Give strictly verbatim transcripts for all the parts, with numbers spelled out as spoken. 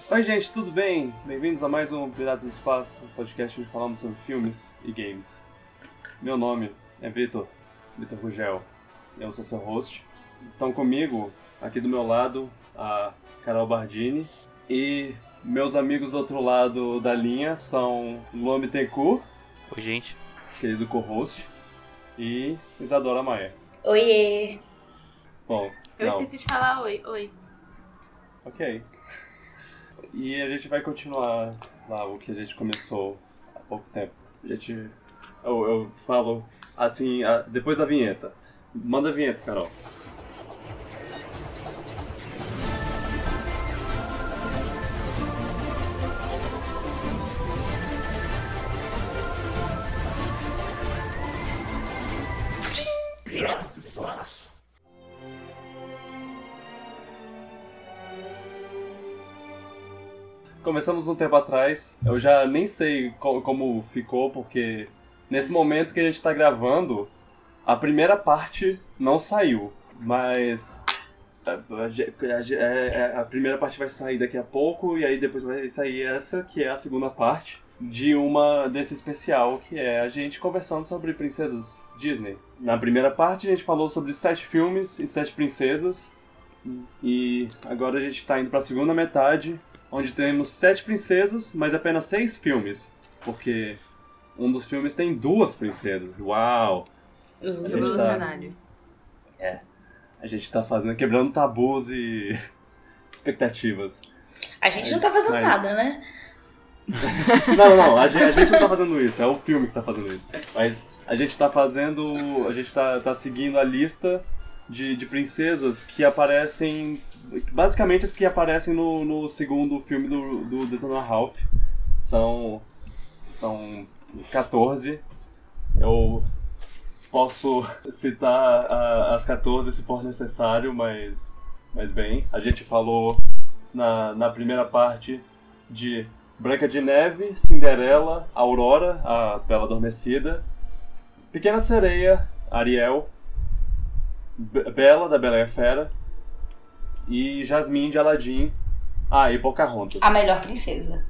Oi gente, tudo bem? Bem-vindos a mais um Piratas do Espaço, um podcast onde falamos sobre filmes e games. Meu nome é Vitor, Vitor Rugel, eu sou seu host. Estão comigo, aqui do meu lado, a Carol Bardini e meus amigos do outro lado da linha são Luan Bittencourt. Oi gente. Querido co-host, e Isadora Maia. Oiê! Bom, Eu não. esqueci de falar oi, oi. Ok. E a gente vai continuar lá o que a gente começou há pouco tempo. A gente... Eu, eu falo assim, depois da vinheta. Manda a vinheta, Carol. Piratas do Espaço. Começamos um tempo atrás, eu já nem sei co- como ficou, porque nesse momento que a gente tá gravando, a primeira parte não saiu, mas a, a- a- a primeira parte vai sair daqui a pouco, e aí depois vai sair essa, que é a segunda parte de uma desse especial, que é a gente conversando sobre princesas Disney. Na primeira parte a gente falou sobre sete filmes e sete princesas, e agora a gente tá indo pra segunda metade, onde temos sete princesas, mas apenas seis filmes. Porque um dos filmes tem duas princesas. Uau! Uhum. A gente Revolucionário. tá... É. A gente tá fazendo, quebrando tabus e expectativas. A gente não tá fazendo Mas- nada, né? Não, não, não. A gente, a gente não tá fazendo isso. É o filme que tá fazendo isso. Mas a gente tá fazendo... A gente tá, tá seguindo a lista de, de princesas que aparecem... Basicamente as que aparecem no, no segundo filme do, do Detona Ralph. São, são quatorze. Eu posso citar a, as quatorze se for necessário, mas, mas bem. A gente falou na, na primeira parte de Branca de Neve, Cinderela, Aurora, a Bela Adormecida, Pequena Sereia, Ariel, Be- Bela, da Bela e a Fera, e Jasmine de Aladdin, ah, e Pocahontas. A melhor princesa.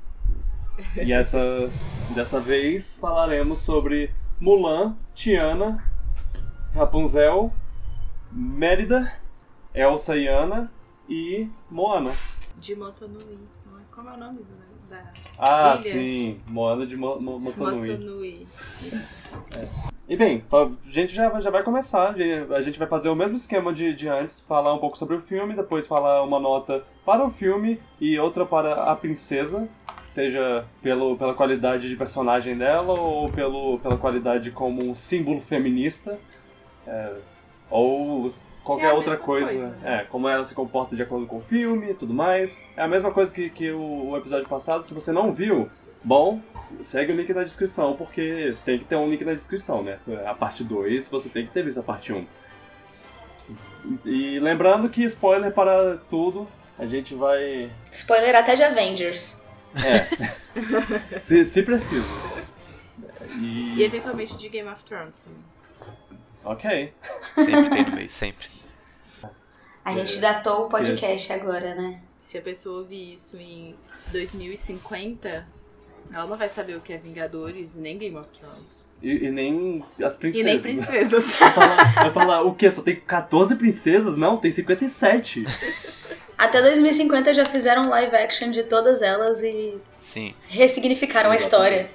E essa, dessa vez falaremos sobre Mulan, Tiana, Rapunzel, Mérida, Elsa e Anna e Moana. De Motonui. Como é o nome do, da Ah, ilha? sim, Moana de Mo- Mo- Motonui. Motonui. Isso. E bem, a gente já, já vai começar, a gente vai fazer o mesmo esquema de, de antes, falar um pouco sobre o filme, depois falar uma nota para o filme e outra para a princesa, seja pelo, pela qualidade de personagem dela ou pelo, pela qualidade como um símbolo feminista, é, ou qualquer Que é a outra mesma coisa, coisa, né? é, como ela se comporta de acordo com o filme e tudo mais. É a mesma coisa que, que o, o episódio passado, se você não viu, bom, segue o link na descrição, porque tem que ter um link na descrição, né? A parte dois, você tem que ter visto a parte um. E lembrando que spoiler para tudo, a gente vai... Spoiler até de Avengers. É, se, se preciso. E... E eventualmente de Game of Thrones também. Ok. Sempre tem no meio, sempre. A gente datou o podcast agora, né? Se a pessoa ouvir isso em dois mil e cinquenta, ela não vai saber o que é Vingadores nem Game of Thrones. E, e nem as princesas. E nem princesas. Vai falar, vai falar o quê? Só tem quatorze princesas? Não, tem cinquenta e sete. Até dois mil e cinquenta já fizeram live action de todas elas e Sim. ressignificaram a história.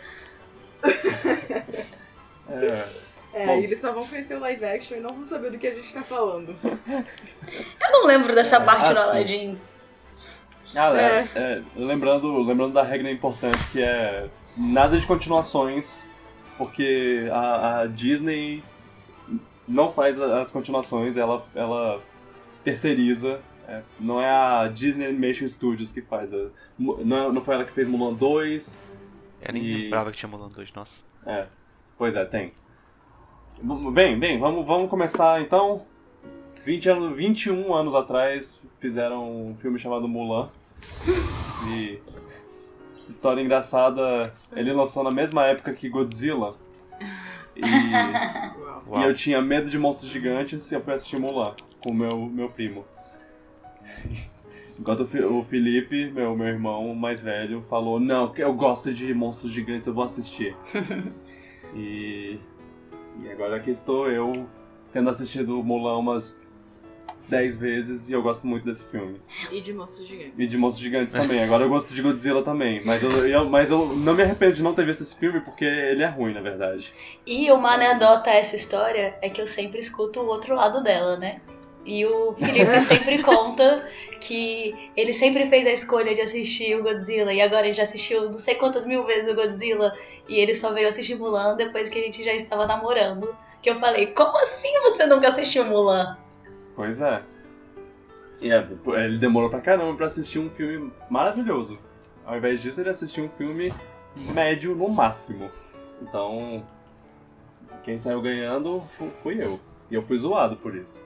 É... É, Bom. e eles só vão conhecer o live action e não vão saber do que a gente tá falando. Eu não lembro dessa É, parte do assim. Aladdin. Ah, é, É. é, lembrando, lembrando da regra importante que é nada de continuações, porque a, a Disney não faz a- as continuações, ela, ela terceiriza. É, não é a Disney Animation Studios que faz. A, Mu- não, não foi ela que fez Mulan dois. Eu nem E- lembrava que tinha Mulan dois, nossa. É, pois é, tem. V- Bem, bem, vamos, vamos começar então. vinte anos, vinte e um anos atrás fizeram um filme chamado Mulan. E história engraçada, ele lançou na mesma época que Godzilla. E, Uau. Uau. e eu tinha medo de monstros gigantes e eu fui assistir Mulan com o meu, meu primo. Enquanto o Fi- o Felipe, meu, meu irmão mais velho, falou, não, eu gosto de monstros gigantes, eu vou assistir. e, e agora aqui estou eu, tendo assistido Mulan umas dez vezes, e eu gosto muito desse filme. E de monstros gigantes. E de monstros gigantes também. Agora eu gosto de Godzilla também. Mas eu, eu- mas eu não me arrependo de não ter visto esse filme, porque ele é ruim, na verdade. E uma anedota a essa história é que eu sempre escuto o outro lado dela, né? E o Felipe sempre conta que ele sempre fez a escolha de assistir o Godzilla e agora ele já assistiu não sei quantas mil vezes o Godzilla e ele só veio assistir Mulan depois que a gente já estava namorando. Que eu falei, como assim você nunca assistiu Mulan? Pois é. E é, ele demorou pra caramba pra assistir um filme maravilhoso. Ao invés disso, ele assistiu um filme médio no máximo. Então, quem saiu ganhando fu- fui eu. E eu fui zoado por isso.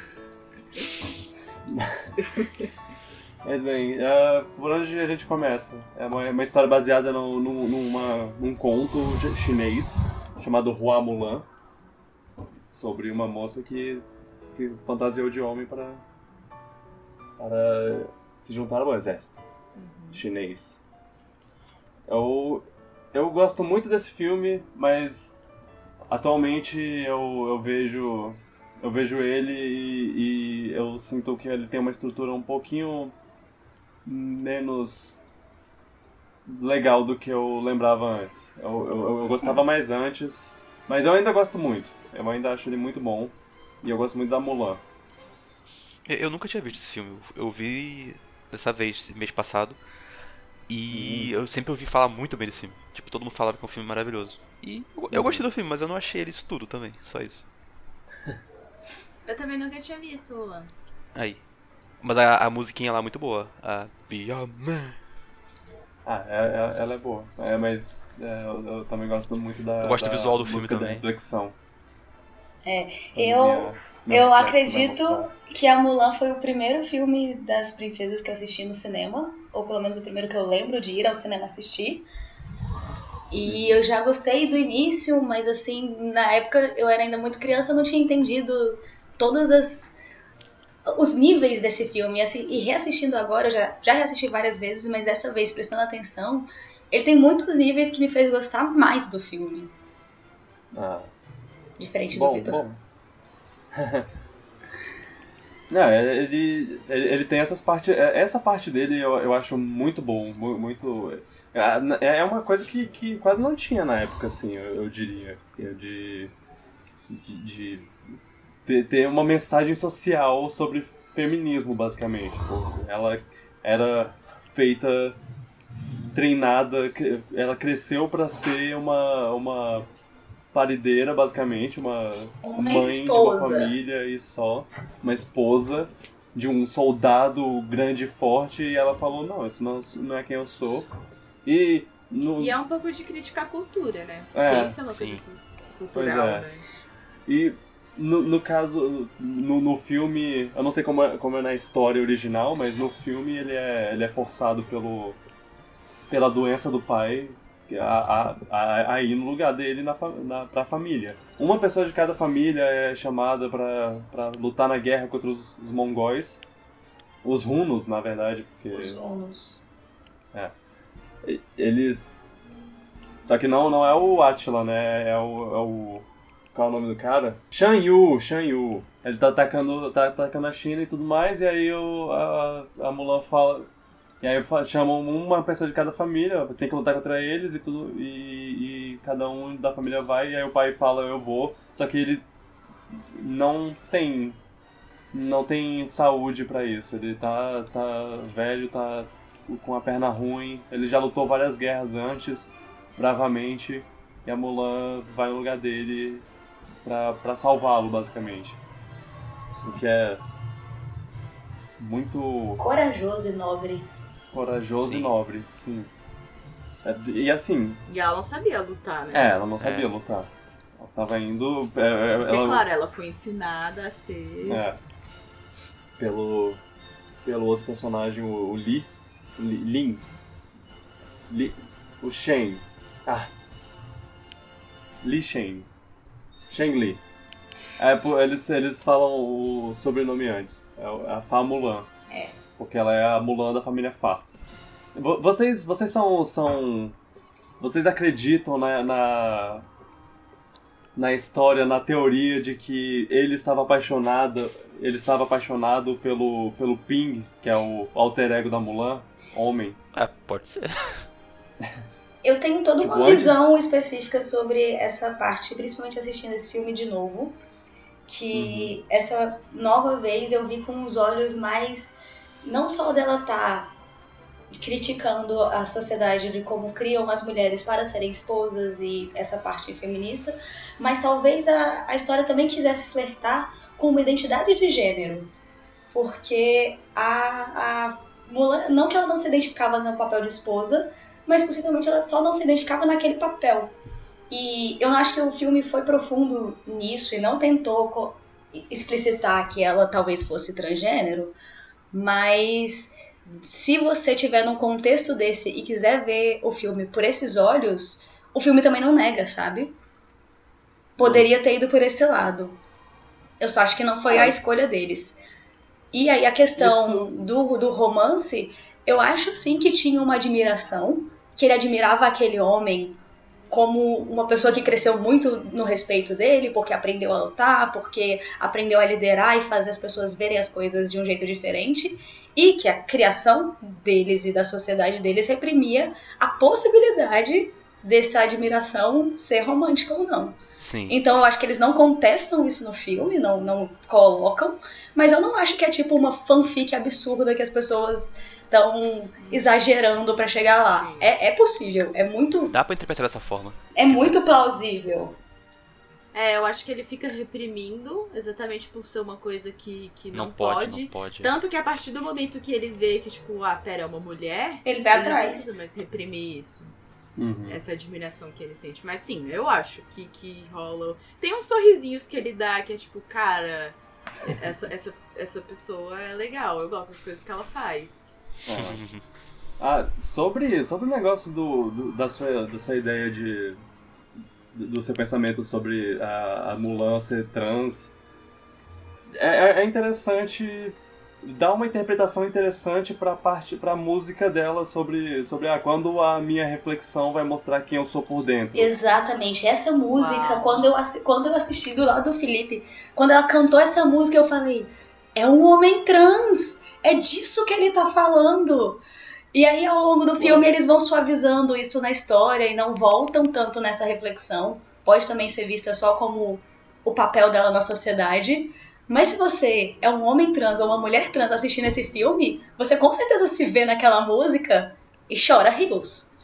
Mas bem, uh, por onde a gente começa? É uma, é uma história baseada no, no, numa, num conto chinês chamado Hua Mulan, sobre uma moça que se fantasiou de homem para, para se juntar ao exército chinês. Eu, eu gosto muito desse filme, mas atualmente eu, eu vejo eu vejo ele e, e eu sinto que ele tem uma estrutura um pouquinho menos legal do que eu lembrava antes. Eu, eu, eu gostava mais antes, mas eu ainda gosto muito. Eu ainda acho ele muito bom. E eu gosto muito da Mulan. Eu, eu nunca tinha visto esse filme. Eu vi dessa vez, mês passado. E eu sempre ouvi falar muito bem desse filme. Tipo, todo mundo falava que é um filme maravilhoso. E eu, eu gostei do filme, mas eu não achei ele isso tudo também. Só isso. Eu também nunca tinha visto, Luan. Aí. Mas a, a musiquinha lá é muito boa. A Be Your Man. Ah, é, é- ela é boa. É, mas é, eu, eu também gosto muito da, Eu gosto do da visual do filme música da também. reflexão. É, A eu, minha- minha eu reflexo vai acredito mostrar. que a Mulan foi o primeiro filme das princesas que eu assisti no cinema, ou pelo menos o primeiro que eu lembro de ir ao cinema assistir. E eu já gostei do início, mas assim, na época eu era ainda muito criança, eu não tinha entendido todas as os níveis desse filme. E, assim, e reassistindo agora, eu já, já reassisti várias vezes, mas dessa vez prestando atenção, ele tem muitos níveis que me fez gostar mais do filme. Ah, Diferente do bom, Vitor. bom. Não, ele, ele, ele tem essas partes. Essa parte dele eu, eu acho muito bom. mu- Muito. É é uma coisa que, que quase não tinha na época, assim, eu, eu diria. Eu De, de, de ter, ter uma mensagem social sobre feminismo, basicamente. Pô, ela era feita, treinada, cre- ela cresceu pra ser uma, uma parideira, basicamente, uma Uma mãe de esposa. uma família e só, uma esposa de um soldado grande e forte, e ela falou, não, isso não, não é quem eu sou. E no, E é um pouco de criticar a cultura, né? É, Porque isso é uma sim. coisa cu- cultural, Pois é. né? E no, no caso, no, no filme, eu não sei como é, como é na história original, mas no filme ele é, ele é forçado pelo, pela doença do pai a, a, a, a ir no lugar dele na, fa- na, pra família. Uma pessoa de cada família é chamada pra, pra lutar na guerra contra os, os mongóis, os hunos, na verdade, porque Vamos. e- eles... Só que não, não é o Attila, né? É o, é o... Qual é o nome do cara? Shan Yu, Shan Yu. Ele tá atacando, tá atacando a China e tudo mais, e aí o, a, a Mulan fala... E aí fa- chamam uma pessoa de cada família, tem que lutar contra eles e tudo, e, e cada um da família vai, e aí o pai fala, eu vou, só que ele não tem... Não tem saúde pra isso, ele tá, tá velho, tá com a perna ruim, ele já lutou várias guerras antes, bravamente, e a Mulan vai no lugar dele pra, pra salvá-lo, basicamente. O que é muito Corajoso e nobre. corajoso Sim. e nobre, sim. É, e assim, E ela não sabia lutar, né? é, ela não sabia É. lutar. Ela tava indo... é, é, Porque, ela, claro, ela foi ensinada a ser... É. Pelo, pelo outro personagem, o, o Li. Li Lin. Li, o Shen. Ah. Li Shen. Sheng Li. É, pô, eles, eles falam o sobrenome antes. É o- a Fa Mulan. É. porque ela é a Mulan da família Farta. Vocês, vocês são, são... Vocês acreditam na, na, na história, na teoria de que ele estava apaixonado, ele estava apaixonado pelo, pelo Ping, que é o alter ego da Mulan, homem? Ah, pode ser. Eu tenho toda Tipo, uma antes- visão específica sobre essa parte, principalmente assistindo esse filme de novo. Que essa nova vez eu vi com os olhos mais... Não só dela tá criticando a sociedade de como criam as mulheres para serem esposas e essa parte feminista, mas talvez a, a história também quisesse flertar com uma identidade de gênero. Porque a, a Mulan, não que ela não se identificava no papel de esposa, mas possivelmente ela só não se identificava naquele papel. E eu acho que o filme foi profundo nisso e não tentou co- explicitar que ela talvez fosse transgênero, mas se você tiver num contexto desse e quiser ver o filme por esses olhos, o filme também não nega, sabe? Poderia ter ido por esse lado. Eu só acho que não foi a escolha deles. E aí a questão Isso- do, do romance, eu acho sim que tinha uma admiração, que ele admirava aquele homem como uma pessoa que cresceu muito no respeito dele, porque aprendeu a lutar, porque aprendeu a liderar e fazer as pessoas verem as coisas de um jeito diferente, e que a criação deles e da sociedade deles reprimia a possibilidade dessa admiração ser romântica ou não. Sim. Então eu acho que eles não contestam isso no filme, não, não colocam, mas eu não acho que é tipo uma fanfic absurda que as pessoas estão exagerando pra chegar lá. Sim. É, é possível, é muito, Dá pra interpretar dessa forma. é muito plausível. É, eu acho que ele fica reprimindo exatamente por ser uma coisa que, que não, Não pode, não pode. Tanto que a partir do momento que ele vê que, tipo, ah, pera, é uma mulher, Ele vai ele não atrás. precisa mais reprimir isso. Uhum. Essa admiração que ele sente. Mas sim, eu acho que, que rola. Tem uns sorrisinhos que ele dá que é tipo, cara, essa, essa, essa pessoa é legal, eu gosto das coisas que ela faz. Ah, Ah, sobre, sobre o negócio do, do- da, sua, da sua ideia de... do do seu pensamento sobre a, a Mulan ser trans, é, é- é interessante, dá uma interpretação interessante pra parte, pra música dela sobre, sobre ah, quando a minha reflexão vai mostrar quem eu sou por dentro. Exatamente, essa música, Uau. quando eu, assi- quando eu assisti do lado do Felipe, quando ela cantou essa música, eu falei, é um homem trans, é disso que ele tá falando. E aí, ao longo do filme, eles vão suavizando isso na história e não voltam tanto nessa reflexão. Pode também ser vista só como o papel dela na sociedade. Mas se você é um homem trans ou uma mulher trans assistindo esse filme, você com certeza se vê naquela música e chora rios.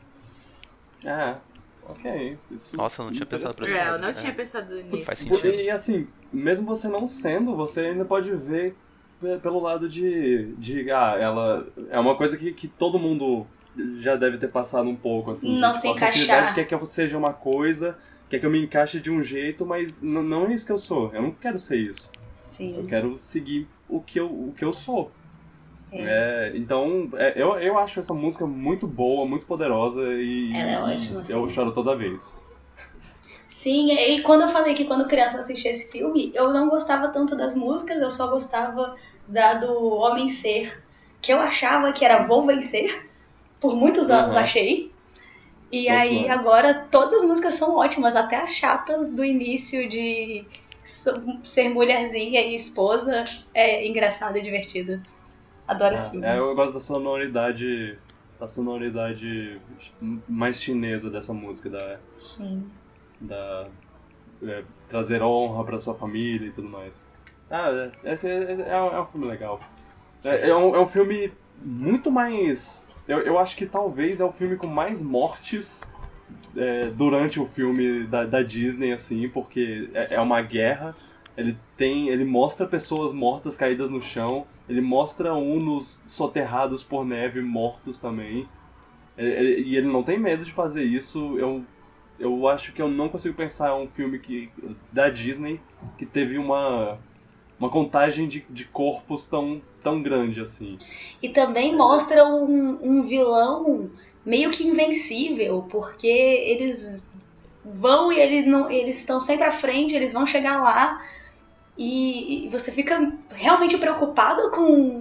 Ah, ok. Isso Nossa, eu não tinha pensado por interessante. esse É, eu lado. não É. tinha pensado nisso. Faz sentido. E assim, mesmo você não sendo, você ainda pode ver pe- pelo lado de, de ah, ela é uma coisa que, que todo mundo já deve ter passado um pouco, assim. Não de, se a sociedade encaixar. quer que eu seja uma coisa, quer que eu me encaixe de um jeito, mas n- não é isso que eu sou. Eu não quero ser isso. Eu Sim. quero seguir o que eu, o que eu sou. É. É, então, é, eu, eu acho essa música muito boa, muito poderosa e Ela é ótima, eu sim. choro toda vez. Sim, e quando eu falei que quando criança eu assistia esse filme, eu não gostava tanto das músicas, eu só gostava da do Homem Ser, que eu achava que era Vou Vencer, por muitos anos Uhum. achei. E Todos aí nós. agora todas as músicas são ótimas, até as chatas do início de so- ser mulherzinha e esposa é engraçado e divertido. Adoro esse filme. É, eu gosto da sonoridade, da sonoridade mais chinesa dessa música, da, Sim. da é, trazer honra pra sua família e tudo mais. Ah, é, esse é, é, um, é um filme legal. É, é um, é um filme muito mais... Eu, eu acho que talvez é o filme com mais mortes é, durante o filme da, da Disney, assim, porque é, é uma guerra. Ele tem, ele mostra pessoas mortas caídas no chão. Ele mostra Unos soterrados por neve mortos também. Ele- ele- e ele não tem medo de fazer isso. Eu, eu acho que eu não consigo pensar em um filme que, da Disney que teve uma, uma contagem de, de corpos tão, tão grande assim. E também mostra um, um vilão meio que invencível, porque eles vão e ele não, eles estão sempre à frente, eles vão chegar lá e, e você fica realmente preocupado com,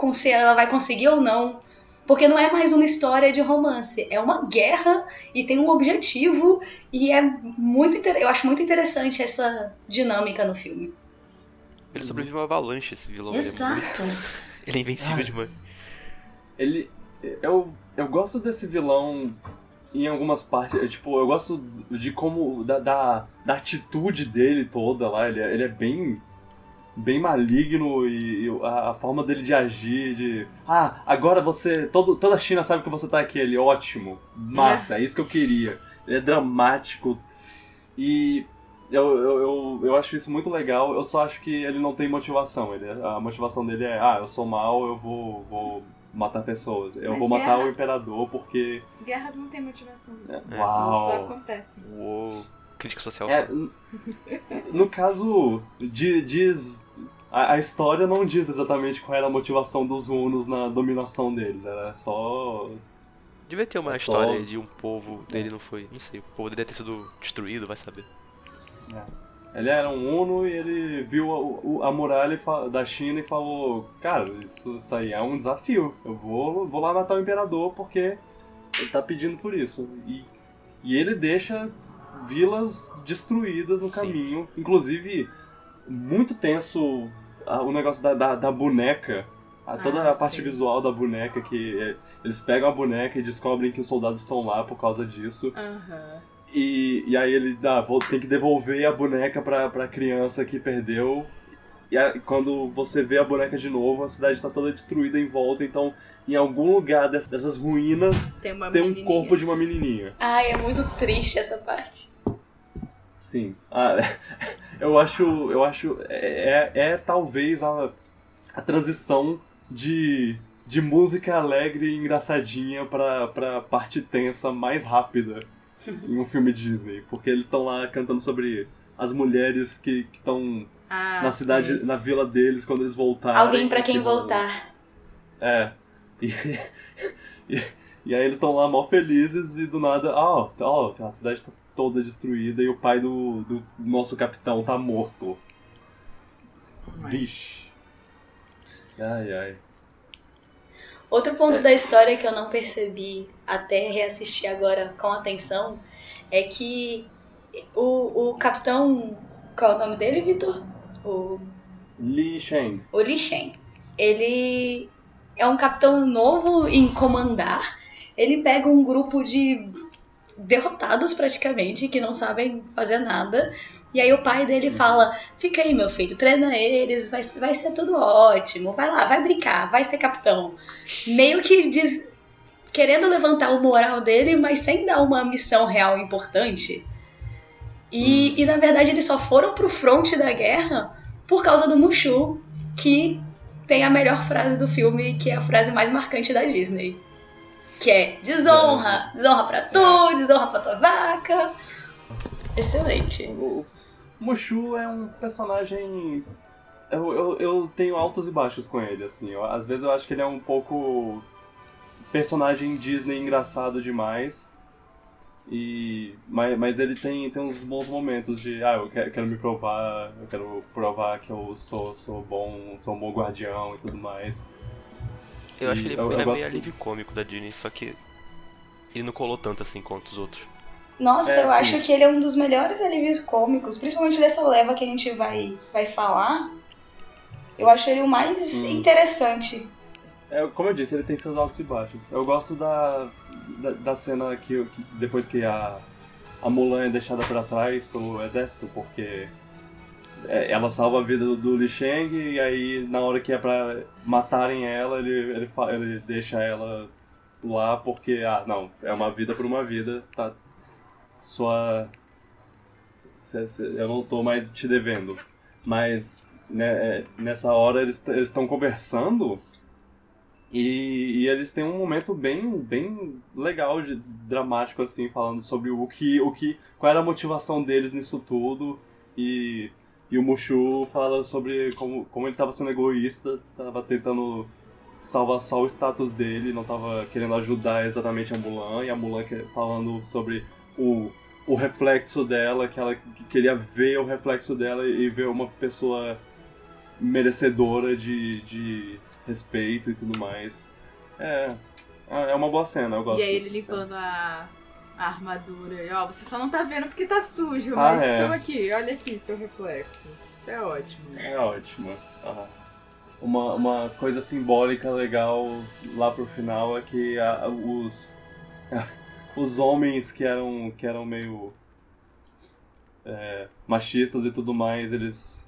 com se ela vai conseguir ou não. Porque não é mais uma história de romance, é uma guerra e tem um objetivo, e é muito inter... eu acho muito interessante essa dinâmica no filme. Ele sobrevive a uma avalanche, esse vilão. Exato. Ele é, muito... ele é invencível Ai. demais. Ele... Eu, eu gosto desse vilão em algumas partes, tipo, eu gosto de como... Da, da, da atitude dele toda lá, ele é, ele é bem... bem maligno e, e a, a forma dele de agir, de... Ah, agora você... Todo, toda a China sabe que você tá aqui, ele, ótimo, massa, é. é isso que eu queria. Ele é dramático e eu, eu, eu, eu acho isso muito legal, eu só acho que ele não tem motivação, ele, a motivação dele é, ah, eu sou mal, eu vou, vou matar pessoas, eu Mas vou matar guerras... o imperador porque... Guerras não tem motivação. É. Elas Uau! só acontecem. Uou. Crítica social. É, no caso, diz... A, a história não diz exatamente qual era a motivação dos hunos na dominação deles, era só... Devia ter uma é história só... de um povo dele, não foi? Não sei, o povo dele deve ter sido destruído, vai saber. É. Ele era um huno e ele viu a, a muralha da China e falou: cara, isso, isso aí é um desafio, eu vou, vou lá matar o imperador porque ele tá pedindo por isso. E, e ele deixa vilas destruídas no Sim. caminho, inclusive muito tenso o negócio da, da, da boneca, a, toda Ah, a parte sim. visual da boneca, que é, eles pegam a boneca e descobrem que os soldados estão lá por causa disso. Aham. E, e aí ele dá, vou, tem que devolver a boneca pra, pra criança que perdeu. E a, quando você vê a boneca de novo, a cidade tá toda destruída em volta, então em algum lugar dessas, dessas ruínas Tem uma tem um menininha. corpo de uma menininha. Ai, é muito triste essa parte. Sim. Ah, eu acho. Eu acho. É, é, é talvez a, a transição de, de música alegre e engraçadinha pra, pra parte tensa mais rápida em um filme Disney. Porque eles estão lá cantando sobre as mulheres que estão Ah, na cidade, sim. na vila deles quando eles voltarem. Alguém pra quem que vão- voltar. É. E, e, e aí eles estão lá mal felizes e do nada, ó, ó, a cidade tá toda destruída e o pai do, do nosso capitão tá morto. Vixe. Ai, ai. Outro ponto da história que eu não percebi até reassistir agora com atenção é que o, o capitão... Qual é o nome dele, Vitor? O, Li Shen. o Li Shen. Ele é um capitão novo em comandar. Ele pega um grupo de derrotados praticamente, que não sabem fazer nada. E aí o pai dele fala: fica aí, meu filho, treina eles, vai, vai ser tudo ótimo. Vai lá, vai brincar, vai ser capitão. Meio que diz, querendo levantar o moral dele, mas sem dar uma missão real importante. E, e na verdade eles só foram pro fronte da guerra por causa do Mushu, que tem a melhor frase do filme, que é a frase mais marcante da Disney. Que é desonra, desonra pra tu, desonra pra tua vaca. Excelente. O Mushu é um personagem... Eu, eu, eu tenho altos e baixos com ele, assim. Eu, às vezes eu acho que ele é um pouco personagem Disney engraçado demais. E, mas, mas ele tem, tem uns bons momentos de, ah, eu quero, quero me provar, eu quero provar que eu sou, sou bom, sou um bom guardião e tudo mais. Eu acho que ele, Eu- eu ele é gosto- meio alívio cômico da Disney, só que ele não colou tanto assim quanto os outros. Nossa, É, eu sim. acho que ele é um dos melhores alívios cômicos, principalmente dessa leva que a gente vai, vai falar. Eu acho ele o mais Hum. interessante. É, como eu disse, ele tem seus altos e baixos. Eu gosto da, da, da cena que, que depois que a, a Mulan é deixada pra trás pelo exército, porque é, ela salva a vida do, do Li Shang e aí na hora que é pra matarem ela, ele, ele, fa- ele deixa ela lá porque, ah, não, é uma vida por uma vida, tá sua... cê- cê- eu não tô mais te devendo. Mas né, é, nessa hora eles estão conversando e, e eles têm um momento bem, bem legal, de, dramático, assim, falando sobre o que, o que, qual era a motivação deles nisso tudo. E, e o Mushu fala sobre como, como ele estava sendo egoísta, estava tentando salvar só o status dele, não estava querendo ajudar exatamente a Mulan. E a Mulan que- falando sobre o, o reflexo dela, que ela queria ver o reflexo dela e ver uma pessoa merecedora de, de respeito e tudo mais. É, é uma boa cena, eu gosto E aí ele dessa limpando a, a armadura. E, ó, você só não tá vendo porque tá sujo, Ah, mas é. estamos aqui, olha aqui seu reflexo. Isso é ótimo. É ótimo. Ah. Uma, uma coisa simbólica legal lá pro final é que a, os, os homens que eram, que eram meio é, machistas e tudo mais, eles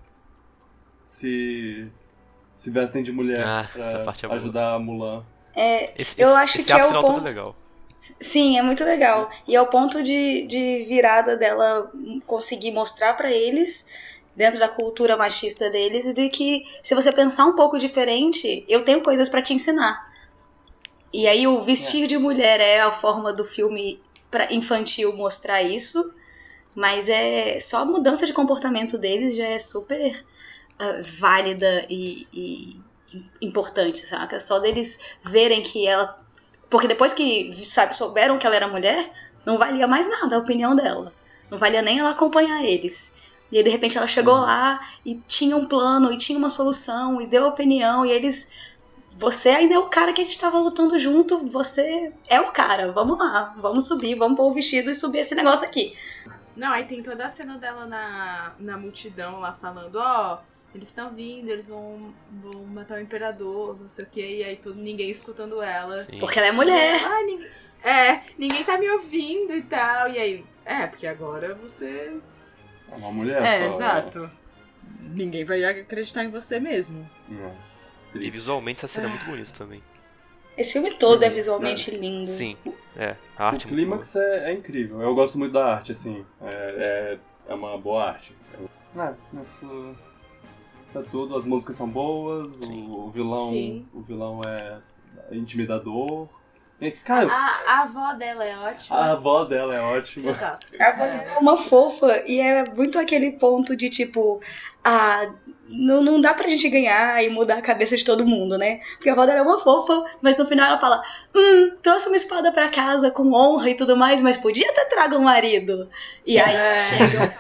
se, se vestem de mulher Ah, essa pra parte é boa. ajudar a Mulan. É, Esse, eu esse, acho esse que é arco o final ponto. todo legal. Sim, é muito legal. E é o ponto de, de virada dela conseguir mostrar pra eles, dentro da cultura machista deles, e de que se você pensar um pouco diferente, eu tenho coisas pra te ensinar. E aí o vestir de mulher é a forma do filme pra infantil mostrar isso, mas é só a mudança de comportamento deles já é super uh, válida e, e importante, saca? Só deles verem que ela... Porque depois que, sabe, souberam que ela era mulher, não valia mais nada a opinião dela. Não valia nem ela acompanhar eles. E aí, de repente, ela chegou lá e tinha um plano, e tinha uma solução, e deu opinião, e eles... Você ainda é o cara que a gente tava lutando junto, você é o cara, vamos lá, vamos subir, vamos pôr o vestido e subir esse negócio aqui. Não, aí tem toda a cena dela na, na multidão lá falando, ó, eles estão vindo, eles vão, vão matar o imperador, não sei o que, e aí todo, ninguém escutando ela. Sim. Porque ela é mulher. Ah, ninguém, é, ninguém tá me ouvindo e tal, e aí, é, porque agora você... É uma mulher É, só. exato. Ninguém vai acreditar em você mesmo. Não. E Triste. visualmente essa cena é muito bonita também. Esse filme todo é Uhum. visualmente lindo. Sim, é. A arte O é muito boa. clímax é, é incrível. Eu gosto muito da arte, assim. É, é, é uma boa arte. É, isso, isso é tudo. As músicas são boas, o, o vilão Sim. o vilão é intimidador. E, cara, A, a avó dela é ótima. a avó dela é ótima. Eu gosto. A avó dela é uma fofa e é muito aquele ponto de tipo, ah, não, não dá pra gente ganhar e mudar a cabeça de todo mundo, né? Porque a avó dela é uma fofa, mas no final ela fala, hum, trouxe uma espada pra casa com honra e tudo mais, mas podia ter trago um marido. E aí É. chega.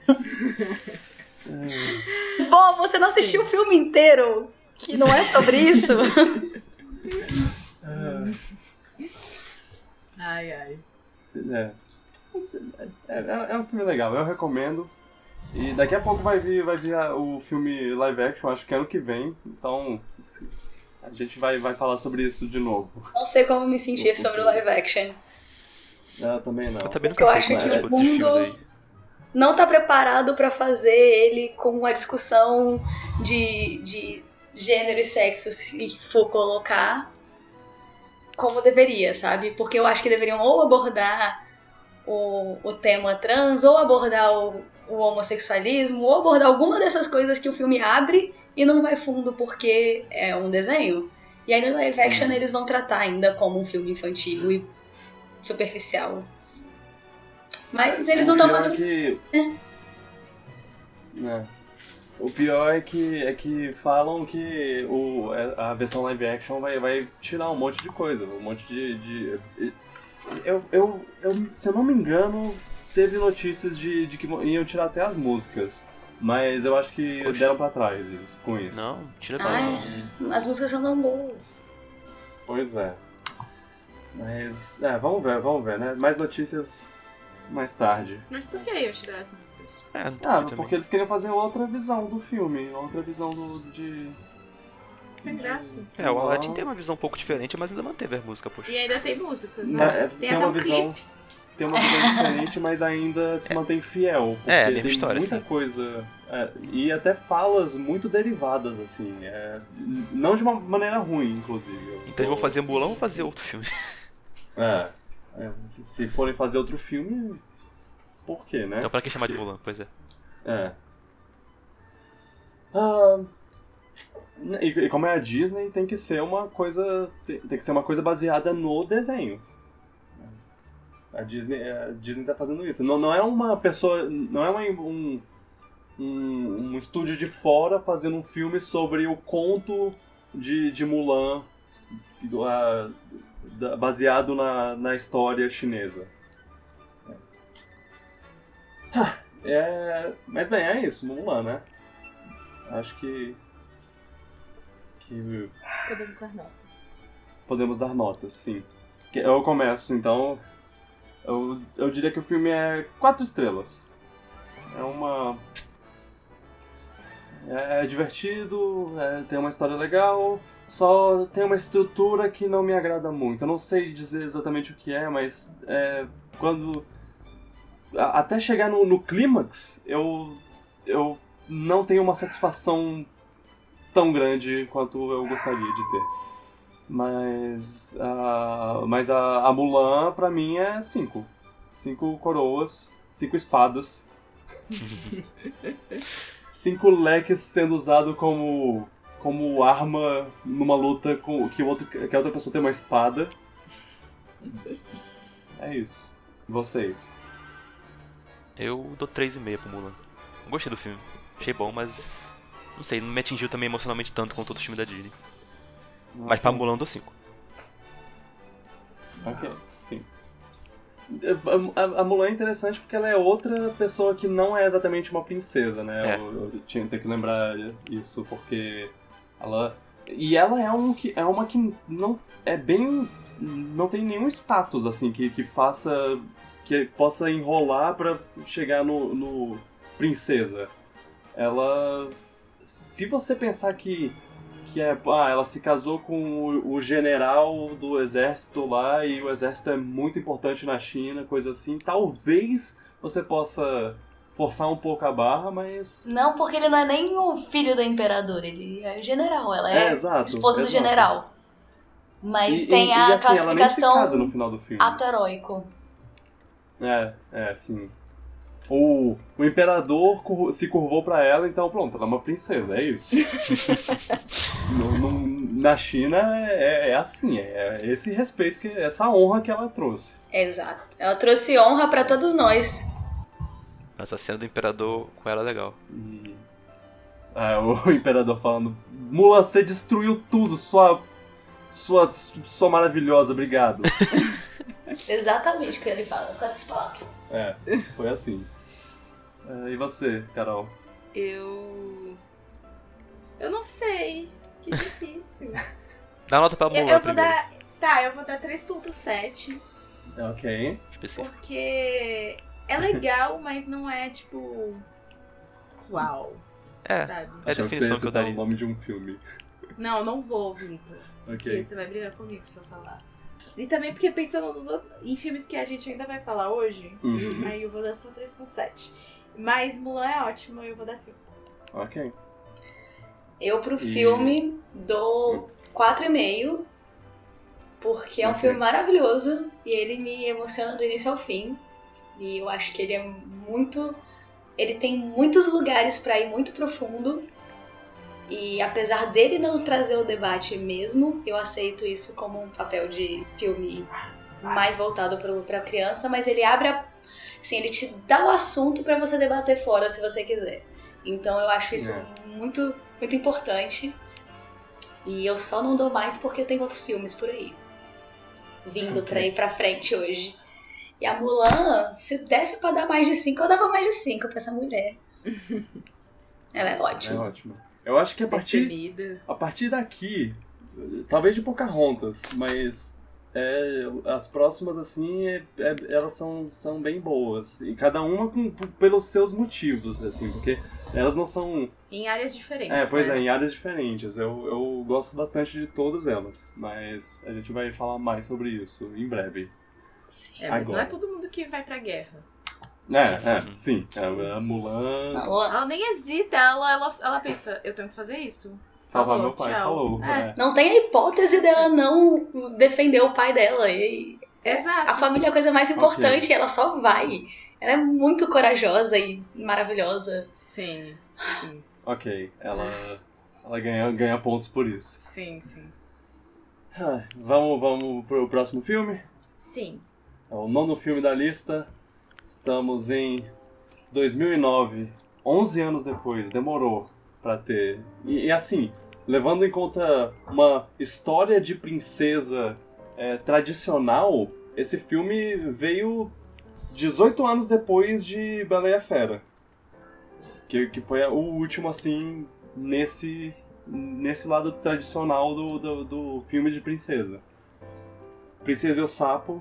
Vó, você não assistiu o filme inteiro? Que não é sobre isso? Ai, ai. É. É, é, é um filme legal, eu recomendo. E daqui a pouco vai vir, vai vir a- o filme live action, acho que ano que vem. Então assim, a gente vai, vai falar sobre isso de novo. Não sei como me sentir sobre o live action. Eu também não. Eu também Porque eu nunca acho sei que como é o tipo de filmes mundo- aí. Não tá preparado pra fazer ele com uma discussão de, de gênero e sexo, se for colocar, como deveria, sabe? Porque eu acho que deveriam ou abordar o, o tema trans, ou abordar o, o homossexualismo, ou abordar alguma dessas coisas que o filme abre e não vai fundo porque é um desenho. E aí no live action eles vão tratar ainda como um filme infantil e superficial. Mas eles não O estão pior fazendo... é que... É. O pior é que, é que falam que o, a versão live action vai, vai tirar um monte de coisa, um monte de... de... Eu, eu, eu, se eu não me engano, teve notícias de, de que iam tirar até as músicas. Mas eu acho que Poxa. deram pra trás isso, com isso. Não, tira Ai, não. as músicas são tão boas. Pois é. Mas, é, vamos ver, vamos ver, né? Mais notícias mais tarde. Mas por que eu tirar as músicas? É, não Ah, também. porque eles queriam fazer outra visão do filme, outra visão do, de... Sem graça. É, o Aladdin tem uma visão um pouco diferente, mas ainda manteve a música, poxa. E ainda tem músicas, Né, né? é, Tem, tem até uma um visão, clipe. tem uma visão diferente, mas ainda se mantém fiel. Porque É, a mesma tem história, muita sim. coisa. É, e até falas muito derivadas, assim. É, não de uma maneira ruim, inclusive. Eu Então eles vão tô- fazer sim, Mulan ou sim. fazer outro filme? É, é, se, se forem fazer outro filme, por quê, né? Então pra que chamar de Mulan? Pois é. É. Ah, e, e como é a Disney, tem que ser uma coisa. Tem, tem que ser uma coisa baseada no desenho. A Disney, a Disney tá fazendo isso. Não, não é uma pessoa. Não é uma, um, um, um estúdio de fora fazendo um filme sobre o conto de, de Mulan do- a- da- baseado na, na história chinesa. É, mas bem, é isso, Mulan, né? Acho que que Podemos dar notas. podemos dar notas, sim. Que- Eu começo, então. Eu, eu diria que o filme é quatro estrelas. É uma. É divertido, é- tem uma história legal, só tem uma estrutura que não me agrada muito. Eu não sei dizer exatamente o que é, mas é, quando. a- Até chegar no, no clímax, eu, eu não tenho uma satisfação tão grande quanto eu gostaria de ter. Mas, a, mas a, a Mulan, pra mim, é cinco. Cinco coroas, cinco espadas. Cinco leques sendo usado como, como arma numa luta com que, o outro, que a outra pessoa tem uma espada. É isso. Vocês. Eu dou três e meio pro Mulan. Gostei do filme. Achei bom, mas... Não sei, não me atingiu também emocionalmente tanto quanto outros filmes da Disney. Mas pra Mulan eu dou cinco. Ok, sim. A, a- a Mulan é interessante porque ela é outra pessoa que não é exatamente uma princesa, né? É. Eu, eu tinha que lembrar isso, porque ela... E ela é, um que, é uma que não é bem... não tem nenhum status, assim, que, que faça... que possa enrolar pra chegar no, no princesa. Ela... Se você pensar que que é, ah, ela se casou com o, o general do exército lá e o exército é muito importante na China, coisa assim, talvez você possa forçar um pouco a barra, mas... Não, porque ele não é nem o filho do imperador, ele é general, ela é, É, exato, esposa do exato. general. Mas E- tem e- a e, assim, ela nem se classificação casa no final do filme. ato heróico. É, é, sim. O, o imperador cur- se curvou pra ela, então pronto, ela é uma princesa, é isso. No- no- na China é, é assim, é esse respeito, que, essa honra que ela trouxe. Exato. Ela trouxe honra pra todos nós. Essa cena do Imperador com ela é legal. E ah, o imperador falando: Mulan, você destruiu tudo, sua, sua, sua maravilhosa, obrigado. Exatamente o que ele fala, com essas palavras. É, foi assim. É, e você, Carol? Eu. Eu não sei. Que difícil. Dá nota pra eu, Mulan eu vou primeiro. dar. Tá, eu vou dar três ponto sete. Ok. Específico. Porque é legal, mas não é tipo. Uau. É, Sabe? é a Achava que você definição ia que eu citar daria. o nome de um filme. Não, não vou, Vitor. Porque Ok. você vai brigar comigo se eu falar. E também porque pensando nos outros, em filmes que a gente ainda vai falar hoje, Uhum. aí eu vou dar só três ponto sete. Mas Mulan é ótimo, eu vou dar cinco. Ok. Eu pro E- filme dou quatro e meio, porque é um Ok. filme maravilhoso e ele me emociona do início ao fim. E eu acho que ele é muito... Ele tem muitos lugares pra ir muito profundo. E apesar dele não trazer o debate mesmo, eu aceito isso como um papel de filme mais voltado pro- pra criança, mas ele abre a... Assim, ele te dá o assunto pra você debater fora, se você quiser. Então eu acho isso É. muito, muito importante. E eu só não dou mais porque tem outros filmes por aí. Vindo Ok. pra ir pra frente hoje. E a Mulan, se desse pra dar mais de cinco, eu dava mais de cinco pra essa mulher. Ela é É ótima. ótimo. Eu acho que a partir, Destemida. a partir daqui, talvez de Pocahontas, mas é, as próximas, assim, é- é- elas são, são bem boas. E cada uma com, p- pelos seus motivos, assim, porque elas não são... Em áreas diferentes. É, pois né? é, em áreas diferentes. Eu, eu gosto bastante de todas elas, mas a gente vai falar mais sobre isso em breve. É, mas não Agora. é todo mundo que vai pra guerra. É, é, sim. A, a Mulan Não, Ela nem hesita, ela, ela, ela pensa, eu tenho que fazer isso. salvar Falou, meu pai, tchau. falou. É. É. não tem a hipótese dela não defender o pai dela. E Exato. a família é a coisa mais importante e ela só vai. Ela é muito corajosa e maravilhosa. Sim, sim, Ok, ela, ela ganha, ganha pontos por isso. sim, sim. Ah, vamos, vamos pro próximo filme? Sim. É o nono filme da lista. Estamos em dois mil e nove, onze anos depois, demorou pra ter. E, e assim, levando em conta uma história de princesa é, tradicional, esse filme veio dezoito anos depois de Bela e a Fera. Que, que foi o último, assim, nesse, nesse lado tradicional do, do, do filme de princesa. Princesa e o Sapo.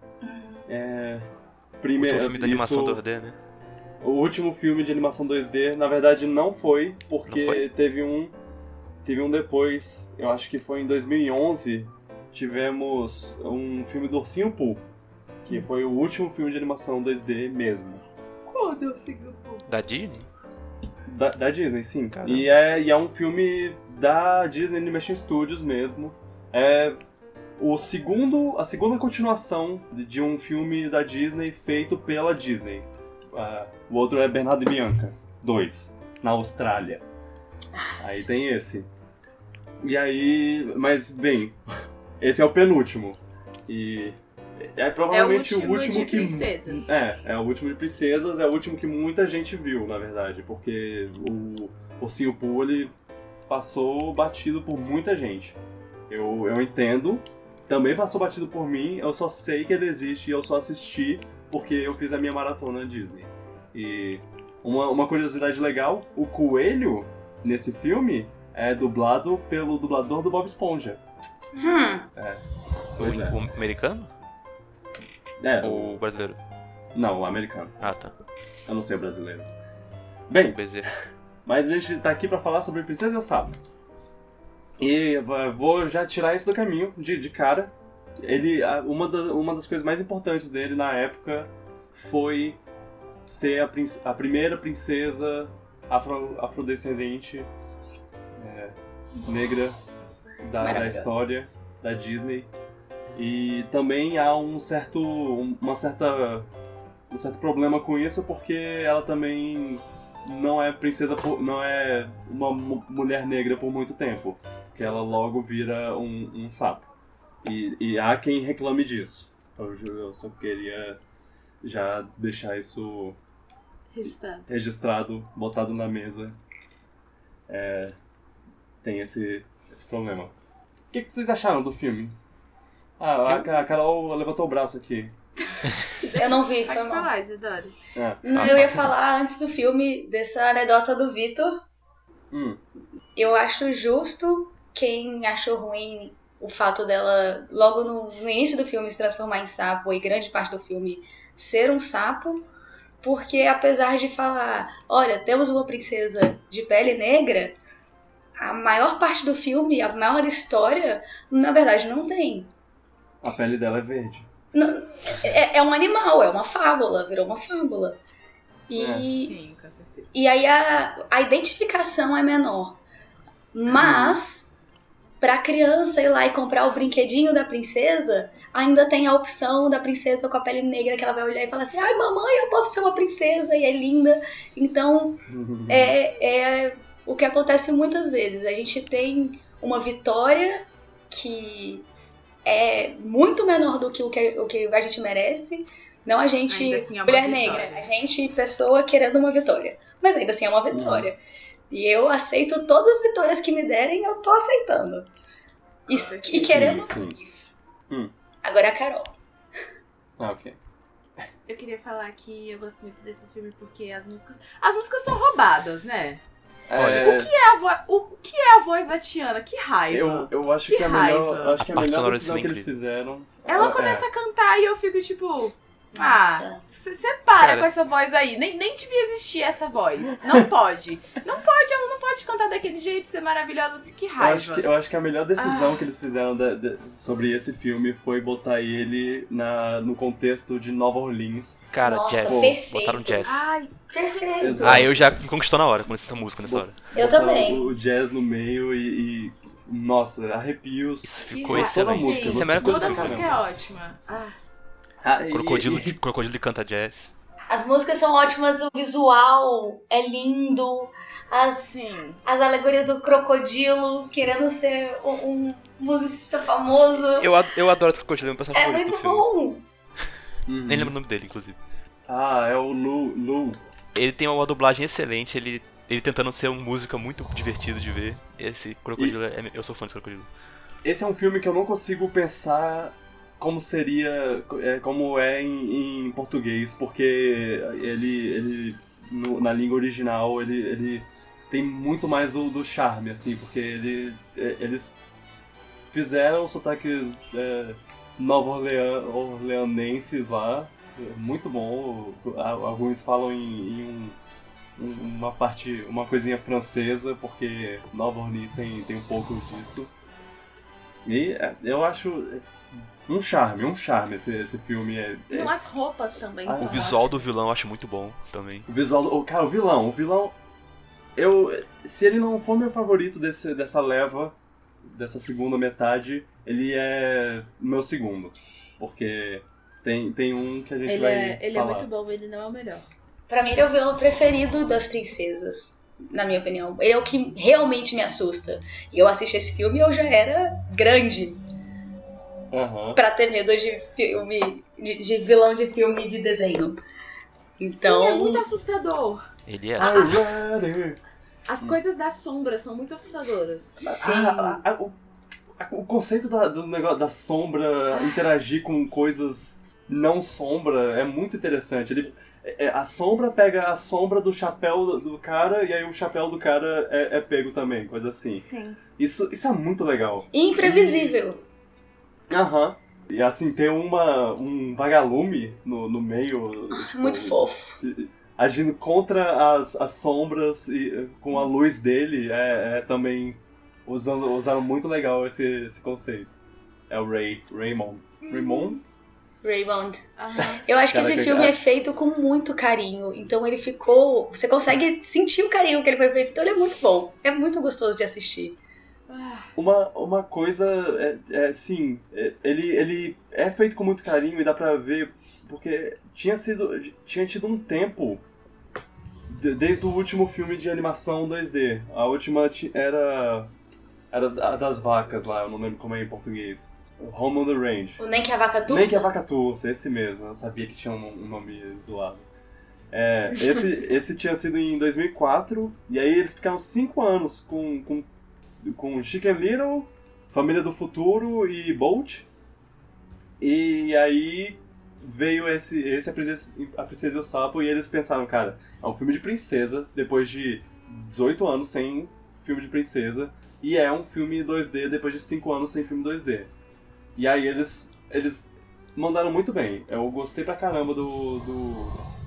É, primeiro, O filme da animação isso, dois D, né? O último filme de animação dois D, na verdade, não foi, porque Não foi? teve um teve um depois, eu acho que foi em dois mil e onze, tivemos um filme do Ursinho Pooh, que foi o último filme de animação dois D mesmo. Qual do Singapur? Da Disney? Da, da Disney, sim. Caramba. E é, e é um filme da Disney Animation Studios mesmo. É o segundo, a segunda continuação de, de um filme da Disney feito pela Disney. Uh, o outro é Bernardo e Bianca, dois, na Austrália. Aí tem esse. E aí, mas bem, esse é o penúltimo. E é provavelmente É o último o último de que princesas. É, é o último de princesas, é o último que muita gente viu, na verdade, porque o Ursinho Pooh, ele passou batido por muita gente. Eu, eu entendo, também passou batido por mim, eu só sei que ele existe e eu só assisti porque eu fiz a minha maratona Disney. E uma, uma curiosidade legal, o coelho nesse filme é dublado pelo dublador do Bob Esponja. Hum, É, pois é. O, o americano? É, Ou o, o brasileiro? não, o americano. Ah, tá. Eu não sei o brasileiro. Bem, Bezerra. mas a gente tá aqui pra falar sobre Princesa e o Sapo. E eu vou já tirar isso do caminho, de, de cara. Ele, a- uma, da- uma das coisas mais importantes dele na época foi ser a, princ- a primeira princesa afro, afrodescendente é, negra da, da Maravilhosa. história da Disney. E também há um certo, um- uma certa, um certo problema com isso, porque ela também não é princesa, por, não é uma mu- mulher negra por muito tempo, porque ela logo vira um, um sapo. E, e há quem reclame disso. Eu, ju- eu só queria já deixar isso Registrado. registrado, botado na mesa. É, tem esse, esse problema. O que, que vocês acharam do filme? Ah, a, a Carol levantou o braço aqui. eu não vi, foi Pode mal. falar, Isidoro. É. Não, eu ia falar antes do filme dessa anedota do Vitor. Hum, Eu acho justo quem achou ruim o fato dela, logo no, no início do filme, se transformar em sapo e grande parte do filme ser um sapo, porque apesar de falar, olha, temos uma princesa de pele negra, a maior parte do filme, a maior história, na verdade não tem. a pele dela é verde. Não- é, é um animal, é uma fábula, virou uma fábula. E, Sim, com certeza. E aí a, a identificação é menor. Mas, pra criança ir lá e comprar o brinquedinho da princesa, ainda tem a opção da princesa com a pele negra, que ela vai olhar e falar assim, ai mamãe, eu posso ser uma princesa, e é linda. Então, é, é o que acontece muitas vezes. A gente tem uma vitória que é muito menor do que o que, o que a gente merece. Não a gente, Ainda assim é uma mulher vitória. negra, a gente, pessoa querendo uma vitória. Mas ainda assim é uma vitória. E eu aceito todas as vitórias que me derem, eu tô aceitando. E, certeza. e querendo Sim, sim. mais. Hum. Agora é a Carol. Ah, ok. Eu queria falar que eu gosto muito desse filme porque as músicas. As músicas são roubadas, né? Olha, É, O que é a, vo... o que é a voz da Tiana? Que raiva. eu, eu acho Que que, a melhor, raiva. eu acho que A a parte melhor sonora decisão desse que eles filme é fizeram... Ela é- começa a cantar e eu fico tipo. Ah, Nossa. você para Cara. com essa voz aí. Nem, nem devia existir essa voz. Não pode. Não pode, ela não pode cantar daquele jeito, ser maravilhosa assim. Que Eu raiva. acho, que, eu acho que a melhor decisão Ah. que eles fizeram da- da- sobre esse filme foi botar ele na, no contexto de Nova Orleans. cara, Nossa, jazz. perfeito. Botaram jazz. Ai, Perfeito. Exato. Ah, eu já me conquistou na hora, quando você tá música nessa hora. Eu Botaram também. O, o jazz no meio e, e, nossa, arrepios. Isso que ficou ra- Toda a excelente. música, Isso é a melhor coisa Toda do música filme. é ótima. Ah, Ah, e- Crocodilo, e- Crocodilo canta jazz. As músicas são ótimas, o visual é lindo, as, sim. as alegorias do crocodilo querendo ser um, um musicista famoso. Eu, ad- eu adoro esse Crocodilo, é meu personagem É favorito muito do filme. bom. Uhum. Nem lembro o nome dele, inclusive. Ah, é o Lu. Lu. Ele tem uma dublagem excelente, ele, ele tentando ser um música muito divertido de ver. Esse Crocodilo, é, eu sou fã desse Crocodilo. Esse é um filme que eu não consigo pensar como seria, é, como é em, em português, porque ele, ele no- na língua original, ele, ele tem muito mais do, do charme, assim, porque ele, eles fizeram sotaques é, nova-orleanenses lá, muito bom. Alguns falam em, em um, uma parte, uma coisinha francesa, porque Nova Orleans tem, tem um pouco disso. E eu acho um charme, um charme esse, esse filme. É, é... Não, as roupas também. Ah, são o visual ótimas. do vilão eu acho muito bom também. O visual do... Cara, o vilão, o vilão... Eu, se ele não for meu favorito desse, dessa leva, dessa segunda metade, ele é meu segundo. Porque tem, tem um que a gente ele vai é, Ele falar. é muito bom, mas ele não é o melhor. Pra mim, ele é o vilão preferido das princesas, na minha opinião. Ele é o que realmente me assusta. E eu assisti esse filme e eu já era grande. Uhum. Pra ter medo de filme, de, de vilão de filme de desenho. Então... Sim, é muito assustador. Ele é. Ah, As coisas das sombras são muito assustadoras. Sim. Ah, a, a, o, a, o conceito da, do negócio da sombra interagir com coisas não sombra é muito interessante. Ele, é, a sombra pega a sombra do chapéu do, do cara e aí o chapéu do cara é, é pego também, coisa assim. Sim. Isso, isso é muito legal. E imprevisível. Aham. Uhum. E assim, ter uma, um vagalume no, no meio. Tipo, muito fofo. Agindo contra as, as sombras e com a luz dele, é, é também usando, usaram muito legal esse, esse conceito. É o Ray, Raymond. Raymond? Raymond. Uhum. Eu acho que Cara, esse que filme legal. é feito com muito carinho. Então ele ficou... Você consegue sentir o carinho que ele foi feito. Então ele é muito bom. É muito gostoso de assistir. Uma, uma coisa, é, é, sim, é, ele, ele é feito com muito carinho e dá pra ver, porque tinha, sido, tinha tido um tempo, de, desde o último filme de animação dois D. A última ti- era, era a das vacas lá, eu não lembro como é em português. Home on the Range. O Nem que a Vaca Tussa? Nem que a Vaca Tussa, esse mesmo, eu sabia que tinha um, um nome zoado. É, esse, esse tinha sido em dois mil e quatro, e aí eles ficaram cinco anos com... com com Chicken Little, Família do Futuro e Bolt. E aí veio esse, esse a, Princesa, a Princesa e o Sapo e eles pensaram, cara, é um filme de princesa depois de dezoito anos sem filme de princesa e é um filme dois D depois de cinco anos sem filme dois D. E aí eles, eles mandaram muito bem. Eu gostei pra caramba do... do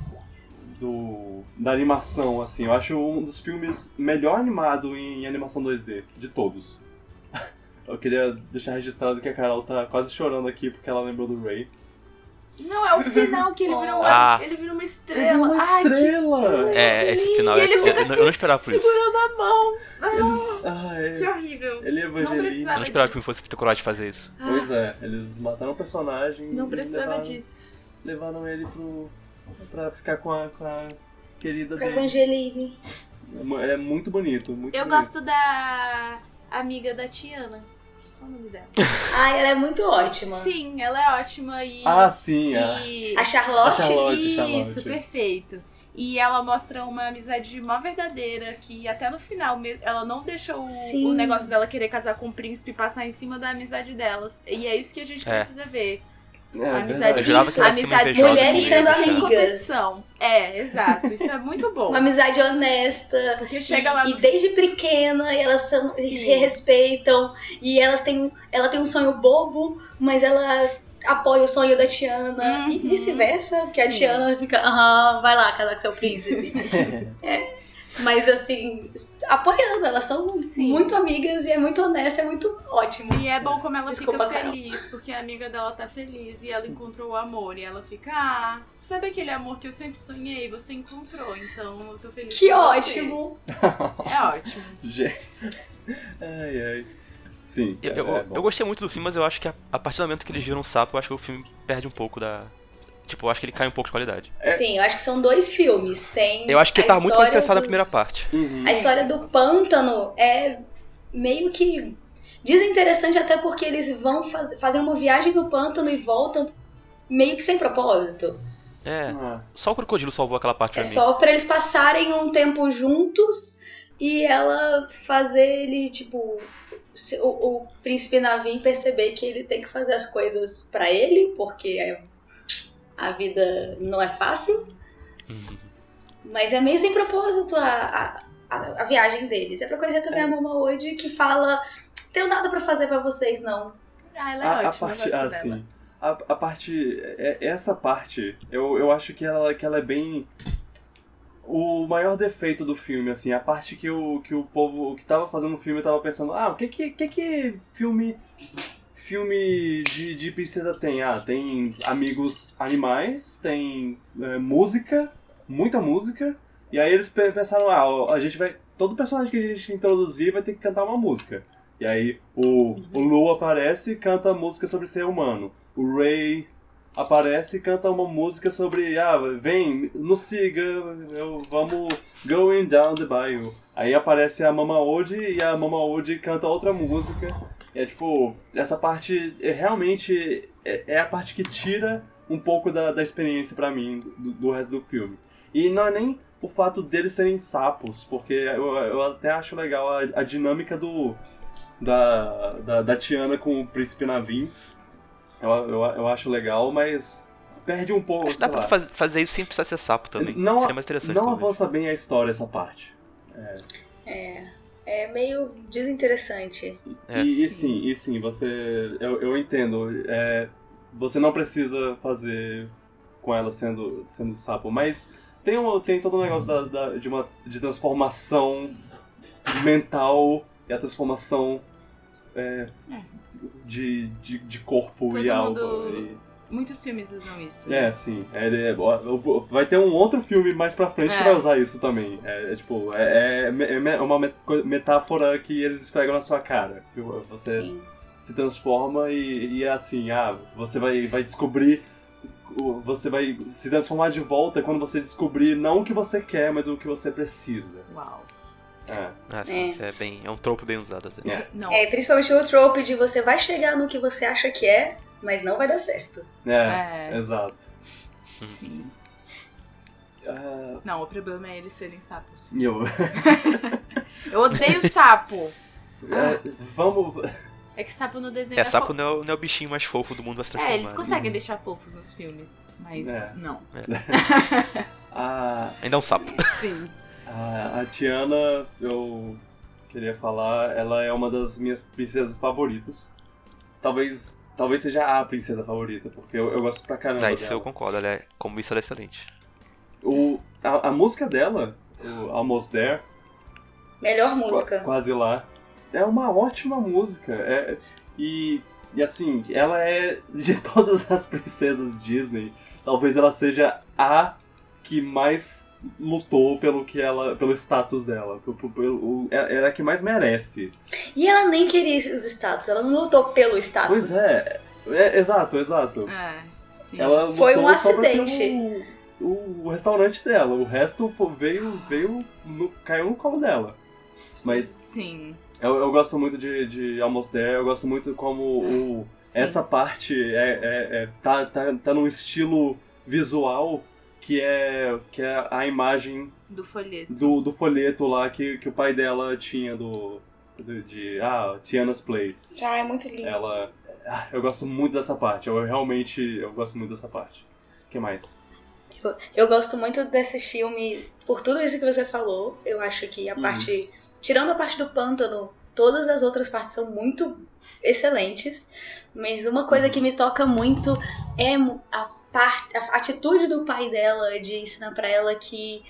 Do, da animação, assim. Eu acho um dos filmes melhor animado em animação dois D, de todos. Eu queria deixar registrado que a Carol tá quase chorando aqui porque ela lembrou do Ray. Não, é o final que ele vira uma, Ah. ele vira uma Ele estrela. é uma Ai, estrela! É, esse final E é. ele Eu, fica eu, não- eu não esperava por isso. segurando a mão. Eles, ah, é, Que horrível. ele é Não Evangelina. precisava Eu não esperava que disso. o filme fosse ter coragem de fazer isso. Pois é, eles mataram o personagem Não e precisava levaram, disso. levaram ele pro, pra ficar com a, com a querida Com a dele. Evangeline. É muito bonito, muito Eu bonito. gosto da amiga da Tiana. Qual é o nome dela? Ah, ela é muito ótima. Sim, ela é ótima e... Ah, sim, a... e... A Charlotte? A Charlotte. Isso, Charlotte. perfeito. E ela mostra uma amizade mó verdadeira, que até no final me- ela não deixou o, Sim. o negócio dela querer casar com o príncipe passar em cima da amizade delas. E é isso que a gente É. precisa ver. É, amizade, verdade. Eu jurava que ela ia ser uma amizade invejosa mulheres com sendo ele, sem cara. amigas. competição. É, exato. Isso é muito bom. Uma amizade honesta. Porque chega lá E, no... e desde pequena elas são, Sim. se respeitam. E elas têm, ela tem um sonho bobo, mas ela apoia o sonho da Tiana. Uhum. E vice-versa, porque a Sim. Tiana fica, aham, vai lá casar com seu príncipe. É, mas assim, apoiando, elas são Sim. muito amigas e é muito honesta, é muito ótimo. E é bom como ela Desculpa, fica Carol. feliz, porque a amiga dela tá feliz e ela encontrou o amor. E ela fica, ah, sabe aquele amor que eu sempre sonhei? Você encontrou, então eu tô feliz Que por você." ótimo! É ótimo. Gente. Ai, ai. Sim, Eu, é, eu, é bom. eu gostei muito do filme, mas eu acho que a, a partir do momento que eles viram um sapo, eu acho que o filme perde um pouco da. Tipo, eu acho que ele cai um pouco de qualidade. Sim, eu acho que são dois filmes. Tem Eu acho que a ele tava muito mais história interessado na dos- primeira parte. Uhum. A história do pântano é meio que desinteressante, até porque eles vão faz... fazer uma viagem no pântano e voltam meio que sem propósito. É, Ah, só o crocodilo salvou aquela parte É pra mim. só pra eles passarem um tempo juntos e ela fazer ele, tipo, se- o, o príncipe Naveen perceber que ele tem que fazer as coisas pra ele, porque é- a vida não é fácil. Uhum. Mas é meio sem propósito a, a, a, a viagem deles. É pra conhecer também É. a Mama Ode, que fala, tenho nada pra fazer pra vocês, não. Ah, ela é A, a ótima, parte, eu gosto ah, dela. sim. A, a parte, é- essa parte, eu, eu acho que ela, que ela é bem o maior defeito do filme, assim, a parte que o, que o povo que tava fazendo o filme tava pensando, ah, o que que, que, que filme filme de, de princesa tem? Ah, tem amigos animais, tem é, música, muita música, e aí eles pe- pensaram, ah, a gente vai, todo personagem que a gente introduzir vai ter que cantar uma música. E aí o, o Lu aparece e canta música sobre ser humano. O Ray aparece e canta uma música sobre, ah, vem, nos siga, eu, vamos going down the bayou. Aí aparece a Mama Ode e a Mama Ode canta outra música. É tipo, essa parte é realmente é, é a parte que tira um pouco da, da experiência pra mim do, do resto do filme. E não é nem o fato deles serem sapos, porque eu, eu até acho legal a, a dinâmica do da, da, da Tiana com o Príncipe Naveen. Eu, eu, eu acho legal, mas perde um pouco, Acho que dá sei pra lá. faz- fazer isso sem precisar ser sapo também. Não, Seria mais interessante. não talvez. avança bem a história essa parte. É, é meio desinteressante. É, e, e sim, e sim, você. Eu, eu entendo. É, você não precisa fazer com ela sendo, sendo sapo, mas tem, um, tem todo o negócio da, da- de, uma, de transformação mental e a transformação é, É. de, de, de corpo Todo e alma. mundo- e- Muitos filmes usam isso. É, sim. É, é, ó, vai ter um outro filme mais pra frente É. que vai usar isso também. É, é, tipo, é, é, é me- uma met- metáfora que eles esfregam na sua cara. Que Você Sim. se transforma e, e é assim, ah, você vai, vai descobrir, o- você vai se transformar de volta quando você descobrir não o que você quer, mas o que você precisa. Uau. É. Ah, sim, É. isso é, bem, é um tropo bem usado até. É. Não. É, principalmente o trope de você vai chegar no que você acha que é, mas não vai dar certo. É, É. exato. Sim. Ah, Não, o problema é eles serem sapos. e eu, Eu odeio sapo. é, vamos. É que sapo no desenho É, é sapo fo- não é, o- não é o bichinho mais fofo do mundo vai se transformar. É, eles né? conseguem deixar fofos nos filmes, mas É. não. A, Ainda é um sapo. Sim. a, a Tiana, eu queria falar, ela é uma das minhas princesas favoritas. Talvez, talvez seja a princesa favorita, porque eu, eu gosto pra caramba Ah, isso dela. eu concordo, ela é, como isso ela é excelente. O, a, a música dela, o Almost There, Melhor Qua- música. Quase Lá, é uma ótima música. É, e, e assim, ela é, de todas as princesas Disney, talvez ela seja a que mais lutou pelo que ela, pelo status dela. Pelo, pelo, o- ela é a que mais merece. E ela nem queria os status, ela não lutou pelo status. Pois é, é exato, exato. É, sim. Ela Foi um lutou só pra ter acidente. O, o, o restaurante dela, o resto fo- veio, veio no, caiu no colo dela. Mas Sim. eu, eu gosto muito de, de Almost There, eu gosto muito como o, sim. essa parte é, é, é- tá, tá, tá num estilo visual que é, que é a imagem Do folheto. do, do folheto lá que, que o pai dela tinha do, do- de ah, Tiana's Place. Ah, é muito lindo. Ela, ah, eu gosto muito dessa parte, eu realmente eu gosto muito dessa parte. O que mais? Eu, eu gosto muito desse filme, por tudo isso que você falou. Eu acho que a Uhum. parte, tirando a parte do pântano, todas as outras partes são muito excelentes. Mas uma coisa que me toca muito é a, parte, a atitude do pai dela de ensinar pra ela que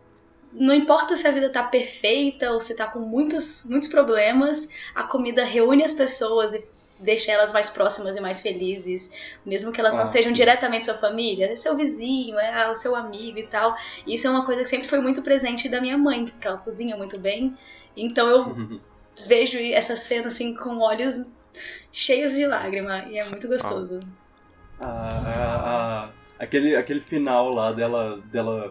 não importa se a vida tá perfeita ou se tá com muitos, muitos problemas, a comida reúne as pessoas e deixa elas mais próximas e mais felizes, mesmo que elas Ah, não sejam sim. diretamente sua família, é seu vizinho, é o seu amigo e tal. E isso é uma coisa que sempre foi muito presente da minha mãe, porque ela cozinha muito bem. Então eu vejo essa cena assim com olhos cheios de lágrima e é muito gostoso. A, a- a- aquele, aquele final lá dela, dela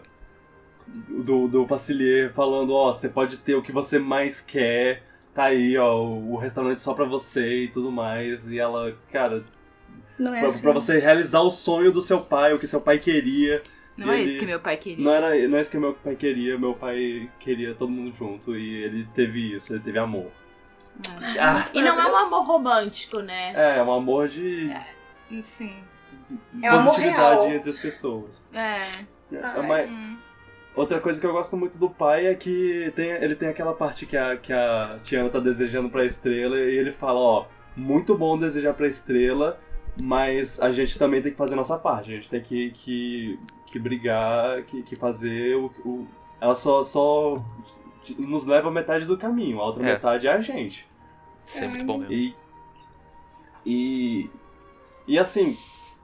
do, do Facilier falando, ó, você pode ter o que você mais quer, tá aí, ó, o restaurante só pra você e tudo mais. E ela, cara, Não é pra, assim. pra você realizar o sonho do seu pai, o que seu pai queria. Não é ele- isso que meu pai queria. Não, era, não é isso que meu pai queria, meu pai queria todo mundo junto e ele teve isso, ele teve amor. É. Ah, E não é um amor romântico, né? é, um amor de, Sim. de É um amor positividade real. entre as pessoas. É. É, Ai. mas, Hum. Outra coisa que eu gosto muito do pai é que tem, ele tem aquela parte que a, que a Tiana tá desejando pra estrela e ele fala, ó, muito bom desejar pra estrela, mas a gente também tem que fazer a nossa parte, a gente tem que, que, que brigar, que, que fazer o... o ela só, só nos leva a metade do caminho, a outra É. metade é a gente. Isso é muito bom mesmo. E, e, e assim,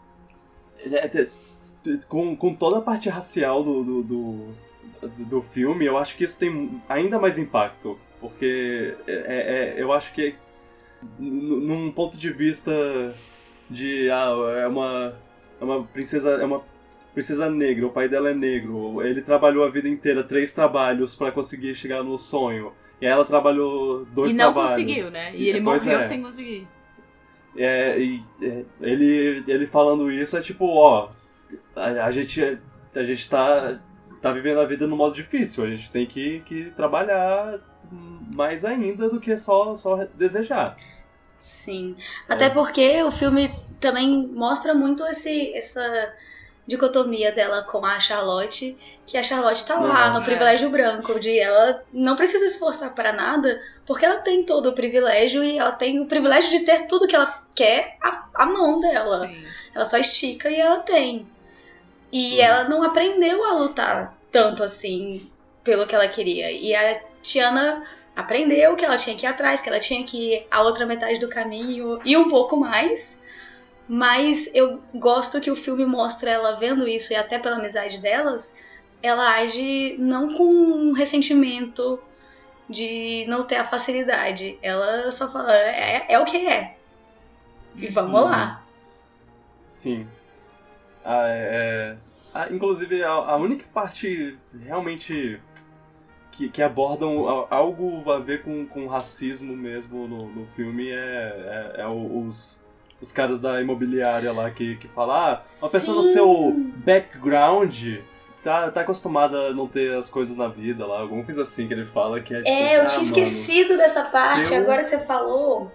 é, é, com, com toda a parte racial do, do, do, do filme, eu acho que isso tem ainda mais impacto. Porque é, é, eu acho que, n- num ponto de vista de, ah, é uma, é uma princesa, é uma princesa negra, o pai dela é negro, ele trabalhou a vida inteira, três trabalhos pra conseguir chegar no sonho. E ela trabalhou dois E não trabalhos. conseguiu, né? E ele Pois morreu é. sem conseguir. É, e, é, ele, ele falando isso é tipo, ó, a, a gente, a gente tá, tá vivendo a vida no modo difícil, a gente tem que, que trabalhar mais ainda do que só, só desejar. Sim. Até porque o filme também mostra muito esse, essa dicotomia dela com a Charlotte, que a Charlotte tá lá Uhum. no privilégio branco, de ela não precisa se esforçar para nada, porque ela tem todo o privilégio e ela tem o privilégio de ter tudo que ela quer à, à mão dela. Sim. Ela só estica e ela tem. E Uhum. ela não aprendeu a lutar tanto assim pelo que ela queria. E a Tiana aprendeu que ela tinha que ir atrás, que ela tinha que ir a outra metade do caminho e um pouco mais. Mas eu gosto que o filme mostra ela vendo isso, e até pela amizade delas, ela age não com ressentimento de não ter a facilidade. Ela só fala, é, é o que é. E vamos Uhum. lá. Sim. Ah, é, é, ah, inclusive, a, a única parte realmente que, que abordam a- algo a ver com, com racismo mesmo no, no filme é, é, é o- os, os caras da imobiliária lá que, que falam, ah, uma pessoa no Sim. seu background tá, tá acostumada a não ter as coisas na vida lá, alguma coisa assim que ele fala que é tipo, É, eu ah, tinha mano, esquecido dessa parte, seu- agora que você falou.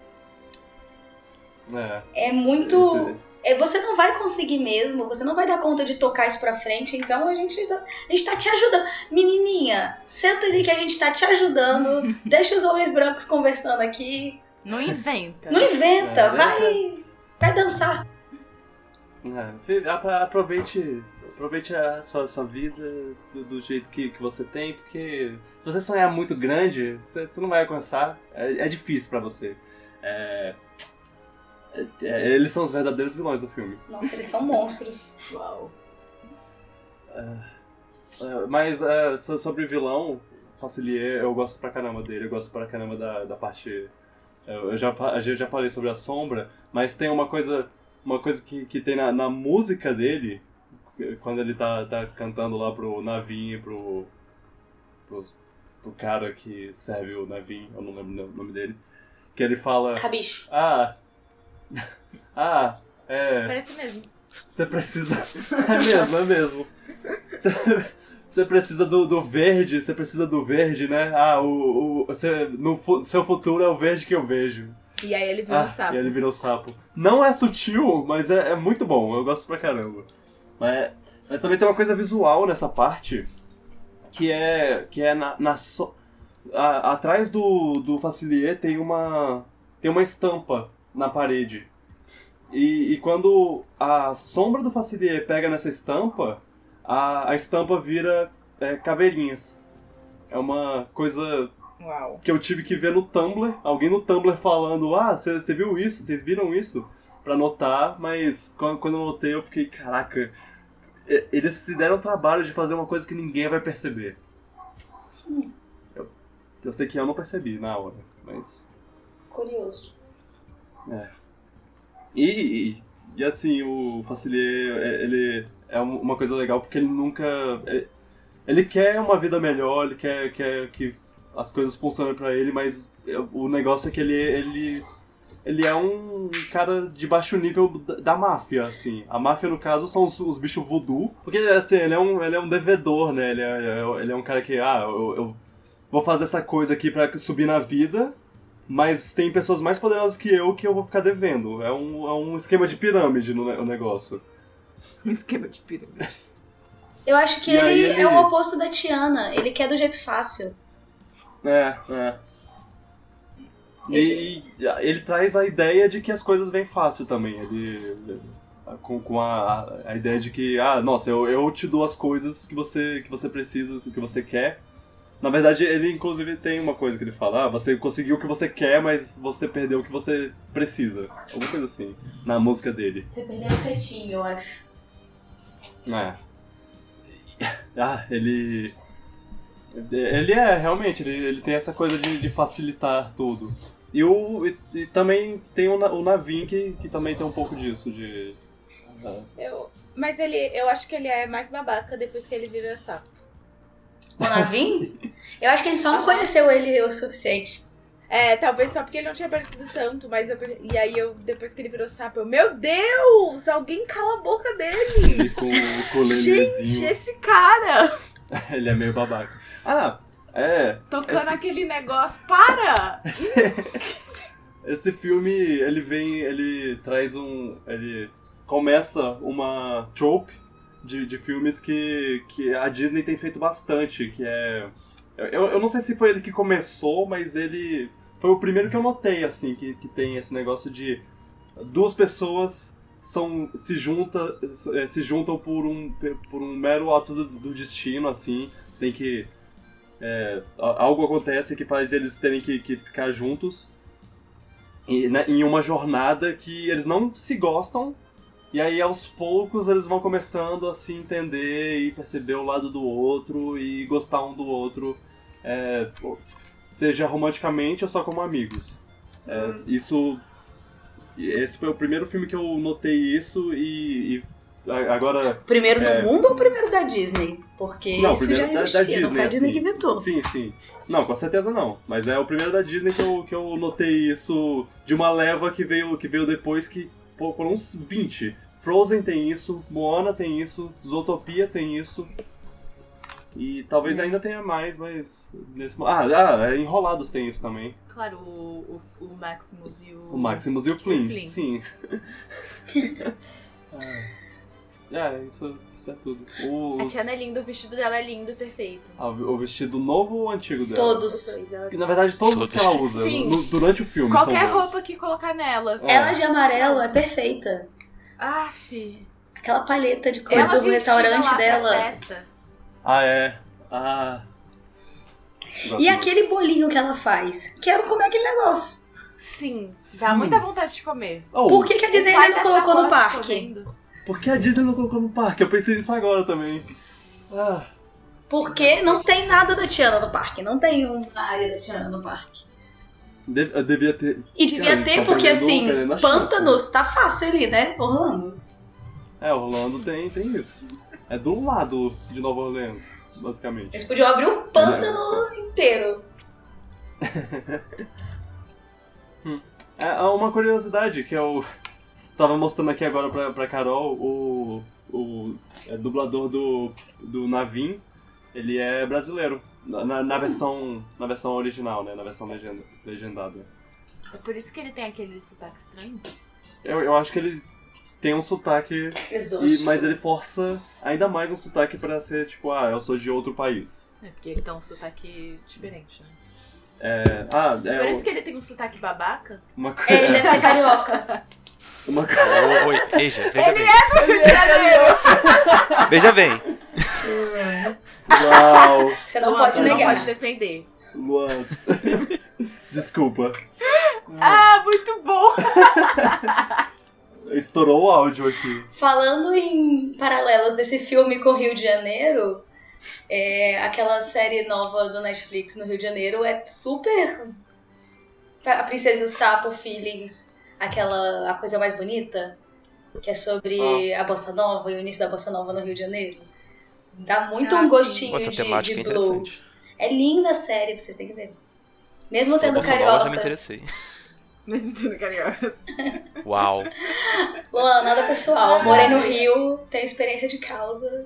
É, É muito. esse- É, você não vai conseguir mesmo, você não vai dar conta de tocar isso pra frente, então a gente tá, a gente tá te ajudando. Menininha, senta ali que a gente tá te ajudando, deixa os homens brancos conversando aqui, Não inventa. não inventa, É, vai, vai dançar. É, fi- apro- aproveite, aproveite a sua, sua vida do, do jeito que, que você tem, porque se você sonhar muito grande, você, você não vai alcançar. É, é difícil pra você. É, é- é- eles são os verdadeiros vilões do filme. Nossa, eles são monstros. Uau. É, mas é, so- sobre vilão, Facilier, eu gosto pra caramba dele, eu gosto pra caramba da, da parte. Eu já, fa- eu já falei sobre a sombra, mas tem uma coisa, uma coisa que, que tem na, na música dele, quando ele tá, tá cantando lá pro Navin e pro, pro, pro cara que serve o Navin, eu não lembro o nome dele, que ele fala, Cabicho. ah, ah, é, Parece mesmo. você precisa, é mesmo, é mesmo, você, você precisa do, do verde, você precisa do verde, né, ah, o, o, você, no fu- seu futuro é o verde que eu vejo. E aí ele virou Ah, um sapo. e ele virou sapo. Não é sutil, mas é, é muito bom. Eu gosto pra caramba. Mas, mas também tem uma coisa visual nessa parte, que é, que é na, na so- a- atrás do, do Facilier tem uma, tem uma estampa na parede. E, e quando a sombra do Facilier pega nessa estampa, a, a estampa vira é, caveirinhas. É uma coisa Uau. que eu tive que ver no Tumblr, alguém no Tumblr falando, ah, você viu isso? Vocês viram isso? Pra notar, mas quando, quando eu notei eu fiquei, caraca, e- eles se deram o trabalho de fazer uma coisa que ninguém vai perceber. Eu, eu sei que eu não percebi na hora, mas... Curioso. E, e, e, assim, o Facilier, é- ele é um- uma coisa legal porque ele nunca... é- Ele quer uma vida melhor, ele quer, quer que as coisas funcionem pra ele, mas o negócio é que ele, ele, ele é um cara de baixo nível da, da máfia, assim. A máfia, no caso, são os, os bichos voodoo, porque, assim, ele é um, ele é um devedor, né? Ele é, ele é um cara que, ah, eu, eu vou fazer essa coisa aqui pra subir na vida, mas tem pessoas mais poderosas que eu que eu vou ficar devendo. É um, é um esquema de pirâmide no ne- o negócio. Um esquema de pirâmide. Eu acho que E ele, aí ele- é o oposto da Tiana. Ele quer do jeito fácil. É, é. E, e ele traz a ideia de que as coisas vêm fácil também. Ele. Com, com a, a ideia de que, ah, nossa, eu, eu te dou as coisas que você, que você precisa, que você quer. Na verdade, ele inclusive tem uma coisa que ele fala, ah, você conseguiu o que você quer, mas você perdeu o que você precisa. Alguma coisa assim, na música dele. Você perdeu o setinho, eu acho. É. Ah, ele... Ele é, realmente, ele, ele tem essa coisa de, de facilitar tudo. E, o, e, e também tem o, Na- o Navin, que, que também tem um pouco disso, de... ah, Eu... Mas ele, eu acho que ele é mais babaca depois que ele vira sapo. O Navin? Eu acho que ele só não conheceu ele o suficiente. É, talvez só porque ele não tinha aparecido tanto, mas eu... E aí eu, depois que ele virou sapo, eu, meu Deus, alguém cala a boca dele. ele com, com o Gente, lelezinho. esse cara Ele é meio babaca. Ah, é... tocando Esse- aquele negócio, para! Esse, esse filme, ele vem, ele traz um... Ele começa uma trope de, de filmes que, que a Disney tem feito bastante, que é... Eu, eu não sei se foi ele que começou, mas ele... Foi o primeiro que eu notei, assim, que, que tem esse negócio de... Duas pessoas são, se, junta, se juntam por um, por um mero ato do, do destino, assim. Tem que... É, algo acontece que faz eles terem que, que ficar juntos e, né, em uma jornada que eles não se gostam, e aí aos poucos eles vão começando a se entender e perceber o lado do outro e gostar um do outro, é, seja romanticamente ou só como amigos. É, isso, esse foi o primeiro filme que eu notei isso e, e agora... Primeiro É. do mundo ou primeiro da Disney? Porque Não, isso já primeiro da- da existia, não foi a Disney, Disney que assim. inventou. Sim, sim. Não, com certeza não. Mas é o primeiro da Disney que eu, que eu notei isso de uma leva que veio, que veio depois, que fo- foram uns vinte. Frozen tem isso, Moana tem isso, Zootopia tem isso. E talvez Hum. ainda tenha mais, mas... Nesse... mo- Ah, ah, Enrolados tem isso também. Claro, o, o, o Maximus e o... O Maximus e o Flynn, Flynn. sim. ah. É, isso, isso é tudo. A Os... Tiana é linda, o vestido dela é lindo, perfeito. Ah, o vestido novo ou antigo dela? Os Todos. dois, ela- Que, na verdade, todos os que ela usa Sim. no- durante o filme Qualquer são bons. roupa que colocar nela. É. Ela de amarelo é perfeita. Aff. Aquela paleta de Ela cores do vestida restaurante lá pra dela. festa. Ah, é. Ah. Gosto E muito. aquele bolinho que ela faz. Quero comer aquele negócio. Sim, Sim. dá muita vontade de comer. Oh, Por que, que a Disney O pai ainda não da colocou no Charlotte parque? comendo. por que a Disney não colocou no parque? Eu pensei nisso agora também. Ah. Porque não tem nada da Tiana no parque. Não tem uma área da Tiana no parque. De- eu devia ter. E devia Cara, eles ter, tão porque perdendo- assim, perdendo a chance. pântanos tá fácil ali, né? Orlando. É, Orlando tem, tem isso. É do lado de Nova Orleans, basicamente. Eles podiam abrir um pântano inteiro. É há uma curiosidade que eu tava mostrando aqui agora pra, pra Carol, o, o é, dublador do, do Navin, ele é brasileiro, na, na- na versão, na versão original, né, na versão legenda, legendada. É por isso que ele tem aquele sotaque estranho. Eu, eu acho que ele tem um sotaque, Exótico. e, mas ele força ainda mais um sotaque pra ser tipo, ah, eu sou de outro país. É porque ele tem um sotaque diferente, né? É, ah, é Por o- isso que ele tem um sotaque babaca. uma É, ele deve coisa... ser carioca. Uma co- Ô, Oi, veja, veja bem. é Veja bem. Uau, Você não Luan, pode você negar. Não pode defender. Luan. Desculpa. Ah, muito bom! Estourou o áudio aqui. Falando em paralelos desse filme com o Rio de Janeiro, é, aquela série nova do Netflix no Rio de Janeiro é super... A Princesa e o Sapo Feelings, aquela a coisa mais bonita, que é sobre a Bossa Nova e o início da Bossa Nova no Rio de Janeiro. Dá muito Ah, um sim. gostinho Essa de, temática de é interessante. blues. É linda a série, vocês têm que ver. Mesmo tendo Bossa Nova, eu já me cariocas. interessei. Mesmo tendo cariocas. Uau. Luan, nada pessoal. Morei no Rio, tenho experiência de causa.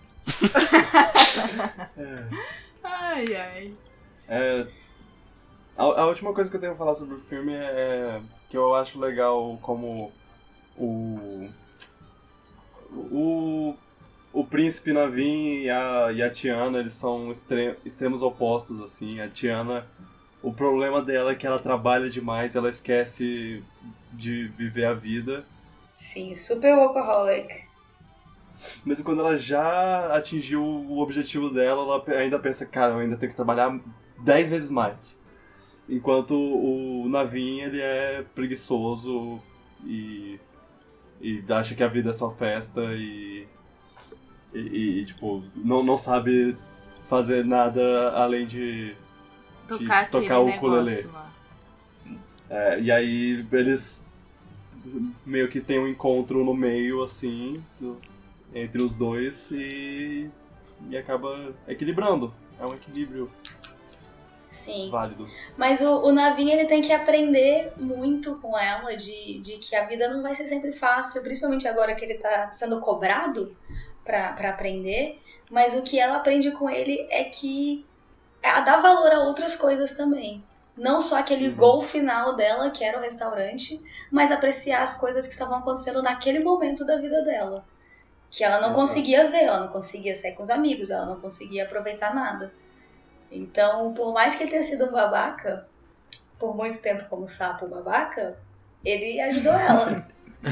Ai, ai. É, a, a última coisa que eu tenho a falar sobre o filme é que eu acho legal como o o, o o príncipe Naveen e a, e a Tiana, eles são extre- extremos opostos, assim. A Tiana, o problema dela é que ela trabalha demais, ela esquece de viver a vida. Sim, super workaholic. Mesmo quando ela já atingiu o objetivo dela, ela ainda pensa, cara, eu ainda tenho que trabalhar dez vezes mais. Enquanto o Naveen, ele é preguiçoso e, e acha que a vida é só festa e, e, e tipo, não, não sabe fazer nada além de, de Tocar, tocar o ukulele. lá. Sim. É, e aí eles meio que tem um encontro no meio, assim, do, entre os dois e, e acaba equilibrando. É um equilíbrio Sim. válido. Mas o, o Naveen, ele tem que aprender muito com ela de, de que a vida não vai ser sempre fácil, principalmente agora que ele tá sendo cobrado pra, pra aprender. Mas o que ela aprende com ele é que é a dar valor a outras coisas também. Não só aquele Uhum. gol final dela, que era o restaurante, mas apreciar as coisas que estavam acontecendo naquele momento da vida dela. Que ela não Exato. conseguia ver, ela não conseguia sair com os amigos, ela não conseguia aproveitar nada. Então, por mais que ele tenha sido um babaca, por muito tempo como sapo babaca, ele ajudou ela.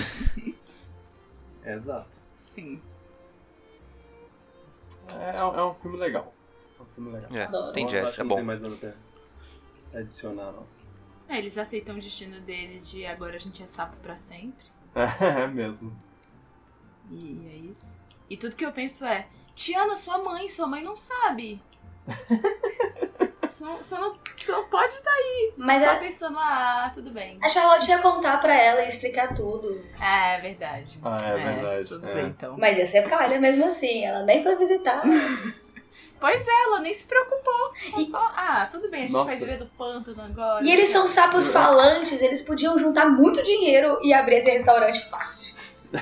Exato. Sim. É, é um filme legal. É um filme legal. É, Adoro. tem Eu jazz, acho que é não bom. tem mais nada pra adicionar, não. É, eles aceitam o destino deles de agora a gente é sapo pra sempre. É mesmo. E é isso. E tudo que eu penso é, Tiana, sua mãe, sua mãe não sabe. Você não, você não, você não pode estar aí. Mas só a, pensando, ah, tudo bem. a Charlotte ia contar pra ela e explicar tudo. É, é verdade. Ah, é verdade, Tudo é. bem, então. Mas ia ser palha mesmo assim, ela nem foi visitar. Pois é, ela nem se preocupou. Ela E- só, ah, tudo bem, a gente Nossa. vai viver do pântano agora. E eles são sapos falantes, eles podiam juntar muito dinheiro e abrir esse restaurante fácil.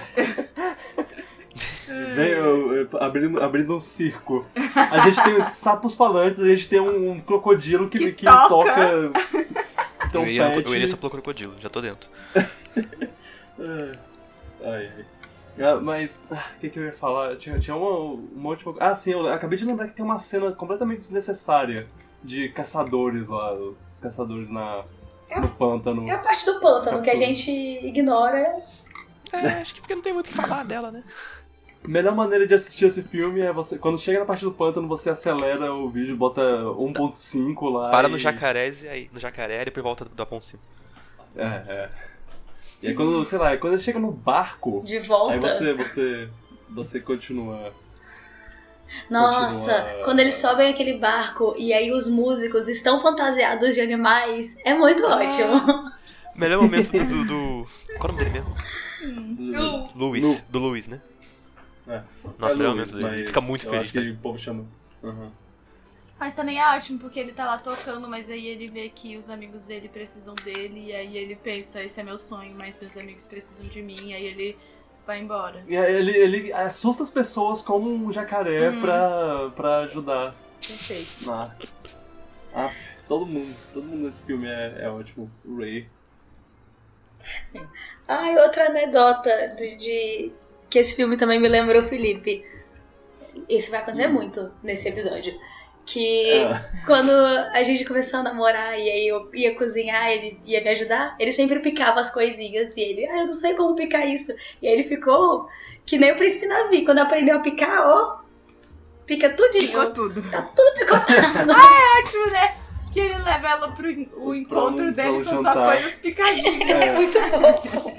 Vem eu- eu- abrindo, abrindo um circo. A gente tem sapos falantes, a gente tem um, um crocodilo que, Que que toca. toca Eu iria, trompete. eu iria só pelo crocodilo, já tô dentro. Ai, ai. Ah, mas, ah, o que, que eu ia falar? Tinha, tinha uma, uma última... Ah, sim, eu acabei de lembrar que tem uma cena completamente desnecessária de caçadores lá, os caçadores na, no pântano. É a parte do pântano que a gente ignora. É, acho que porque não tem muito o que falar dela, né? A melhor maneira de assistir esse filme é você, quando chega na parte do pântano, você acelera o vídeo, bota um ponto cinco lá Para e... no jacaré e aí, no jacaré e depois volta da ponte cima. É, é. E aí quando, sei lá, quando ele chega no barco, De volta. aí você, você, você continua... Nossa, continua- quando eles sobem aquele barco e aí os músicos estão fantasiados de animais, é muito ótimo. Melhor momento do, do, do... Qual é o nome dele mesmo? do- Luiz. Lu. Do Luiz, né? É. Nossa, É melhor Luiz, momento dele. Ele mas fica muito eu feliz. acho que Né? o povo chama... Uhum. Mas também é ótimo, porque ele tá lá tocando, mas aí ele vê que os amigos dele precisam dele, e aí ele pensa, esse é meu sonho, mas meus amigos precisam de mim, e aí ele vai embora. E aí ele, ele assusta as pessoas como um jacaré Uhum. pra, pra ajudar. Perfeito. Ah. Ah, todo mundo, todo mundo nesse filme é, é ótimo. O Ray. Ai, outra anedota de, de- que esse filme também me lembra o Felipe. Isso vai acontecer muito nesse episódio. Que É. quando a gente começou a namorar e aí eu ia cozinhar, ele ia me ajudar, ele sempre picava as coisinhas e ele, ah, eu não sei como picar isso. E aí ele ficou que nem o Príncipe Naveen, quando aprendeu a picar, ó, pica tudinho. Ficou tudo. Tá tudo picotado. Ótimo, né? Que ele leva ela pro en- o encontro um- pra um dele, são só jantar. coisas picadinhas. É. Muito bom.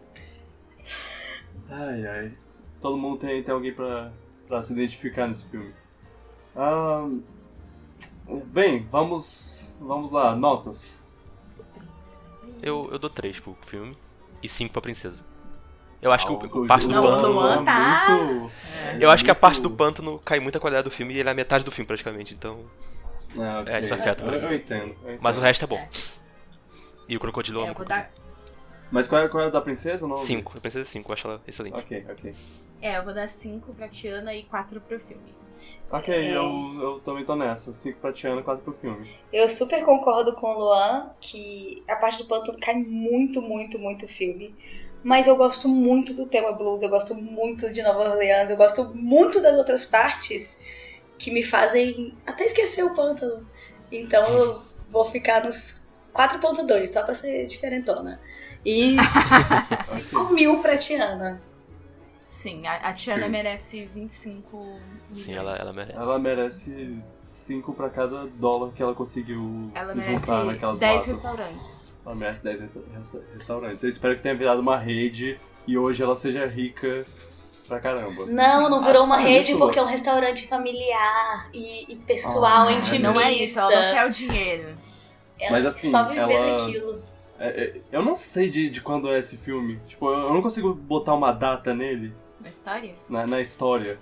Ai, ai. Todo mundo tem, tem alguém pra, pra se identificar nesse filme. Ah, bem, vamos, vamos lá, notas. Eu, eu dou três pro filme e cinco pra princesa. Eu acho que o, Ah, o parte do Não, pântano. Luan tá- muito- Eu acho que a parte do muito- pântano cai muito a qualidade do filme e ele é a metade do filme praticamente, então. Ah, ok. É, isso afeta eu, pra eu mim. entendo, eu entendo. Mas o resto é bom. E o crocodilo É, é eu vou dar, Mas qual é, qual é a da princesa? Não? cinco. A princesa cinco, eu acho ela excelente. Ok, ok. é, eu vou dar cinco pra Tiana e quatro pro filme. Ok, eu, eu também tô nessa. cinco pra Tiana e quatro pro filme. Eu super concordo com o Luan que a parte do pântano cai muito, muito, muito filme. mas eu gosto muito do tema blues, eu gosto muito de Nova Orleans, eu gosto muito das outras partes que me fazem até esquecer o pântano. Então eu vou ficar nos quatro ponto dois, só pra ser diferentona. E cinco mil pra Tiana. Sim, a, a Tiana Sim. merece vinte e cinco milhões. Sim, ela, ela merece. Ela merece cinco pra cada dólar que ela conseguiu Ela merece juntar naquelas dez latas. restaurantes. Ela merece dez resta- restaurantes. Eu espero que tenha virado uma rede e hoje ela seja rica pra caramba. Não, não virou Ah, uma fala rede isso, porque é Lu. um restaurante familiar e, e pessoal, Ah, intimista. Não é isso, ela não quer o dinheiro. Ela Mas assim, só viver ela- daquilo. É, é, eu não sei de, de quando é esse filme. Tipo, eu eu não consigo botar uma data nele, Na história? na, na história.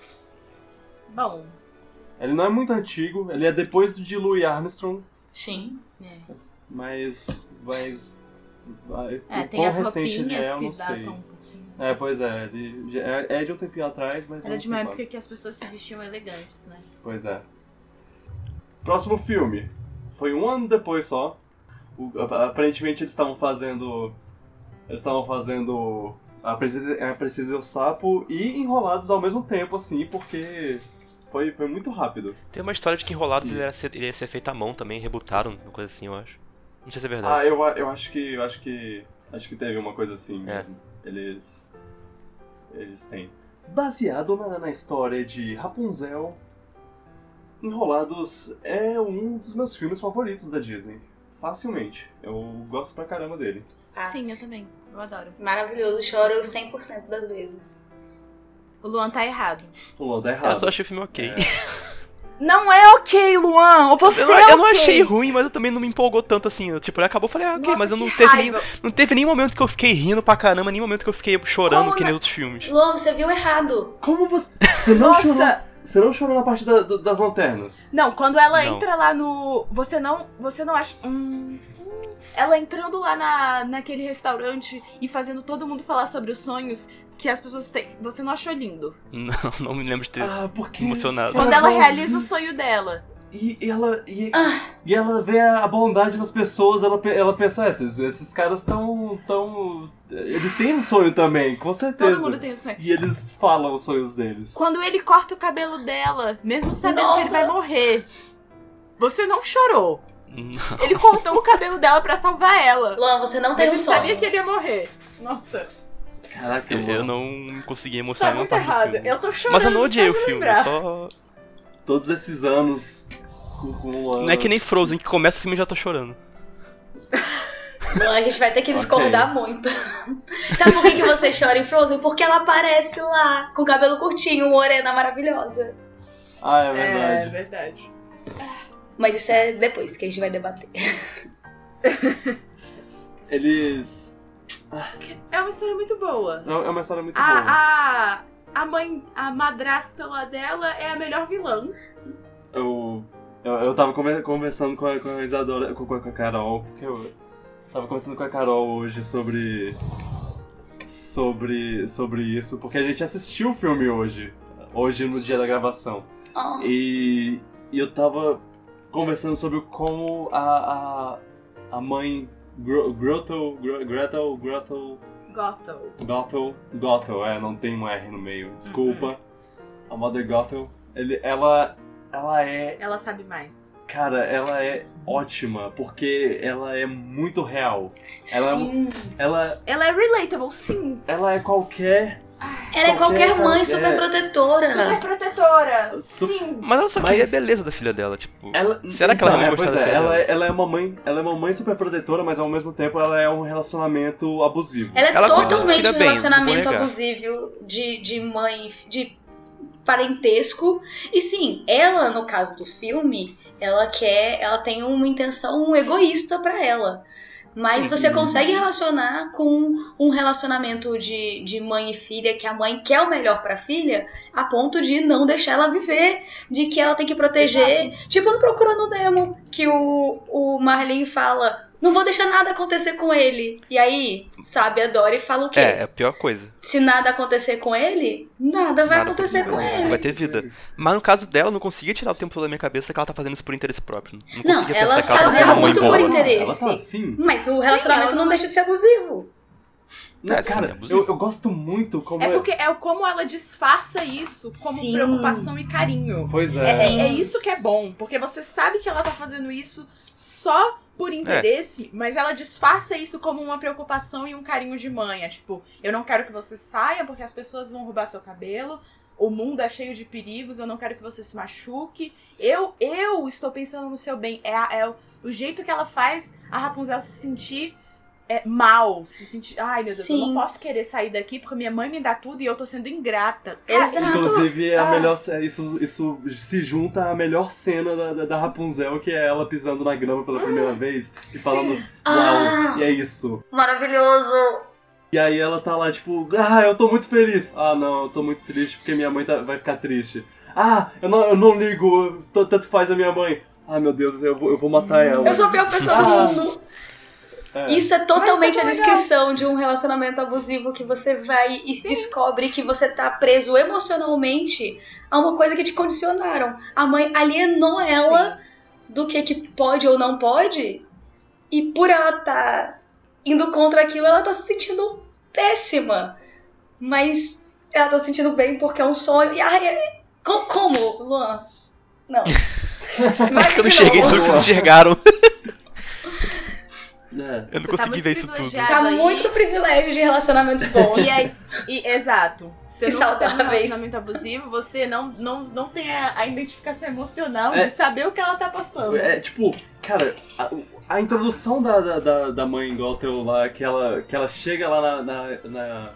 Bom, Ele não é muito antigo, ele é depois do de Louis Armstrong, Sim. é. mas. mas vai- É, o tem quão as recente roupinhas ele é, eu não que sei. datam um pouquinho. É, pois é, ele já- é, é de um tempinho atrás, mas eu Era não de sei uma quando. época que as pessoas se vestiam elegantes, né? Pois é. Próximo filme. Foi um ano depois só. O- aparentemente eles estavam fazendo. Eles estavam fazendo. A Princesa, a Princesa e o Sapo e Enrolados ao mesmo tempo, assim, porque. Foi, foi muito rápido. Tem uma história de que Enrolados Sim. ele ia, ser, ele ia ser feito à mão também, rebutaram, uma coisa assim, eu acho. Não sei se é verdade. Ah, eu, eu acho que. Eu acho que. Acho que teve uma coisa assim É. mesmo. Eles. Eles têm. Baseado na, na história de Rapunzel, Enrolados é um dos meus filmes favoritos da Disney. Facilmente. Eu gosto pra caramba dele. Fácil. Sim, eu também. Eu adoro. Maravilhoso, choro cem por cento das vezes. O Luan tá errado. O Luan tá errado. eu só achei o filme ok. É. Não é ok, Luan! Ou você eu, não, é eu não ok. achei ruim, mas eu também não me empolgou tanto assim. Eu, tipo, ele acabou, eu falei, ah, ok, Nossa, mas eu não que teve, nem, raiva. não teve nenhum momento que eu fiquei rindo pra caramba, nenhum momento que eu fiquei chorando Como que nem não? outros filmes. Luan, você viu errado. Como você. Você não chorou. Nossa! Você não chorou na parte da- da- das lanternas? Não, quando ela Não. entra lá no... Você não... Você não acha... Hum, hum, ela entrando lá na, naquele restaurante e fazendo todo mundo falar sobre os sonhos que as pessoas têm. Você não achou lindo? Não, não me lembro de ter Ah, porque. emocionado. Quando Ela ela gosta- realiza o sonho dela. E ela. E, Ah. e ela vê a bondade das pessoas, ela, pe- ela pensa, "Ah, esses, esses caras estão. Tão, eles têm um sonho também, com certeza. Todo mundo tem o sonho. E eles falam os sonhos deles. Quando ele corta o cabelo dela, mesmo sabendo Nossa. que ele vai morrer. Você não chorou. Não. Ele cortou o cabelo dela pra salvar ela. Luan, você não Mas tem um ele sonho. sabia que ele ia morrer. Nossa, Caraca, Eu, eu Luan. não consegui isso emocionar tá muito nenhuma parte do errado. filme. Eu tô chorando. Mas eu não odiei só o de filme, lembrar. eu só... Todos esses anos com, com o Luan. Não é que nem Frozen, que começa o filme e já tô chorando. Luan, a gente vai ter que Ok. discordar muito. Sabe por que, que você chora em Frozen? Porque ela aparece lá, com cabelo curtinho, morena maravilhosa. Ah, é É verdade. verdade. Mas isso é depois que a gente vai debater. Eles. É uma história muito boa. É uma história muito boa. A, a, a mãe, a madrasta lá dela é a melhor vilã. Eu, eu, eu tava conver- conversando com a, com a Isadora, com, com a Carol, porque eu tava conversando com a Carol hoje sobre, sobre, sobre isso, porque a gente assistiu o filme hoje, hoje no dia da gravação, Oh. e, e eu tava conversando sobre como a, a, a mãe Gro- Gretel, Gre- Gretel, Gretel, Gothel. Gothel, Gothel, é, não tem um R no meio, desculpa, a Mother Gothel, ele, ela, ela é Ela sabe mais. Cara, ela é ótima, porque ela é muito real. Ela é, Sim. ela, Ela é relatable, sim. ela é qualquer... Ela é qualquer qualquer- mãe é- super protetora. Super protetora. Su- Sim. Mas ela só Mas- queria a beleza da filha dela, tipo... Ela, Será que ela realmente é, pois gostava é, da filha ela, dela? é- ela é uma mãe, ela é uma mãe super protetora, mas ao mesmo tempo ela é um relacionamento abusivo. Ela é Ela cuida da totalmente filha um bem, relacionamento não vou negar. abusivo de, de mãe, de parentesco. E sim, ela, no caso do filme, ela quer, ela tem uma intenção egoísta pra ela. Mas Sim. você consegue relacionar com um relacionamento de, de mãe e filha, que a mãe quer o melhor pra filha, a ponto de não deixar ela viver, de que ela tem que proteger. Tipo no Procurando Nemo, que o, o Marlin fala, não vou deixar nada acontecer com ele. E aí, sabe, a Dory fala o quê? É, é a pior coisa. Se nada acontecer com ele, nada vai Nada acontecer com Não ele. vai ter vida. Mas no caso dela, eu não conseguia tirar o tempo todo da minha cabeça que ela tá fazendo isso por interesse próprio. Não, Não, conseguia ela pensar que ela tá fazia sendo uma mãe muito boa. por interesse. Ela tá assim. Mas o relacionamento ela não não- deixa de ser abusivo. Não, É, cara, sim, é abusivo. eu, eu gosto muito como É porque é como ela disfarça isso como Sim. preocupação e carinho. Pois É, é. é, é isso que é bom, porque você sabe que ela tá fazendo isso só por interesse, mas ela disfarça isso como uma preocupação e um carinho de mãe. É tipo, eu não quero que você saia porque as pessoas vão roubar seu cabelo, o mundo é cheio de perigos, eu não quero que você se machuque. Eu, eu estou pensando no seu bem. É, a- é o, o jeito que ela faz a Rapunzel se sentir é, mal, se sentir, ai meu Deus, eu Sim. não posso querer sair daqui porque minha mãe me dá tudo e eu tô sendo ingrata. Cara, Exato. Inclusive, é a Ah. melhor, ce- isso, isso se junta à melhor cena da, da, da Rapunzel, que é ela pisando na grama pela primeira vez e falando, uau, Ah. e é isso. Maravilhoso. E aí ela tá lá, tipo, ah, eu tô muito feliz. Ah, não, eu tô muito triste porque minha mãe tá- vai ficar triste. Ah, eu não, eu não ligo, t- tanto faz a minha mãe. Ah, meu Deus, eu vou, eu vou matar ela. Eu sou a pior pessoa Ah. do mundo. É. Isso é totalmente Mas a é legal. descrição de um relacionamento abusivo que você vai e descobre que você tá preso emocionalmente a uma coisa que te condicionaram. A mãe alienou ela do que, que pode ou não pode, e por ela tá indo contra aquilo, ela tá se sentindo péssima. Mas ela tá se sentindo bem porque é um sonho. E ai, é- co- como, Luan? Não. Vai Eu não de enxerguei novo. tudo que vocês enxergaram. É. Eu não Você tá consegui muito ver isso tudo. privilegiado. Tá aí. muito privilégio de relacionamentos bons. E aí, e- exato. Você E não está num saudáveis. relacionamento abusivo, você não, não, não tem a, a identificação emocional É. de saber o que ela tá passando. É, tipo, cara, a, a introdução da, da, da, da mãe Gothel lá, que ela, que ela chega lá na. na. na,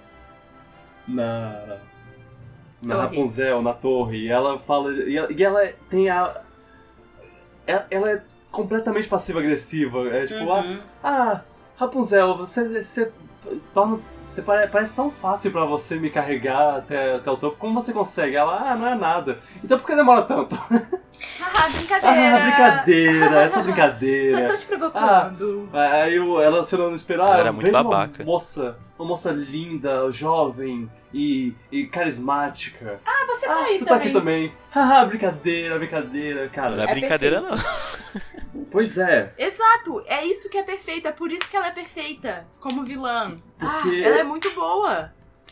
na, na Torre. Rapunzel, na torre, e ela fala. E ela, e ela tem a. Ela, ela é completamente passiva-agressiva. É tipo, Uhum. ah, ah, Rapunzel, você. você torna. Você pare- parece tão fácil pra você me carregar até, até o topo. Como você consegue? Ela, ah, não é nada. Então por que demora tanto? Haha, brincadeira. Ah, brincadeira, essa Só brincadeira. estou te provocando. Aí o- ela se olhando no espelho, Ela ah, era eu muito vejo babaca. uma moça, uma moça linda, jovem e, e carismática. Ah, você tá Ah, aí você também. tá aqui também. Haha, brincadeira, brincadeira, cara. Não é É brincadeira, perfeito. não. Pois é, Exato, é isso que é perfeito, é por isso que ela é perfeita como vilã. Porque- Ah, ela é muito boa.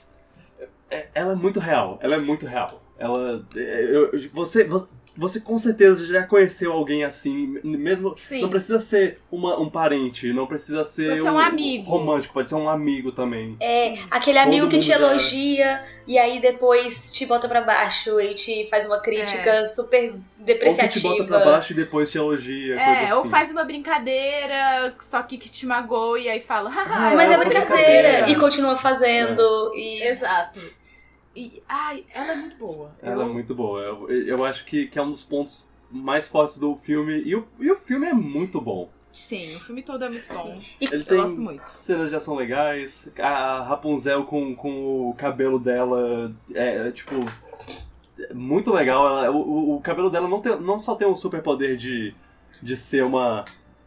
é- ela é muito real, ela é muito real. Ela, é, eu- eu- você, você, você com certeza já conheceu alguém assim, mesmo, Sim. não precisa ser uma, um parente, não precisa ser Pode ser um amigo. romântico, pode ser um amigo também. É, aquele Todo amigo que mundo te já- elogia e aí depois te bota pra baixo e te faz uma crítica super Ou que te depreciativa. bota pra baixo e depois te elogia, coisa É, assim. ou faz uma brincadeira, só que, que te magoa e aí fala, haha, Ah, Mas é essa brincadeira. brincadeira. E continua fazendo. E... Exato. E, ai, ela é muito boa. Ela Eu- é muito boa. Eu, eu acho que, que é um dos pontos mais fortes do filme. E o, e o filme é muito bom. Sim, o filme todo é muito bom. Ele Eu tem gosto muito. cenas de ação legais. A Rapunzel com, com o cabelo dela é, é, tipo, é muito legal. Ela- o, o- o cabelo dela não, tem, não só tem um super poder de, de ser uma,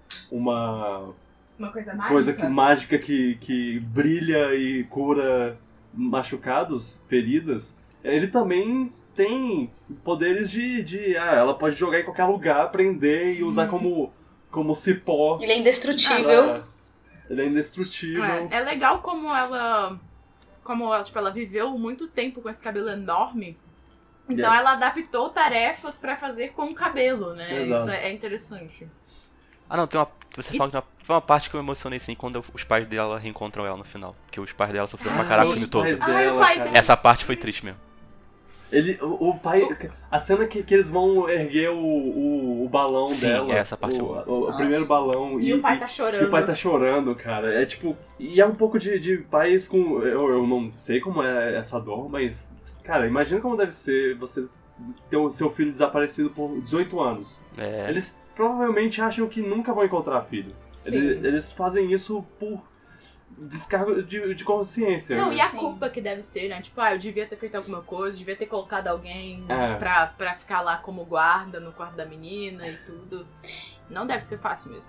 uma Uma coisa mágica. coisa que, mágica que, que brilha e cura machucados, feridas. Ele também tem poderes de, de ah, ela pode jogar em qualquer lugar, prender e usar como, como cipó. Ele é indestrutível. pra- Ele é indestrutível. É, é legal como ela. Como ela, tipo, ela viveu muito tempo com esse cabelo enorme. Então Yeah. ela adaptou tarefas pra fazer com o cabelo, né? Exato. Isso é, é interessante. Ah, não, tem uma. Você fala que tem uma, foi uma parte que eu emocionei sim quando os pais dela reencontram ela no final. Porque os pais dela sofreram Ah, pra caraca o sim. filme todo. Pais Ai, dela, o pai cara. dela. Essa parte foi triste mesmo. Ele, o, o pai. A cena que, que eles vão erguer o, o, o balão Sim, dela. essa parte o, eu amo. o, o Nossa. primeiro balão. E, o pai tá chorando. E o pai tá chorando, cara. É tipo. E é um pouco de, de pais com. Eu, eu não sei como é essa dor, mas. Cara, imagina como deve ser você ter o seu filho desaparecido por dezoito anos. É, Eles provavelmente acham que nunca vão encontrar filho. Sim. Eles, eles fazem isso por descargo de, de consciência. Não, e a Sim. culpa que deve ser, né? Tipo, ah, eu devia ter feito alguma coisa, devia ter colocado alguém É. pra, pra ficar lá como guarda no quarto da menina e tudo. Não deve ser fácil mesmo.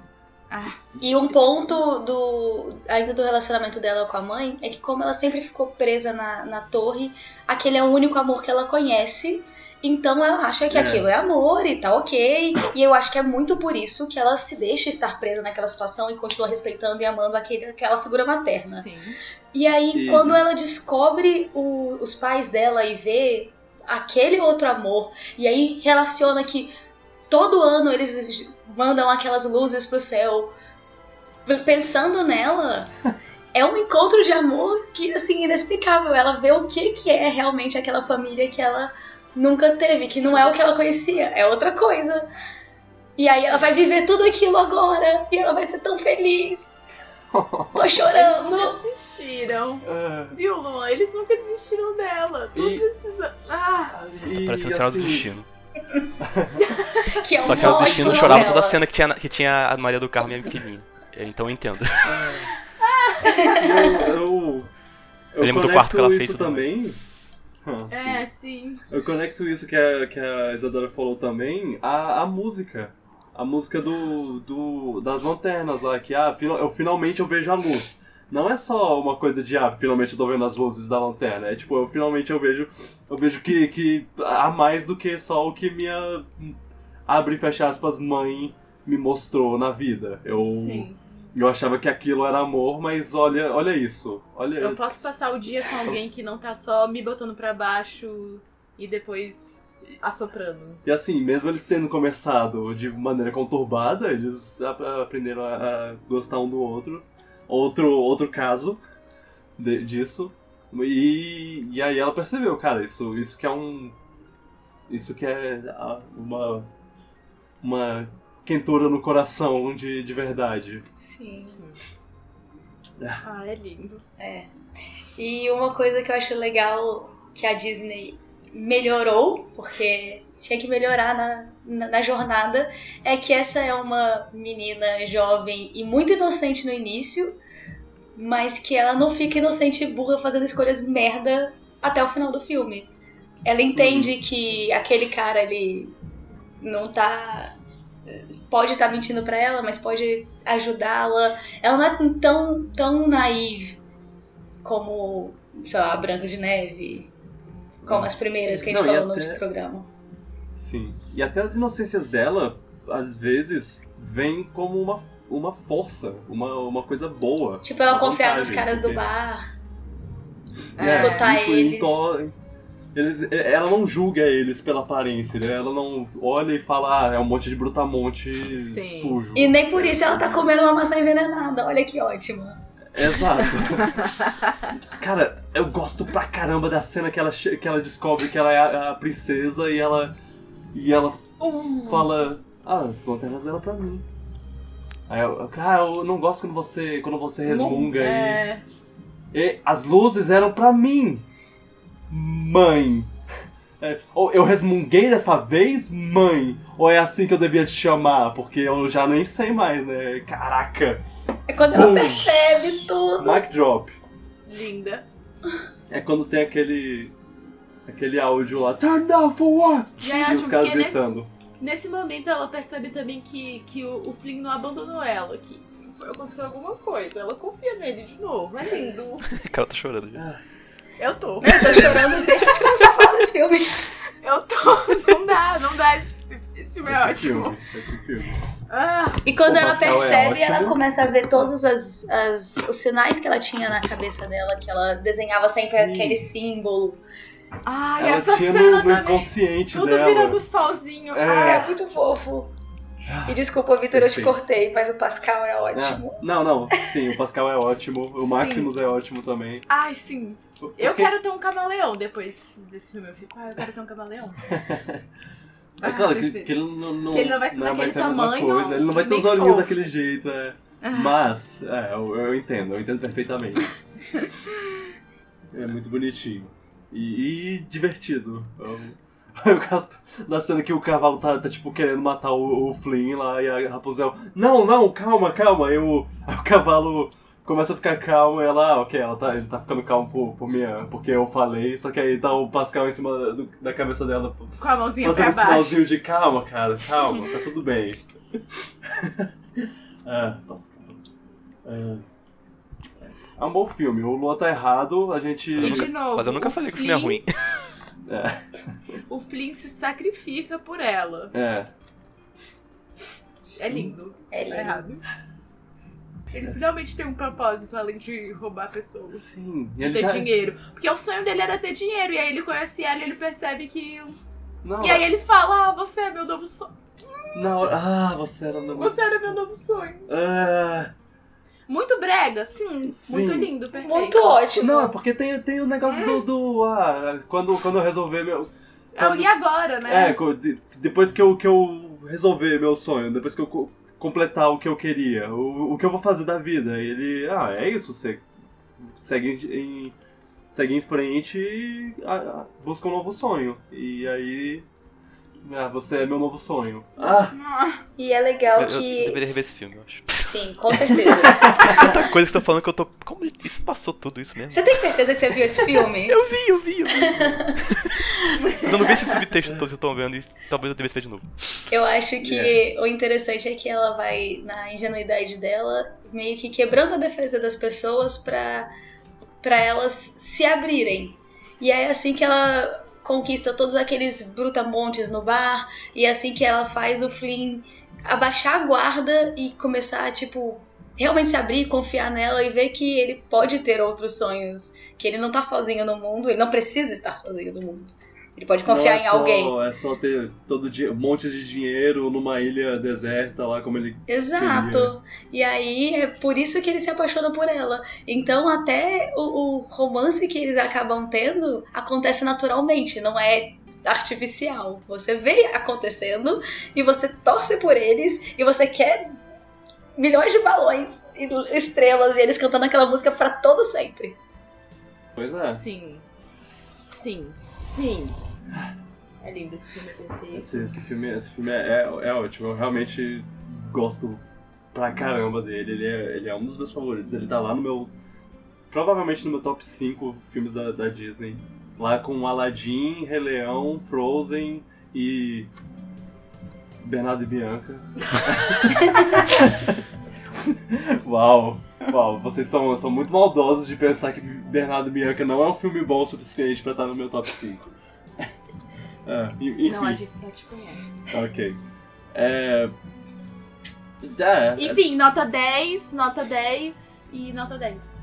Ah, E um ponto do ainda do relacionamento dela com a mãe é que como ela sempre ficou presa na, na torre, aquele é o único amor que ela conhece, então ela acha que É. aquilo é amor e tá ok. E eu acho que é muito por isso que ela se deixa estar presa naquela situação e continua respeitando e amando aquele, aquela figura materna. sim. E aí, E- quando ela descobre o- os pais dela e vê aquele outro amor, e aí relaciona que todo ano eles mandam aquelas luzes pro céu, pensando nela, é um encontro de amor que, assim, inexplicável. Ela vê o que, que é realmente aquela família que ela nunca teve, que não é o que ela conhecia, é outra coisa. E aí ela vai viver tudo aquilo agora, e ela vai ser tão feliz. Tô Eles chorando. nunca desistiram. É, Viu, Luan? Eles nunca desistiram dela. Todos E- esses. Ah, e, Parecendo Senhora do assim, Destino. Que é um Só que a Senhora do ótimo Destino chorava novela. toda a cena que tinha, que tinha a Maria do Carmo e a filhinha. Então eu entendo. eu, eu, eu lembro do conecto quarto que ela fez isso tudo também. Ah, sim. é, sim. Eu conecto isso que a, que a Isadora falou também, a, a música. A música do, do, das lanternas lá, que ah, final, eu, finalmente eu vejo a luz. Não é só uma coisa de, ah, finalmente eu tô vendo as luzes da lanterna. É tipo, eu finalmente eu vejo, eu vejo que, que há mais do que só o que minha, abre e fecha aspas, mãe me mostrou na vida. Eu, Sim. eu achava que aquilo era amor, mas olha, olha isso. Olha, Eu posso passar o dia com alguém que não tá só me botando pra baixo e depois assoprando. E assim, mesmo eles tendo começado de maneira conturbada, eles a- aprenderam a, a gostar um do outro. Outro, outro caso de- disso. E, e aí ela percebeu, cara, isso, isso que é um... Isso que é ah, uma... Uma quentura no coração de, de verdade. Sim. Ah, é lindo. É. E uma coisa que eu acho legal que a Disney melhorou, porque tinha que melhorar na, na, na jornada, é que essa é uma menina jovem e muito inocente no início, mas que ela não fica inocente e burra fazendo escolhas merda até o final do filme. Ela entende que aquele cara, ele não tá... Pode estar mentindo pra ela, mas pode ajudá-la. Ela não é tão, tão naive como, sei lá, a Branca de Neve, como as primeiras que a gente Não, e falou no até- último programa. Sim. E até as inocências dela, às vezes, vêm como uma, uma força, uma, uma coisa boa. Tipo, ela uma confiar nos vantagem, caras do porque- bar, É, escutar em- em eles. to- eles. Ela não julga eles pela aparência, né? Ela não olha e fala, ah, é um monte de brutamonte Sim. sujo. E nem por isso ela tá comendo uma maçã envenenada. Olha que ótimo. Exato. Cara, eu gosto pra caramba da cena que ela, che- que ela descobre que ela é a, a princesa e ela. E ela Um. fala, ah, as lanternas eram pra mim. Aí eu, cara, eu não gosto quando você, quando você resmunga É, e, e as luzes eram pra mim, mãe. É, ou eu resmunguei dessa vez, mãe? Ou é assim que eu devia te chamar? Porque eu já nem sei mais, né? Caraca. É quando ela Bum. percebe tudo. Mic drop. linda. É quando tem aquele aquele áudio lá, turn down for what? E aí, E acho os caras que nesse, gritando. nesse momento ela percebe também que, que o, o Flynn não abandonou ela, que aconteceu alguma coisa. Ela confia nele de novo. É lindo. O cara tá chorando já. Eu tô. Eu tô chorando desde que a gente começou a falar desse filme. Eu tô. Não dá, não dá. Esse, esse filme é Esse ótimo. filme, esse filme. Ah, E quando O ela Pascal é percebe, ótimo. ela começa a ver todos as, as, os sinais que ela tinha na cabeça dela, que ela desenhava sempre Sim. aquele símbolo. ai, Ela essa tinha cena no, no também. inconsciente Tudo dela. virando solzinho. É. Ah, É muito fofo. E desculpa, Vitor, eu te Perfeito. cortei, mas o Pascal é ótimo. Ah, não, não, sim, o Pascal é ótimo, o Sim. Maximus é ótimo também. ai, sim. Porque- Eu quero ter um camaleão depois desse filme. Eu fico, ah, eu quero ter um camaleão. É claro que, perfeito. que ele não, não, Que ele não vai ser não daquele ser a mesma tamanho, coisa, ele não vai ter nem os olhinhos fofo. daquele jeito, é. Ah. Mas, é, eu, eu entendo, eu entendo perfeitamente. É muito bonitinho. E, e divertido. Eu, eu gosto da cena que o cavalo tá, tá, tipo, querendo matar o, o Flynn lá e a Rapunzel, não, não, calma, calma. Aí o, aí o cavalo começa a ficar calmo e ela, ah, ok, ela tá, ele tá ficando calmo por, por minha, porque eu falei, só que aí tá o Pascal em cima do- da cabeça dela, Com a mãozinha pra fazendo um baixo. sinalzinho de calma, cara, calma, tá tudo bem. É, nossa, é, é um bom filme. O Luan tá errado, a gente... E de novo, Mas eu nunca o falei que o filme é Flynn- ruim. É, O Flynn se sacrifica por ela. é. É lindo. É Tá lindo. errado. Ele finalmente tem um propósito além de roubar pessoas. Sim. De Ele ter já... dinheiro. Porque o sonho dele era ter dinheiro. E aí ele conhece ela e ele percebe que. Não, E aí ele fala: Ah, você é meu novo sonho. na hora... Ah, você era meu... Você era meu novo sonho. Ah, Muito brega, sim. Sim. Muito lindo, perfeito. Muito ótimo. não, é porque tem, tem o negócio do... do ah, quando, quando eu resolver meu... É o e agora, né? É, co- de- depois que eu, que eu resolver meu sonho, depois que eu co- completar o que eu queria, o, o que eu vou fazer da vida. E ele, ah, é isso, você segue em, em- segue em frente e ah, ah, busca um novo sonho. E aí, ah, você é meu novo sonho. Ah, Ah, E é legal Eu, eu que. deveria rever esse filme, eu acho. Sim, com certeza. Tanta coisa que você tá falando que eu tô... Como isso passou tudo isso mesmo? Você tem certeza que você viu esse filme? Eu vi, eu vi, eu vi. Mas eu não vi esse subtexto todo que eu tô vendo e talvez eu devesse ver de novo. Eu acho que Yeah. o interessante é que ela vai, na ingenuidade dela, meio que quebrando a defesa das pessoas pra, pra elas se abrirem. E é assim que ela conquista todos aqueles brutamontes no bar, e é assim que ela faz o Flynn abaixar a guarda e começar a, tipo, realmente se abrir, confiar nela e ver que ele pode ter outros sonhos, que ele não tá sozinho no mundo, ele não precisa estar sozinho no mundo. Ele pode confiar não é em alguém. só, é só ter todo dia, um monte de dinheiro numa ilha deserta lá, como ele... Exato. E aí é por isso que ele se apaixona por ela. Então até o, o romance que eles acabam tendo acontece naturalmente, não é artificial. Você vê acontecendo e você torce por eles e você quer milhões de balões e estrelas e eles cantando aquela música pra todo sempre. Pois é. sim. Sim. Sim. É lindo, esse filme é perfeito. Esse, esse filme, esse filme é, é, é ótimo, eu realmente gosto pra caramba dele, ele é, ele é um dos meus favoritos, ele tá lá no meu, provavelmente no meu top cinco filmes da, da Disney, lá com Aladdin, Rei Leão, Frozen e Bernardo e Bianca. Uau, uau, vocês são, são muito maldosos de pensar que Bernardo e Bianca não é um filme bom o suficiente pra estar no meu top cinco. Ah, enfim. Não, a gente só te conhece. Ok. É... É, Enfim, nota dez, nota dez e nota dez.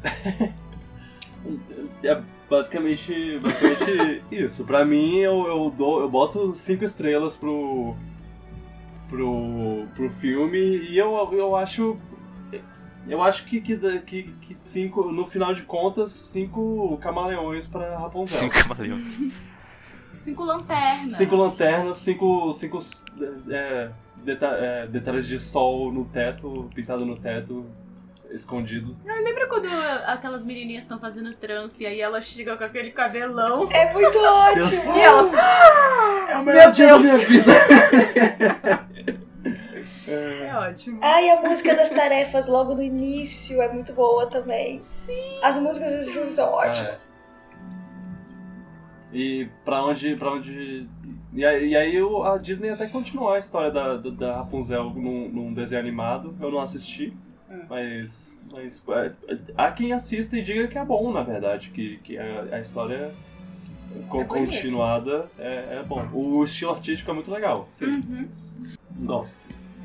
é basicamente, basicamente isso. Pra mim, eu, eu, dou, eu boto cinco estrelas pro, pro, pro filme e eu, eu acho... Eu acho que, que, que, que cinco, no final de contas, cinco camaleões pra Rapunzel. Cinco camaleões. Cinco lanternas. Cinco lanternas, cinco, cinco é, deta é, detalhes de sol no teto, pintado no teto, escondido. Lembra quando aquelas menininhas estão fazendo trance e aí elas chegam com aquele cabelão É muito ótimo! e elas... É o melhor dia da minha vida! É ótimo. Ai, a música das tarefas logo no início é muito boa também. Sim. As músicas desse filme são ótimas. E pra onde. Pra onde... E aí, e aí o- a Disney até continuou a história da, da, da Rapunzel num, num desenho animado. Eu não assisti, Hum. mas. Mas é, há quem assista e diga que é bom, na verdade, que, que a, a história co- É bonito. continuada é, é bom. O estilo artístico é muito legal, sim. Uhum. Gosto.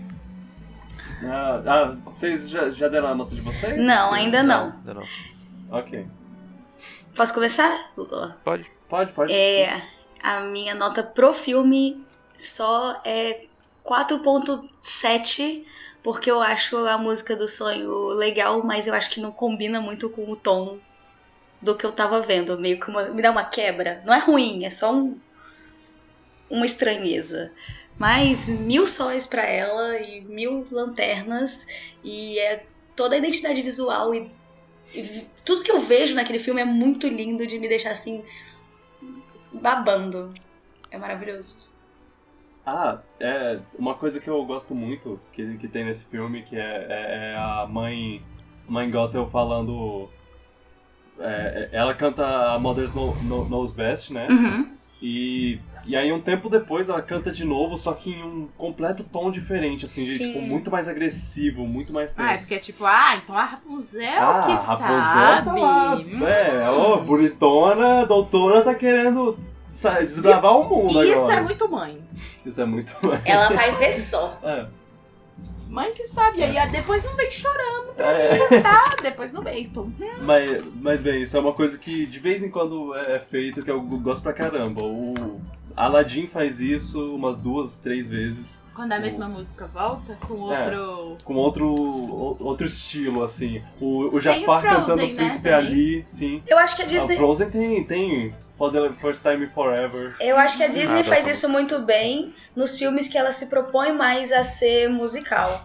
Ah, ah, vocês já, já deram a nota de vocês? Não, ainda não. Ainda não. Ok. Posso começar, Lula? Pode. Pode, pode. É, a minha nota pro filme só é quatro ponto sete, porque eu acho a música do sonho legal, mas eu acho que não combina muito com o tom do que eu tava vendo. Meio que uma, me dá uma quebra. Não é ruim, é só um, uma estranheza. Mas mil sóis pra ela e mil lanternas, e é toda a identidade visual e, e vi- tudo que eu vejo naquele filme é muito lindo, de me deixar assim babando. É maravilhoso. Ah, é uma coisa que eu gosto muito que, que tem nesse filme, que é, é- é a mãe, mãe Gothel falando... é, ela canta a Mother's Know- Know- Knows Best, né? Uhum. E E aí um tempo depois ela canta de novo, só que em um completo tom diferente, assim, de, tipo, muito mais agressivo, muito mais tenso. Ah, é porque é tipo, ah, então a Rapunzel Ah, que a Rapunzel sabe. tá lá, Hum. é, ó, bonitona, doutora tá querendo sa- desbravar o mundo E agora. isso é muito mãe. Isso é muito... Ela vai ver só. É. Mãe que sabe. E aí depois não vem chorando, É. tá? Depois não vem. Então, Mas, mas bem, isso é uma coisa que de vez em quando é feito, que eu gosto pra caramba. O Aladdin faz isso umas duas, três vezes. quando a mesma música volta com É. outro... Com outro, o- outro estilo, assim. O, o Tem o Jafar Frozen, cantando o né, Príncipe também. Ali, sim. Eu acho que a A Disney. Frozen tem, tem For the First Time Forever. Eu acho que a Disney Nada, faz só. isso muito bem nos filmes que ela se propõe mais a ser musical.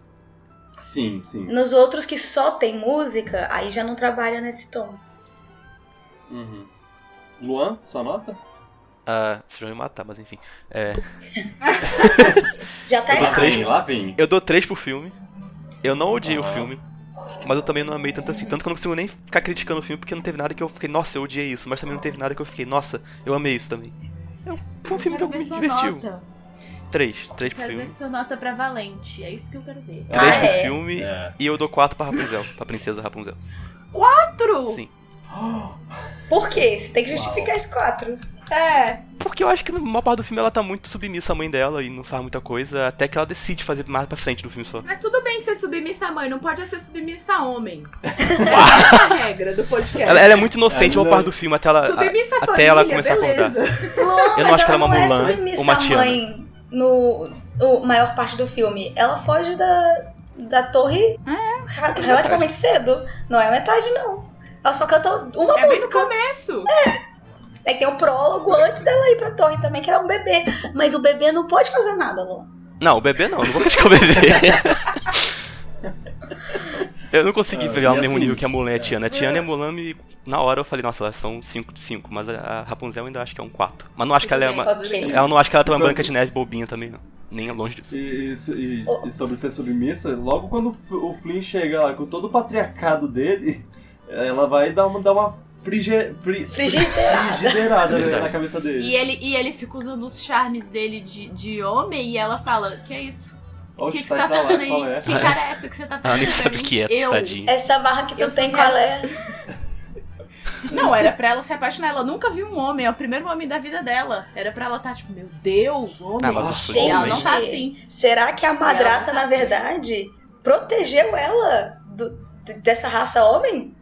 Sim, sim. Nos outros que só tem música, aí já não trabalha nesse tom. Uhum. Luan, sua nota? Ah, vocês vão me matar, mas enfim. É, Já tá Eu dou errado. três. Lá vem. eu dou três pro filme. Eu não odiei Ah. o filme. Mas eu também não amei tanto assim. Tanto que eu não consigo nem ficar criticando o filme, porque não teve nada que eu fiquei, nossa, eu odiei isso. Mas também não teve nada que eu fiquei, nossa, eu amei isso também. Eu, foi um filme que eu Quero me ver sua divertiu. nota. Três. Três pro Quero filme. ver sua nota pra Valente. É isso que eu quero ver. Ah, Três pro é? filme. É. E eu dou quatro pra Rapunzel. Pra princesa Rapunzel. Quatro? Sim. Por quê? Você tem que justificar esse quatro. É. Porque eu acho que na maior parte do filme ela tá muito submissa à mãe dela e não faz muita coisa, até que ela decide fazer mais pra frente do filme só. Mas tudo bem ser submissa à mãe, não pode ser submissa a homem. Essa é a regra do podcast. Ela, ela é muito inocente É, a maior não. parte do filme, até ela, Submissa à até família, ela começar a acordar. beleza. Luan, Eu não mas acho que ela é uma não é Mulan ou submissa uma à Tiana. mãe no, no maior parte do filme. Ela foge da, da torre ra- relativamente cedo. Não é metade, não. Ela só canta uma É bem no música. começo. Aí tem um prólogo antes dela ir pra torre também, que era um bebê. Mas o bebê não pode fazer nada, Luan. Não, o bebê não, eu não vou criticar o bebê. Eu não consegui Ah, pegar o e mesmo assim, nível que a Mulan e a Tiana. A Tiana e a Mulan, me, na hora eu falei, nossa, elas são cinco de cinco, mas a, a Rapunzel eu ainda acho que é um quatro. Mas não acho que ela é uma... Ok. Ela não acho que ela é uma Branca de Neve bobinha também, não. Nem é longe disso. E, isso- e- e sobre ser submissa, logo quando o F- o Flynn chega lá com todo o patriarcado dele, ela vai dar uma, dar uma frige, fri, Frigideirada. frigideirada né, Verdade. na cabeça dele. E ele, e ele fica usando os charmes dele de, de homem e ela fala, que é isso? O Oxe, que, que você sai tá pra lá, fazendo qual aí? é? Que cara é essa que você tá fazendo Ela nem pra sabe mim? o que é, Eu. tadinha. Essa barra que tu Eu tem, sou qual é? Não, era pra ela se apaixonar. Ela nunca viu um homem, é o primeiro homem da vida dela. Era pra ela estar tipo, meu Deus, homem. Ah, mas eu sou E ela homem. não tá assim. Será que a madrasta, tá na assim. verdade, protegeu ela do- dessa raça homem?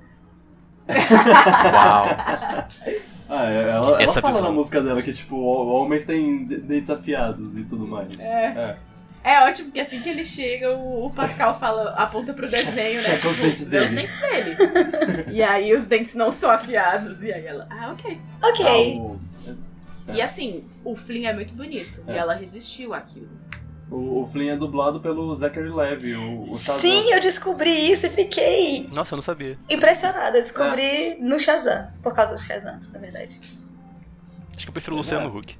Uau. Ah, é, ela, ela Essa fala visão. na música dela que, tipo, ho- homens têm de- dentes afiados e tudo mais. É. É ótimo, porque assim que ele chega, o, o Pascal fala, aponta pro desenho, né? Checa os dentes vê os dele. dentes dele. E aí os dentes não são afiados. E aí ela, ah, ok. Ok. Ah, o, E assim, o Flynn é muito bonito. É. E ela resistiu àquilo. o, o Flynn é dublado pelo Zachary Levi, o, o Shazam. Sim, eu descobri isso e fiquei Nossa, eu não sabia. impressionada. Eu descobri no Shazam, por causa do Shazam, na verdade. Acho que eu prefiro o Luciano Huck.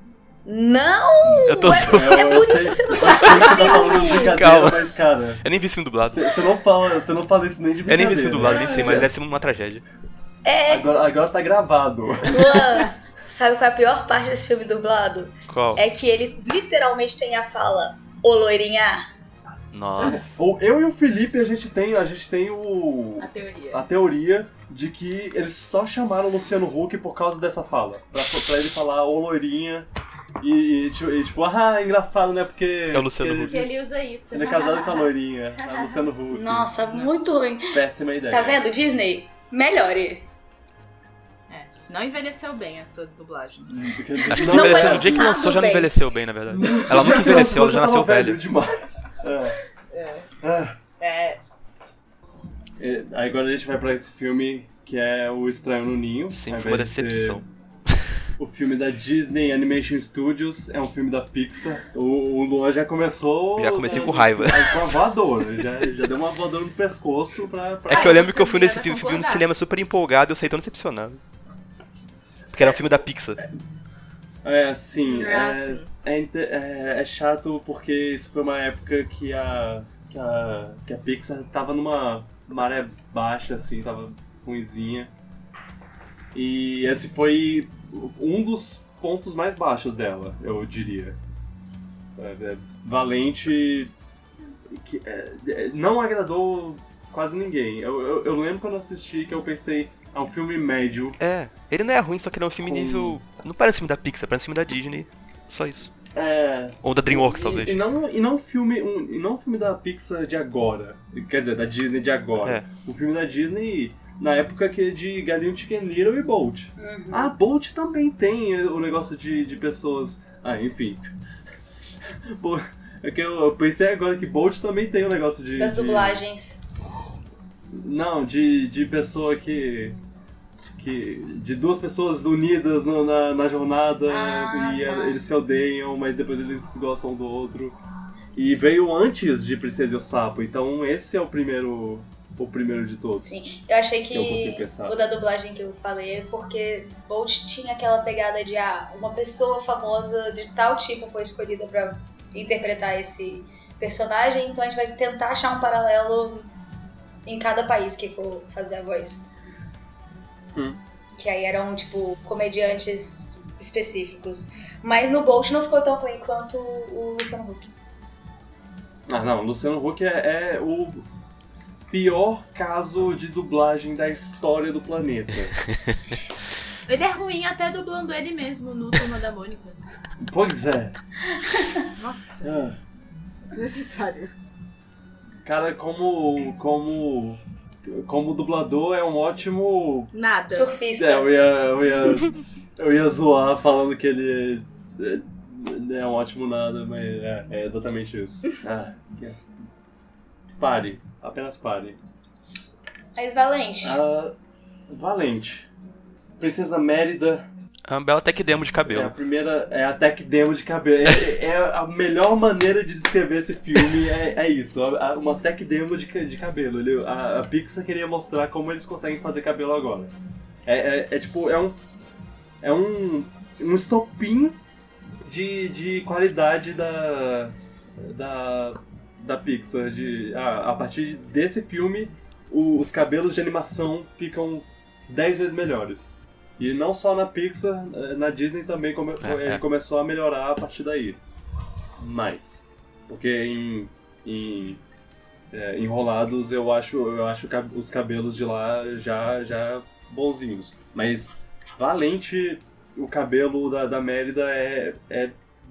Não! Eu tô é, zoando. é por Eu isso sei- que você não Eu gostou sei que do você tá falando de filme. brincadeira, Calma. mas, cara, Eu nem vi esse filme dublado. você você não, fala, você não fala isso nem de Eu brincadeira. nem vi esse filme dublado, nem sei, mas deve ser uma tragédia. É, Agora, agora tá gravado. Luan, sabe qual é a pior parte desse filme dublado? Qual? É que ele literalmente tem a fala, ô loirinha. Nossa. Ou eu e o Felipe, a gente tem, a gente tem o, A teoria. a teoria de que eles só chamaram o Luciano Huck por causa dessa fala. Pra, pra ele falar ô loirinha e, e, tipo- e, tipo, ah, engraçado, né? Porque. É o Luciano porque Porque ele usa isso. Ele é casado com a loirinha, a Luciano Huck. Nossa, muito ruim. Péssima ideia. Tá vendo, Disney? Melhore. É, não envelheceu bem essa dublagem. Porque- Acho que Não não envelheceu. foi No dia que lançou já não bem. envelheceu bem, na verdade. Ela nunca envelheceu, ela já nasceu tava velha. demais. É. É. Ah. É. É, aí agora a gente vai pra esse filme que é O Estranho no Ninho. Sim, Ao foi uma invés de ser decepção. O filme da Disney Animation Studios é um filme da Pixar. O, o Luan já começou. Já comecei com raiva. Com a voadora. Já, já deu uma voadora no pescoço pra. pra... É que eu Ah, lembro você que eu fui me nesse leva a filme, vi no concordar. cinema super empolgado e eu saí tão decepcionado. Porque era um filme da Pixar. É, sim. Ah, É, sim. é, inte- é, é chato porque isso foi uma época que a, que a, que a Pixar tava numa maré baixa, assim, tava ruinzinha. E esse foi um dos pontos mais baixos dela, eu diria. É, é, Valente que, é, não agradou quase ninguém. Eu, eu, eu lembro quando eu assisti que eu pensei, é um filme médio. É, ele não é ruim, só que ele é um filme Com- nível... Não parece filme da Pixar, parece filme da Disney. Só isso. É... Ou da DreamWorks, E, talvez. e não, e não um filme, um, e não um filme da Pixar de agora. Quer dizer, da Disney de agora. É. Um filme da Disney na época que de Galinho Chicken Little e Bolt. Uhum. Ah, Bolt também tem o negócio de, de pessoas... Ah, enfim. Pô, é que eu, eu pensei agora que Bolt também tem o negócio de... Das de- dublagens. Não, de, de pessoa que... que de duas pessoas unidas no- na, na jornada Ah, e tá. eles se odeiam, mas depois eles gostam um do outro. E veio antes de Princesa e o Sapo, então esse é o primeiro, o primeiro de todos. Sim, eu achei Que eu consigo que pensar. o da dublagem que eu falei é porque Bolt tinha aquela pegada de ah, uma pessoa famosa de tal tipo foi escolhida pra interpretar esse personagem, então a gente vai tentar achar um paralelo em cada país que for fazer a voz. Hum. Que aí eram, tipo, comediantes específicos. Mas no Bolt não ficou tão ruim quanto o Luciano Huck. Ah, não, Luciano Huck é, é o pior caso de dublagem da história do planeta. Ele é ruim até dublando ele mesmo no Turma da Mônica. Pois é. Nossa, Ah, desnecessário. cara, como, como, como dublador é um ótimo... Nada. Surfista. É, eu ia, eu ia, eu ia zoar falando que ele é, é um ótimo nada, mas é, é exatamente isso. Ah, que- pare, apenas pare. Mas Valente. Ah, Valente. Princesa Mérida É uma bela tech demo de é a cabelo. primeira, é a tech demo de cabelo. É, é a melhor maneira de descrever esse filme, é, é isso, a- a- uma tech demo de, ca- de cabelo. Ele, a, a Pixar queria mostrar como eles conseguem fazer cabelo agora. É, é, é tipo, é um, é um, um estopim de, de qualidade da, da, da Pixar. De, ah, a partir desse filme, o- os cabelos de animação ficam dez vezes melhores. E não só na Pixar, na Disney também come, É, ele é. começou a melhorar a partir daí. Mais. Porque em, em é, Enrolados eu acho, eu acho ca- os cabelos de lá já, já bonzinhos. Mas Valente, o cabelo da, da Mérida é, é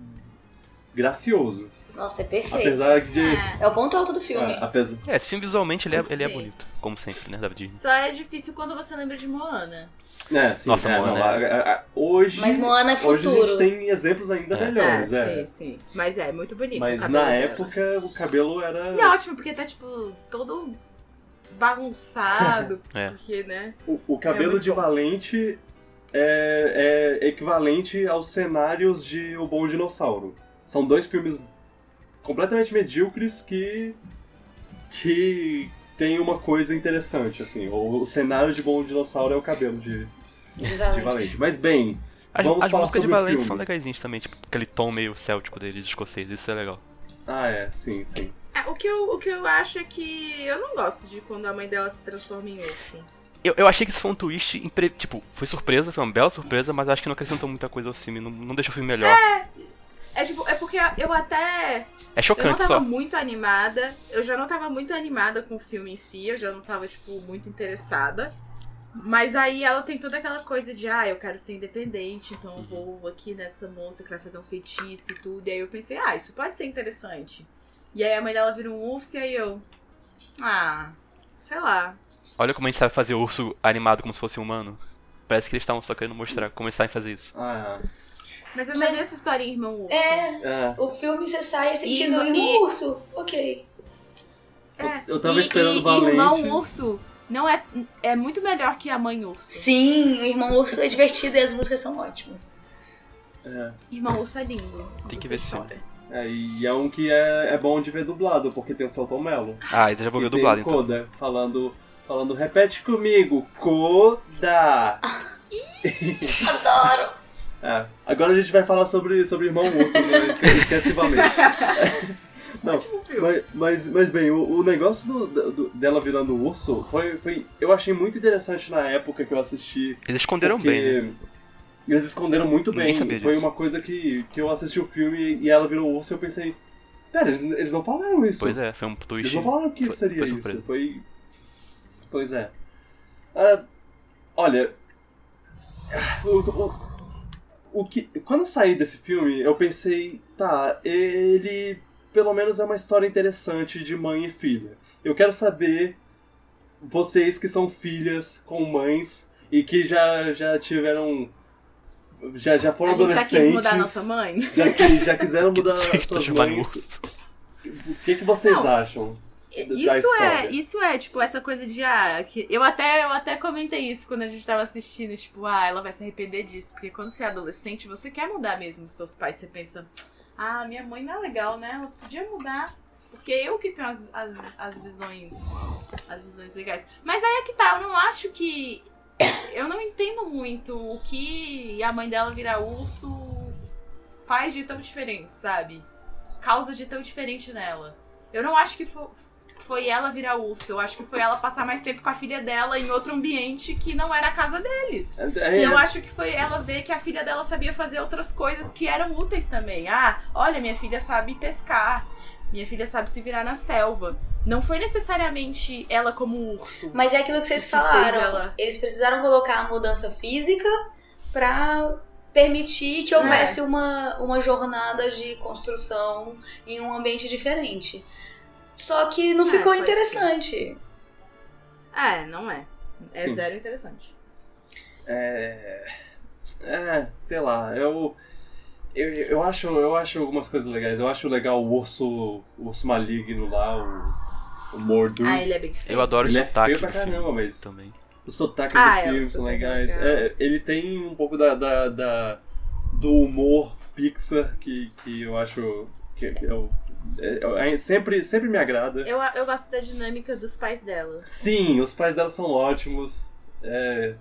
gracioso. Nossa, é perfeito. Apesar de... É o ponto alto do filme. ah, apesar, É, esse filme visualmente ele é, ele é Sim. bonito. Como sempre, né, da Disney. Só é difícil quando você lembra de Moana. é, sim, Nossa, é, Moana, não, a- a- a- hoje, Mas Moana é hoje a futuro. gente tem exemplos ainda É. melhores, ah, é. sim, sim. Mas é muito bonito. o Mas cabelo na dela. época o cabelo era... E é ótimo, porque tá, tipo, todo bagunçado. É. Porque, né? O, o cabelo muito de bom. Valente é, é equivalente aos cenários de O Bom Dinossauro. São dois filmes completamente medíocres que que tem uma coisa interessante, assim. O, o cenário de Bom Dinossauro é o cabelo de, De de Valente. Valente. Mas bem, As, vamos as falar músicas de sobre o Valente filme. são legaisinhas também, tipo, aquele tom meio céltico deles, escocês, isso é legal. Ah, é, sim, sim. É, o, que eu, o que eu acho é que eu não gosto de quando a mãe dela se transforma em urso. Eu, eu achei que isso foi um twist, impre... tipo, foi surpresa, foi uma bela surpresa, mas acho que não acrescentou muita coisa ao filme, não, não deixa o filme melhor. É tipo, é porque eu até. É Eu não chocante tava só. muito animada. Eu já não tava muito animada com o filme em si, eu já não tava, tipo, muito interessada. Mas aí ela tem toda aquela coisa de, ah, eu quero ser independente, então eu vou aqui nessa moça que vai fazer um feitiço e tudo. E aí eu pensei, ah, isso pode ser interessante. E aí a mãe dela vira um urso e aí eu. Ah, sei lá. Olha como a gente sabe fazer urso animado como se fosse humano. Parece que eles estavam só querendo mostrar como eles sabem fazer isso. Ah, Mas eu já Mas- vi essa história em Irmão Urso. É, é. o filme você sai sentindo E- um e- urso. Ok. É. Eu tava E- esperando e, Valente. E Irmão Urso não é, é muito melhor que a Mãe Urso. Sim, o Irmão Urso é divertido e as músicas são ótimas. É. Irmão Urso é lindo. Tem que Você ver esse filme. chora. É, e é um que é, é bom de ver dublado, porque tem o Celton Mello. Ah, então já vou ver E o dublado tem então. o Koda falando, falando, repete comigo, Koda! Adoro! É. Agora a gente vai falar sobre, sobre Irmão Urso, né? Esquece Valente. Não, Ótimo filme. mas, mas, mas bem, o, o negócio do, do- dela virando urso foi, foi. Eu achei muito interessante na época que eu assisti. Eles esconderam porque, bem, né? E eles esconderam muito Ninguém bem. sabia Foi disso. uma coisa que, que eu assisti o filme e ela virou urso e eu pensei... Pera, eles, eles não falaram isso. Pois é, foi um twist. Eles não falaram que foi, seria foi isso. surpresa. Foi... Pois é. Ah, olha... O, o, o que, quando eu saí desse filme, eu pensei... Tá, ele... Pelo menos é uma história interessante de mãe e filha. Eu quero saber... Vocês que são filhas com mães... E que já, já tiveram... Já, já foram A gente adolescentes. já quis mudar nossa mãe? Já, que, já quiseram mudar Que as suas chamar mães. urso. O que, que vocês Não, acham da Isso é, história? isso é, tipo, essa coisa de, ah, que eu até, eu até comentei isso quando a gente tava assistindo, tipo, ah, ela vai se arrepender disso, porque quando você é adolescente, você quer mudar mesmo os seus pais, você pensa, ah, minha mãe não é legal, né, ela podia mudar, porque eu que tenho as, as, as visões, as visões legais. Mas aí é que tá, eu não acho que, eu não entendo muito o que a mãe dela virar urso faz de tão diferente, sabe? Causa de tão diferente nela. Eu não acho que foi, foi ela virar urso. Eu acho que foi ela passar mais tempo com a filha dela em outro ambiente que não era a casa deles. É, E é, eu acho que foi ela ver que a filha dela sabia fazer outras coisas que eram úteis também. Ah, olha, minha filha sabe pescar. Minha filha sabe se virar na selva. Não foi necessariamente ela como urso. Mas é aquilo que vocês Que fez falaram. ela- Eles precisaram colocar a mudança física pra permitir que houvesse uma, uma jornada de construção em um ambiente diferente. Só que não É, ficou pode interessante. É, não é. É Sim. zero interessante. é, é, sei lá, eu, eu, eu, acho, eu acho algumas coisas legais. Eu acho legal o urso, o urso maligno lá, o, o Mordu. Ah, ele é bem feio. Eu adoro Ele o é sotaque feio pra do filme caramba, mas- também. Os sotaques Ah, do é, o filme são sotaque legais. legal. É, ele tem um pouco da, da, da- do humor Pixar que, que eu acho que eu, é, é, sempre, sempre me agrada. Eu, eu gosto da dinâmica dos pais dela. Sim, os pais dela são ótimos. É...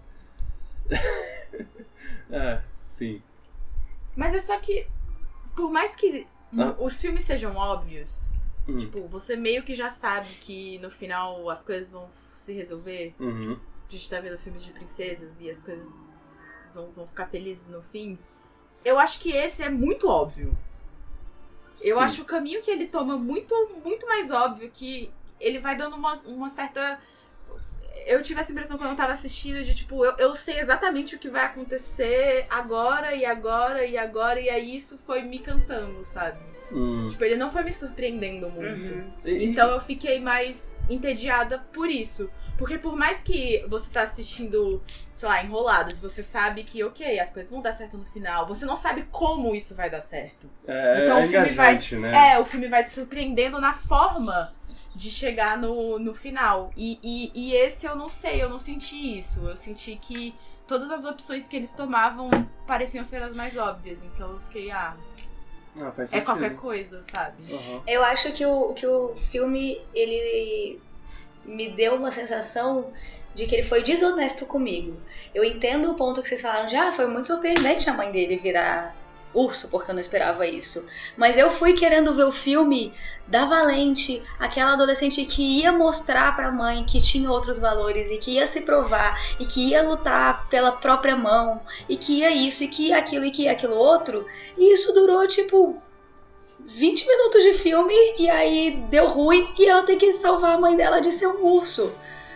é, sim. Mas é só que, por mais que Ah. os filmes sejam óbvios, Hum, tipo, você meio que já sabe que no final as coisas vão se resolver. uhum. A gente tá vendo filmes de princesas e as coisas vão, vão ficar felizes no fim. Eu acho que esse é muito óbvio. Eu Sim. acho o caminho que ele toma muito, muito mais óbvio, que ele vai dando uma, uma certa... Eu tive essa impressão quando eu tava assistindo de, tipo, eu, eu sei exatamente o que vai acontecer agora e agora e agora, e aí isso foi me cansando, sabe? Hum. Tipo, ele não foi me surpreendendo muito. Uhum. E- Então eu fiquei mais entediada por isso. Porque por mais que você tá assistindo, sei lá, Enrolados, você sabe que, ok, as coisas vão dar certo no final, você não sabe como isso vai dar certo. é, então é o filme vai- engajante, né? É, o filme vai te surpreendendo na forma de chegar no, no final. E, e, e esse eu não sei, eu não senti isso. Eu senti que todas as opções que eles tomavam pareciam ser as mais óbvias. Então eu fiquei, ah, Ah, faz é sentido. qualquer coisa, sabe? Uhum. Eu acho que o, que o filme, ele me deu uma sensação de que ele foi desonesto comigo. Eu entendo o ponto que vocês falaram de, ah, foi muito surpreendente a mãe dele virar urso, porque eu não esperava isso. Mas eu fui querendo ver o filme da Valente, aquela adolescente que ia mostrar pra mãe que tinha outros valores e que ia se provar e que ia lutar pela própria mão e que ia isso e que ia aquilo e que ia aquilo outro. E isso durou, tipo, vinte minutos de filme e aí deu ruim e ela tem que salvar a mãe dela de ser um urso.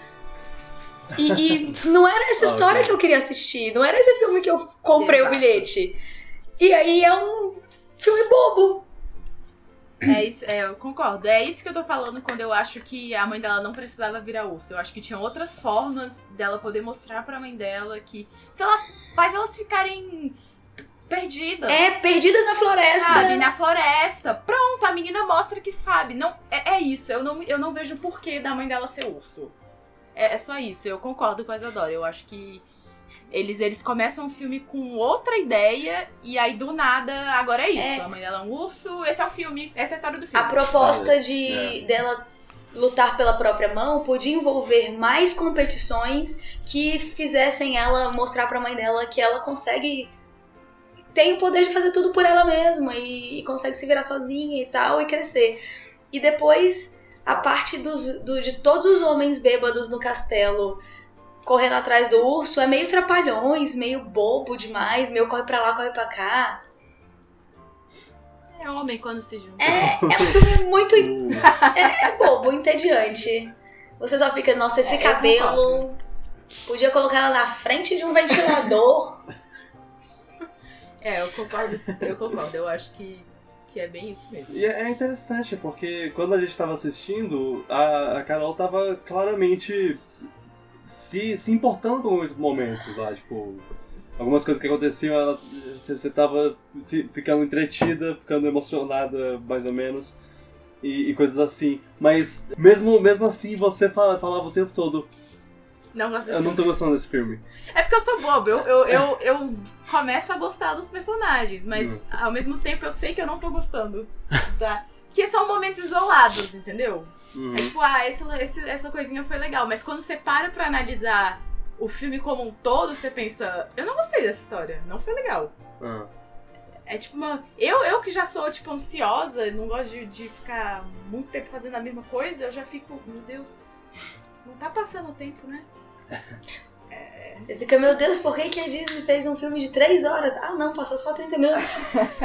E, e não era essa história Ok. que eu queria assistir, não era esse filme que eu comprei Exato. o bilhete. E aí é um filme bobo. É isso, é, eu concordo. É isso que eu tô falando quando eu acho que a mãe dela não precisava virar urso. Eu acho que tinha outras formas dela poder mostrar pra mãe dela que, se ela faz elas ficarem perdidas. É, Perdidas na Floresta. Sabe, na floresta. Pronto, a menina mostra que sabe. Não, é, é isso, eu não, eu não vejo o porquê da mãe dela ser urso. É, é só isso, eu concordo com a Isadora. Eu acho que eles, eles começam o filme com outra ideia e aí do nada, agora é isso. É. A mãe dela é um urso, esse é o filme, essa é a história do filme. A proposta de É. dela lutar pela própria mão podia envolver mais competições que fizessem ela mostrar pra mãe dela que ela consegue, tem o poder de fazer tudo por ela mesma e, e consegue se virar sozinha e tal e crescer. E depois a parte dos, do, de todos os homens bêbados no castelo correndo atrás do urso, é meio trapalhões, meio bobo demais, meio corre pra lá, corre pra cá. É homem quando se junta. É, é um filme muito... é, é bobo, entediante. Você só fica, nossa, esse É, eu cabelo... Podia colocar ela na frente de um ventilador. É, eu concordo, eu concordo. Eu acho que, que é bem isso mesmo. E é interessante, porque quando a gente tava assistindo, a, a Carol tava claramente se, se importando com alguns momentos lá, tipo... Algumas coisas que aconteciam, ela, você, você tava se, ficando entretida, ficando emocionada, mais ou menos, e, e coisas assim. Mas, mesmo, mesmo assim, você fala, falava o tempo todo, Não gosto desse eu não tô filme. gostando desse filme. É porque eu sou boba. Eu, eu, eu, eu começo a gostar dos personagens, mas Hum. ao mesmo tempo eu sei que eu não tô gostando. Da... Que são momentos isolados, entendeu? Uhum. É tipo, ah, esse, esse, essa coisinha foi legal. Mas quando você para pra analisar o filme como um todo, você pensa, eu não gostei dessa história, não foi legal. Ah. É tipo uma... Eu, eu que já sou, tipo, ansiosa, não gosto de, de ficar muito tempo fazendo a mesma coisa, eu já fico, meu Deus, não tá passando o tempo, né? Você fica, meu Deus, por que, que a Disney fez um filme de três horas? Ah, não, passou só trinta minutos.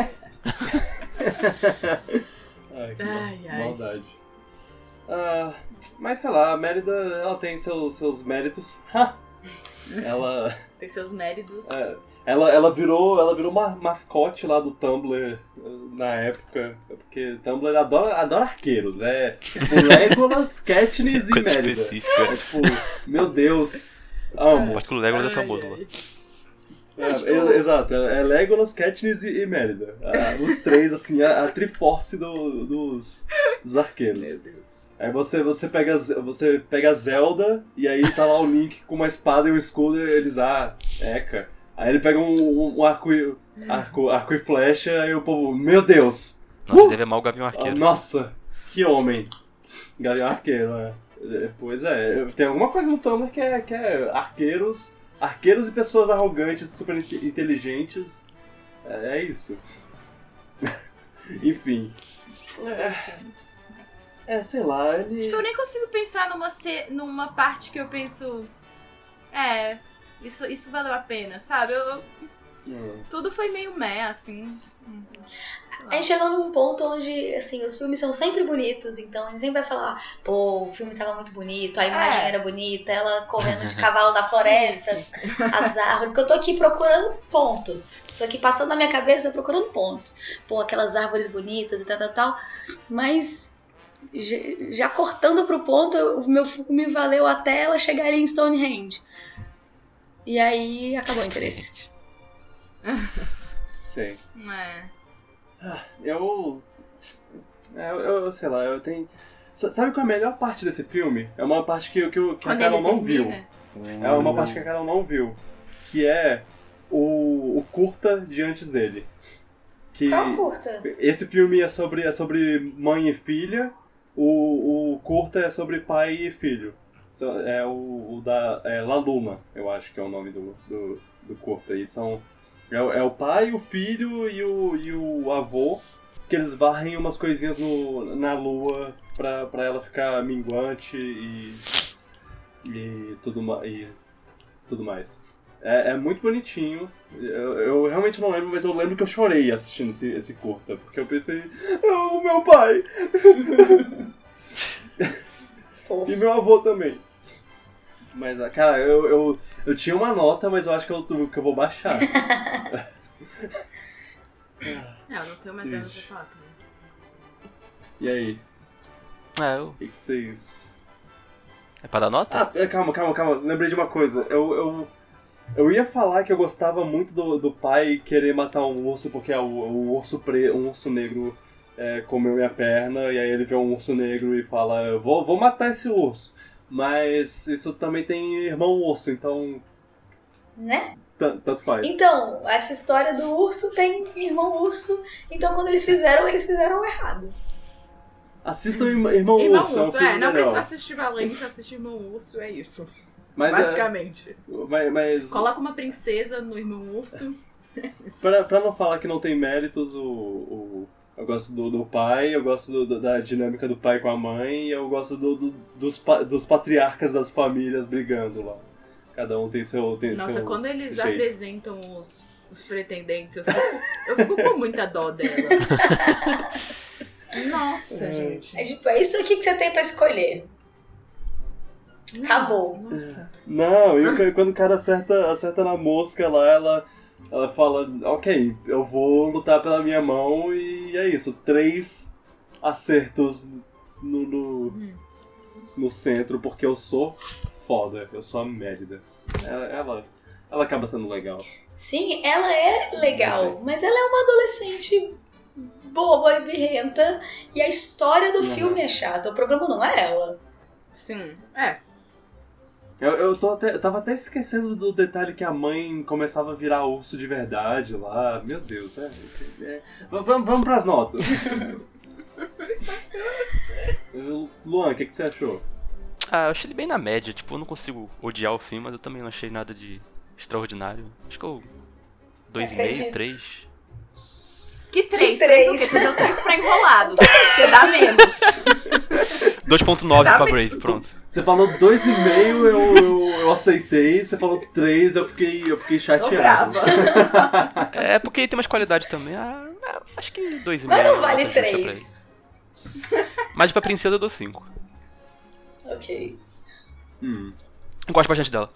Ai, que Ai, mal- ai. maldade. Ah, mas sei lá, a Mérida, ela tem seus, seus méritos. Ha! Ela, Tem seus méritos. é, ela, ela virou, ela virou uma mascote lá do Tumblr eh, na época, porque Tumblr adora, adora arqueiros, é tipo Legolas, Katniss e Coisa Mérida. específica. É tipo, meu Deus, amo. Acho que o Legolas é Ai, famoso lá. ai. É, Não, tipo- é, exato, é Legolas, Katniss e, e Mérida. Ah, os três, assim, a, a triforce do, dos, dos arqueiros. Meu Deus. Aí você, você, pega, você pega a Zelda e aí tá lá o Link com uma espada e um escudo e eles, ah, eca. Aí ele pega um, um, um arco, e, arco, arco e flecha e o povo, meu Deus! Nossa, Uh! deve amar o Gavião Ah, Arqueiro. nossa, que homem! Gavião Arqueiro, né? É, pois é, tem alguma coisa no Tumblr que é, que é arqueiros, arqueiros e pessoas arrogantes, super inte- inteligentes. É, é isso. Enfim. É, sei lá, ele... Tipo, eu nem consigo pensar numa, ce- numa parte que eu penso. É, isso, isso valeu a pena, sabe? Eu, eu- Hum. tudo foi meio meh, assim. Sei lá. A gente chegou num ponto onde, assim, os filmes são sempre bonitos, então a gente sempre vai falar, pô, o filme tava muito bonito, a imagem É. era bonita, ela correndo de cavalo na floresta, Sim, as árvores, porque eu tô aqui procurando pontos. Tô aqui passando na minha cabeça procurando pontos. Pô, aquelas árvores bonitas e tal, tal, tal. Mas, já, já cortando pro ponto, o meu filme valeu até ela chegar ali em Stonehenge. E aí acabou o interesse. Sei. É. Eu... é, Eu, eu, eu sei lá, eu tenho... S- Sabe qual é a melhor parte desse filme? É uma parte que, que, eu- que a Quando Carol ele não viu. termina. É uma parte que a Carol não viu. Que é o, o curta de antes dele. Que Qual curta? esse filme é sobre, é sobre mãe e filha. O, o curta é sobre pai e filho. So- É o, o da é La Luna, eu acho que é o nome do, do, do curta. E são, é, o- é o pai, o filho e o, e o avô, que eles varrem umas coisinhas no, na lua pra, pra ela ficar minguante e, e, tudo, ma- e tudo mais. É, é muito bonitinho. Eu, eu realmente não lembro, mas eu lembro que eu chorei assistindo esse, esse curta. Porque eu pensei, oh, meu pai! Fofo. E meu avô também. Mas, cara, eu, eu, eu tinha uma nota, mas eu acho que eu, que eu vou baixar. É, eu não tenho mais nada pra Triste. falar também. E aí? É, eu... O que que vocês... é pra dar nota? Ah, é, calma, calma, calma. Lembrei de uma coisa. Eu, eu, eu ia falar que eu gostava muito do, do pai querer matar um urso porque é o, o urso pre, um urso negro é, comeu minha perna e aí ele vê um urso negro e fala, eu vou, vou matar esse urso. Mas isso também tem irmão urso, então Né? t- tanto faz. Então, essa história do urso tem irmão urso, então quando eles fizeram, eles fizeram errado. Assistam Irmão, Irmão Irmão Urso, é um Urso, filme é, não legal. precisa assistir Valente, assistir Irmão Urso, é isso. Mas, é, Basicamente. mas, mas Coloca uma princesa no Irmão Urso. pra, pra não falar que não tem méritos, o, o, eu gosto do, do pai, eu gosto do- do- da dinâmica do pai com a mãe, e eu gosto do, do- dos, pa- dos patriarcas das famílias brigando lá. Cada um tem seu tem Nossa, seu quando eles jeito. apresentam os, os pretendentes, eu fico, eu fico com muita dó dela. Nossa, É. gente. É tipo, é isso aqui que você tem pra escolher. Acabou. Nossa. Não, e quando o cara acerta, acerta na mosca lá, ela, ela fala, ok, eu vou lutar pela minha mão e é isso. Três acertos no, no, Hum. no centro, porque eu sou foda, eu sou a Mérida. Ela, ela, ela acaba sendo legal. Sim, ela é legal, mas ela é uma adolescente boba e birrenta e a história do Uhum. filme é chata. O problema não é ela. Sim, é. Eu, eu, tô até, eu tava até esquecendo do detalhe que a mãe começava a virar urso de verdade lá. Meu Deus, é. é, é. Vamos, vamos pras notas. Luan, o que, que você achou? Ah, eu achei ele bem na média. Tipo, eu não consigo odiar o filme, mas eu também não achei nada de extraordinário. Acho que eu... Dois e meio, Acredito. três. Que três? Que Três o três? quê? Você deu três pra enrolados. Você dá menos. dois ponto nove Tá pra bem. Brave, pronto. Você falou dois e meio, eu, eu, eu aceitei. Você falou três, eu fiquei, eu fiquei Tô chateado. brava. É, porque ele tem mais qualidade também. Ah, é, acho que dois e Mas meio. não vale nota justa pra ele. três. Mas pra Princesa eu dou cinco. Ok. Hum. Eu gosto bastante dela.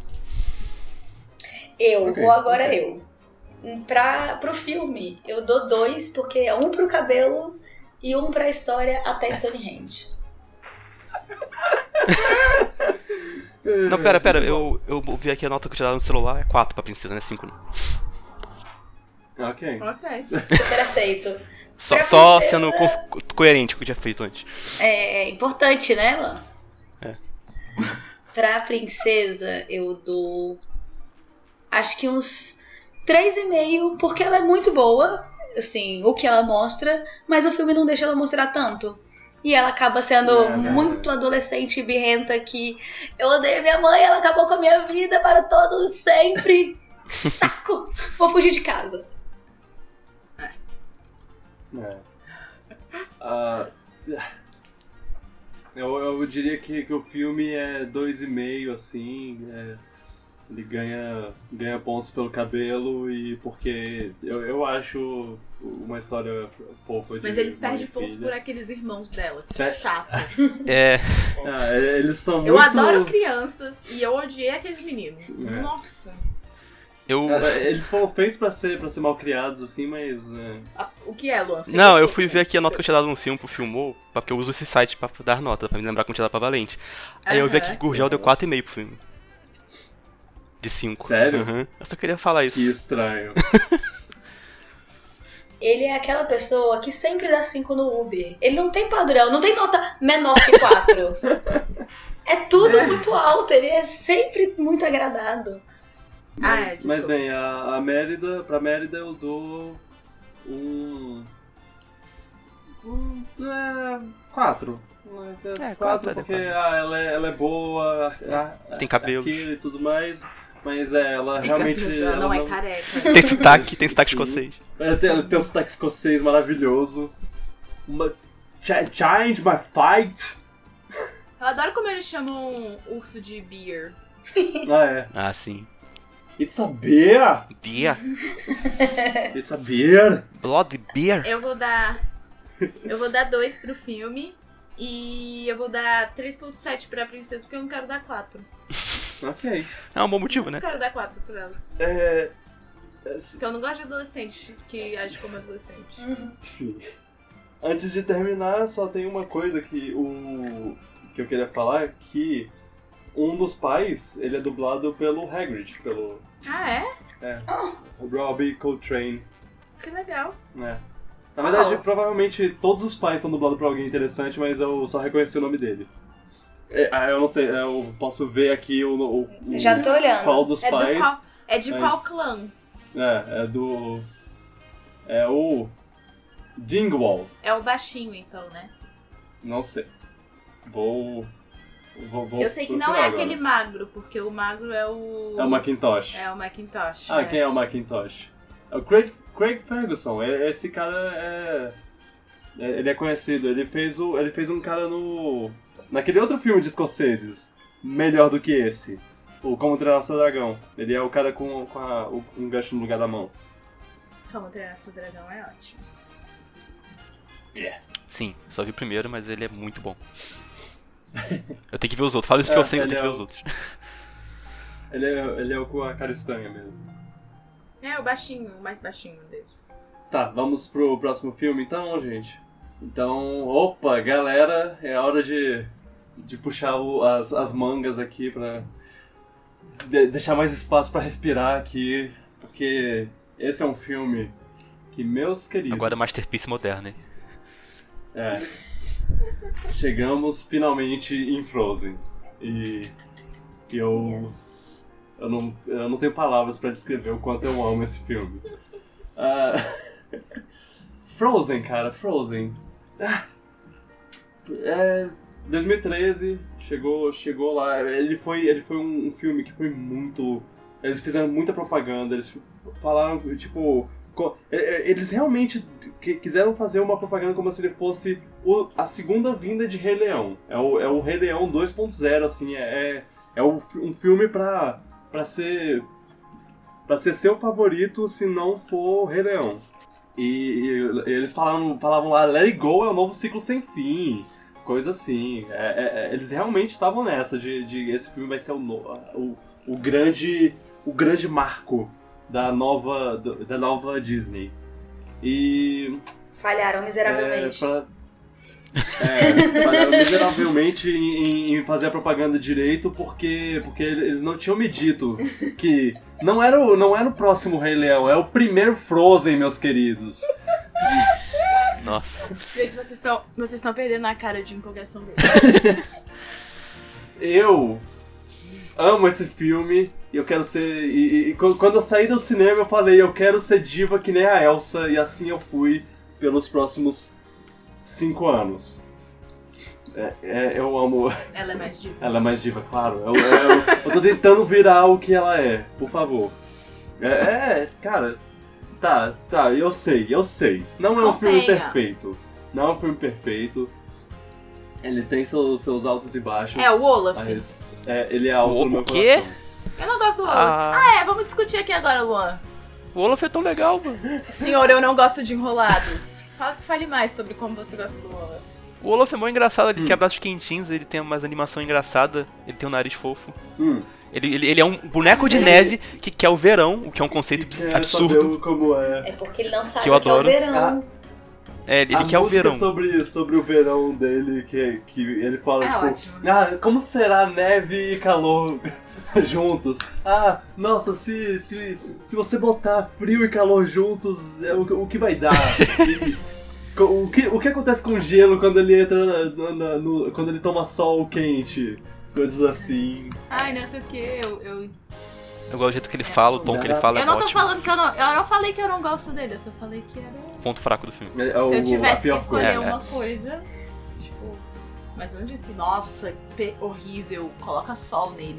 Eu, Ok, ou agora ok. eu. Pra, pro filme, eu dou dois, porque é um pro cabelo e um pra história até Stonehenge. Não, pera, pera. Eu, eu vi aqui a nota que eu tinha dado no celular. É quatro pra Princesa, não é cinco não. Ok. Ok. Super aceito. Só, Pra só Princesa- sendo co- coerente com o que eu tinha feito antes. É importante, né, Lan? É. Pra princesa, eu dou. Acho que uns três e meio, porque ela é muito boa, assim, o que ela mostra, mas o filme não deixa ela mostrar tanto. E ela acaba sendo É, é. muito adolescente e birrenta que eu odeio minha mãe, ela acabou com a minha vida para todo sempre. Saco! Vou fugir de casa. É. Ah, eu, eu diria que, que o filme é dois e meio, assim. é, ele ganha, ganha pontos pelo cabelo e porque eu, eu acho uma história fofa de Mas eles mãe perdem e pontos filha. por aqueles irmãos dela. Que Pe- chato. É. Ah, é, eles são Eu muito... adoro crianças e eu odiei aqueles meninos. É. Nossa. Eu. É, eles foram feitos pra ser, pra ser mal criados, assim, mas... é, A- O que é, Luan? Você Não, eu gostou? fui ver aqui a nota que eu tinha dado no filme pro Filmou, porque eu uso esse site pra dar nota, pra me lembrar quando eu tinha dado pra Valente. Aí eu vi aqui que Gurgel deu quatro e meio pro filme. De cinco. Sério? Uhum. Eu só queria falar isso. Que estranho. Ele é aquela pessoa que sempre dá cinco no Uber. Ele não tem padrão, não tem nota menor que quatro. É tudo muito alto, ele é sempre muito agradado. Ah, é, Mas, desculpa. mas bem, a, a Mérida, pra Mérida eu dou um. um é, quatro. É, quatro quatro é porque adequado. ah, ela, é, ela é boa, a- a- Tem cabelos. aquilo e tudo mais, mas é, ela Tem realmente. cabelo, ela não é não- careca. Tem sotaque, tem sotaque Sim. escocês. Ela tem, ela tem um sotaque escocês maravilhoso. Uma, Ch- Change my fight! Eu adoro como eles chamam urso de beer. Ah, é. Ah, sim. It's a beer! Beer. It's a beer! Blood beer. Eu vou dar. Eu vou dar dois pro filme. E eu vou dar três ponto sete pra princesa, porque eu não quero dar quatro. Ok. É um bom motivo, Eu né? não quero dar quatro pra ela. É. Porque eu não gosto de adolescente que age como adolescente. Sim. Antes de terminar, só tem uma coisa que o que eu queria falar, que um dos pais, ele é dublado pelo Hagrid, pelo Ah, é? Robbie Coltrane. Que legal. É. Na verdade, Oh. provavelmente todos os pais são dublados por alguém interessante, mas eu só reconheci o nome dele. É, ah, eu não sei, eu posso ver aqui o, o, o Já tô olhando. qual dos É, do pais. qual, é de mas- qual clã? É, é do. É o. Dingwall. É o baixinho, então, né? Não sei. Vou. Vou, vou eu sei que não procurar é agora. aquele magro, porque o magro é o. É o Macintosh. É o Macintosh. Ah, é. quem é o Macintosh? É o Craig, Craig Ferguson. É- Esse cara é, é. Ele é conhecido. Ele fez, o, ele fez um cara no. Naquele outro filme de escoceses. Melhor do que esse. O Como Treinar Seu Dragão. Ele é o cara com, com a, o, um gancho no lugar da mão. Como Treinar Seu Dragão é ótimo. Yeah. Sim, só vi o primeiro, mas ele é muito bom. Eu tenho que ver os outros. Fala isso que eu sei, eu tenho que ver os outros. Ele é, ele é o com a cara estranha mesmo. É, o baixinho, o mais baixinho deles. Tá, vamos pro próximo filme então, gente. Então, opa, galera, é hora de, de puxar o, as, as mangas aqui pra de, deixar mais espaço pra respirar aqui, porque esse é um filme que, meus queridos... Agora é Masterpiece moderna, hein? É. Chegamos finalmente em Frozen. E eu... Eu não, eu não tenho palavras pra descrever o quanto eu amo esse filme. Uh, Frozen, cara, Frozen. Ah, é, dois mil e treze, chegou, chegou lá. Ele foi, ele foi um, um filme que foi muito... Eles fizeram muita propaganda, eles falaram, tipo... Eles realmente quiseram fazer uma propaganda como se ele fosse o, a segunda vinda de Rei Leão. É o, é o Rei Leão dois ponto zero, assim, é, é um filme pra... Pra ser, pra ser seu favorito se não for Rei Leão. E, e eles falavam, falavam lá, Let It Go é o novo ciclo sem fim, coisa assim. É, é, eles realmente estavam nessa de, de esse filme vai ser o, o, o, grande, o grande marco da nova, da nova Disney. E... Falharam miseravelmente. É, pra, É, falharam miseravelmente em, em fazer a propaganda direito porque, porque eles não tinham me dito que não era, o, não era o próximo Rei Leão, é o primeiro Frozen, meus queridos. Nossa. Gente, vocês estão vocês estão perdendo a cara de empolgação dele. Eu amo esse filme e eu quero ser... E, e, quando eu saí do cinema eu falei, eu quero ser diva que nem a Elsa, e assim eu fui pelos próximos cinco anos. É, é, eu amo... Ela é mais diva. Ela é mais diva, claro. Eu, eu, eu tô tentando virar o que ela é, por favor. É, é, cara... Tá, tá, eu sei, eu sei. Não é um filme perfeito. Não é um filme perfeito. Ele tem seus, seus altos e baixos. É, o Olaf. Mas é, ele é alto O- no meu o quê? coração. Eu não gosto do Olaf. Ah. Ah, é, vamos discutir aqui agora, Luan. O Olaf é tão legal, mano. Senhor, eu não gosto de enrolados. Fala- Fale mais sobre como você gosta do Olaf. O Olaf é mó engraçado, ele Hum. tem abraços quentinhos, ele tem umas animação engraçada, ele tem um nariz fofo. Hum, Ele, ele, ele é um boneco de neve que quer o verão, o que é um conceito quer absurdo. saber como é. É porque ele não sabe Que eu o que é o adoro. verão. É, ele a quer o música verão. sobre, sobre o verão dele, que, que ele fala, É tipo... ótimo. Ah, como será neve e calor juntos? Ah, nossa, se, se, se você botar frio e calor juntos, é o, o que vai dar? E, co- o, que, o que acontece com o gelo quando ele entra na- na- no, quando ele toma sol quente? Coisas assim. Ai, não sei o que, eu... eu... Eu gosto do jeito que ele fala, o tom que ele fala Eu é não tô ótimo. falando que eu não... Eu não falei que eu não gosto dele, eu só falei que era... Ponto fraco do filme. É, é Se o- eu a tivesse que pior escolher coisa. É, é. uma coisa, tipo... Mas eu não disse, nossa, pe- horrível, coloca sol nele.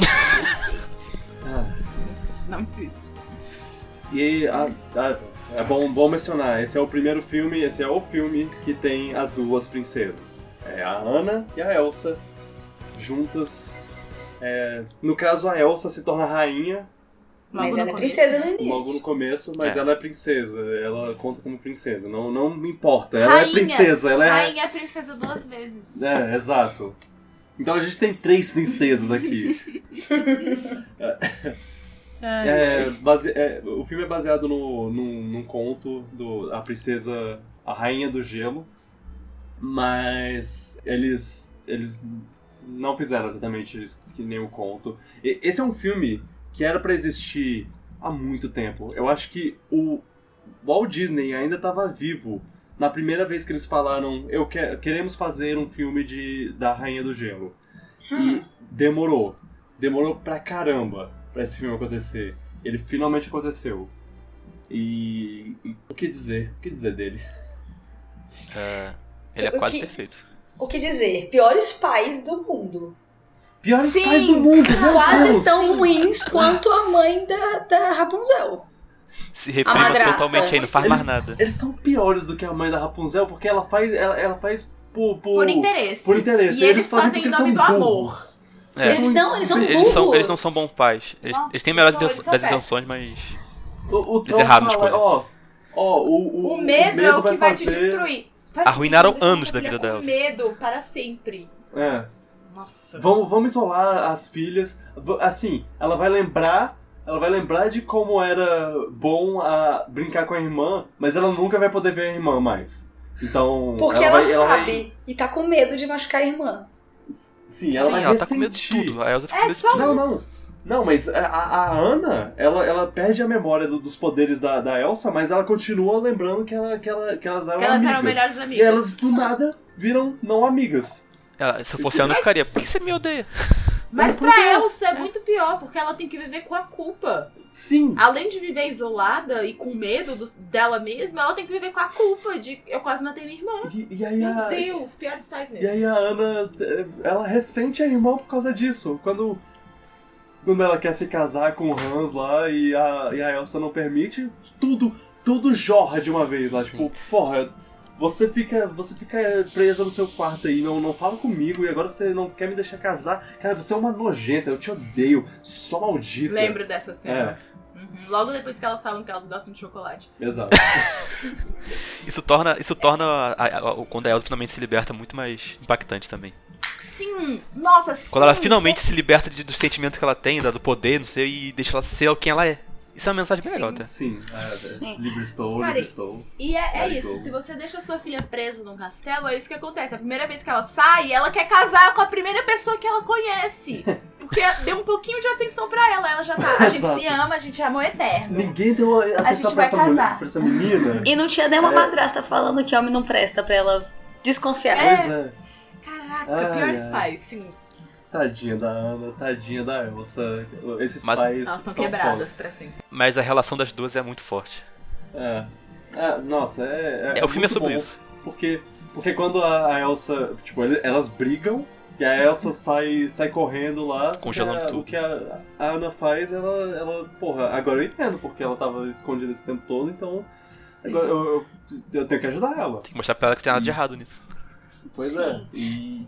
Ah. Não disse isso. E ah, ah, é bom, bom mencionar, esse é o primeiro filme, esse é o filme que tem as duas princesas. É a Anna e a Elsa juntas. É, no caso, a Elsa se torna rainha Mas Logo ela no é começo. princesa no logo no início. começo, mas É. ela é princesa, ela conta como princesa, não, não me importa, ela Rainha. é princesa, ela é... Rainha é princesa duas vezes. É, exato. Então a gente tem três princesas aqui. Ai. É, base- é, o filme é baseado no, num, num conto do a princesa, a rainha do gelo, mas eles eles não fizeram exatamente que nem o conto. E- esse é um filme que era pra existir há muito tempo. Eu acho que o Walt Disney ainda estava vivo na primeira vez que eles falaram, eu que, queremos fazer um filme de da rainha do gelo. E demorou, demorou pra caramba pra esse filme acontecer. Ele finalmente aconteceu. E, e o que dizer? O que dizer dele? É, ele é O quase que- perfeito. O que dizer? Piores pais do mundo. Piores Sim, pais do mundo, meu Quase Deus! tão ruins quanto a mãe da, da Rapunzel. Se reprima madrasta. totalmente aí, não faz mais Eles- nada. Eles são piores do que a mãe da Rapunzel porque ela faz, ela, ela faz por, por, Por interesse. por interesse. E eles fazem porque em eles nome são do amor. burros. É. Eles não, eles são Eles, burros. são, eles não são bons pais. Eles, Nossa, eles têm melhores são- inten- eles são das intenções, mas. O, o Eles Tom erraram na fala, escolha. ó, ó, o, o, O medo, é o que vai te fazer- destruir. Faz Arruinaram sentido, deixar anos essa da filha vida com dela. medo para sempre. É. Nossa. Vamos, vamos isolar as filhas. V- Assim, ela vai lembrar. Ela vai lembrar de como era bom a brincar com a irmã, mas ela nunca vai poder ver a irmã mais. Então. Porque ela, vai, ela sabe vai- e tá com medo de machucar a irmã. Sim, ela Sim, vai ela tá com medo de ressentir. tudo. A Elsa fica É com medo de só- tudo. Não, não. Não, mas a, a a Ana, ela, ela perde a memória do- dos poderes da, da Elsa, mas ela continua lembrando que, ela, que, ela, que elas eram Que elas amigas. eram melhores E amigas. elas, do nada, viram não amigas. Ela- se eu fosse a Ana, eu ficaria. Por que você me odeia? Mas Pois pra é. Elsa é muito pior, porque ela tem que viver com a culpa. Sim. Além de viver isolada e com medo do- dela mesma, ela tem que viver com a culpa de eu quase matei minha irmã. E, e aí Meu a, Deus, piores pais E mesmo. aí a Ana, eh, ela ressente a irmã por causa disso. Quando, quando ela quer se casar com o Hans lá e a, e a Elsa não permite, tudo, tudo jorra de uma vez lá. Tipo, porra, você fica, você fica presa no seu quarto aí, não, não fala comigo e agora você não quer me deixar casar. Cara, você é uma nojenta, eu te odeio, só maldita. Lembro dessa cena. É, Uhum. Logo depois que elas falam que elas gostam de chocolate. exato. Isso torna, isso torna a- a- a- quando a Elsa finalmente se liberta muito mais impactante também. Sim, nossa, sim. Quando ela finalmente se liberta de- do sentimento que ela tem, da- do poder, não sei, e deixa ela ser quem ela é. Isso é uma mensagem bem Sim. legal até. Sim, é, Sim. livre estou, Cara, livre estou. E é, é Let it isso, go. se você deixa sua filha presa num castelo, é isso que acontece. A primeira vez que ela sai, ela quer casar com a primeira pessoa que ela conhece. Porque deu um pouquinho de atenção pra ela. Ela já tá. A gente Exato. se ama, a gente é amor eterno. Ninguém deu atenção gente pra vai essa, casar. mulher, pra essa menina. E não tinha nem uma É. madrasta falando que homem não presta pra ela desconfiar. É. Pois é. Caraca, Ai, piores ai. pais, sim. Tadinha da Ana, tadinha da Elsa. Esses Mas- pais. Elas estão são quebradas pra sempre. Mas a relação das duas é muito forte. foda. É. É, nossa, é. É, o filme é muito sobre bom, isso. Porque, porque quando a, a Elsa. Tipo, ele- elas brigam. E a Elsa sai, sai correndo lá. só que Congelando a- tudo. O que a, a Ana faz, ela, ela. Porra, agora eu entendo porque ela tava escondida esse tempo todo, então. Agora eu, eu, eu tenho que ajudar ela. Tem que mostrar pra ela que tem nada de errado nisso. Pois Sim. é. E.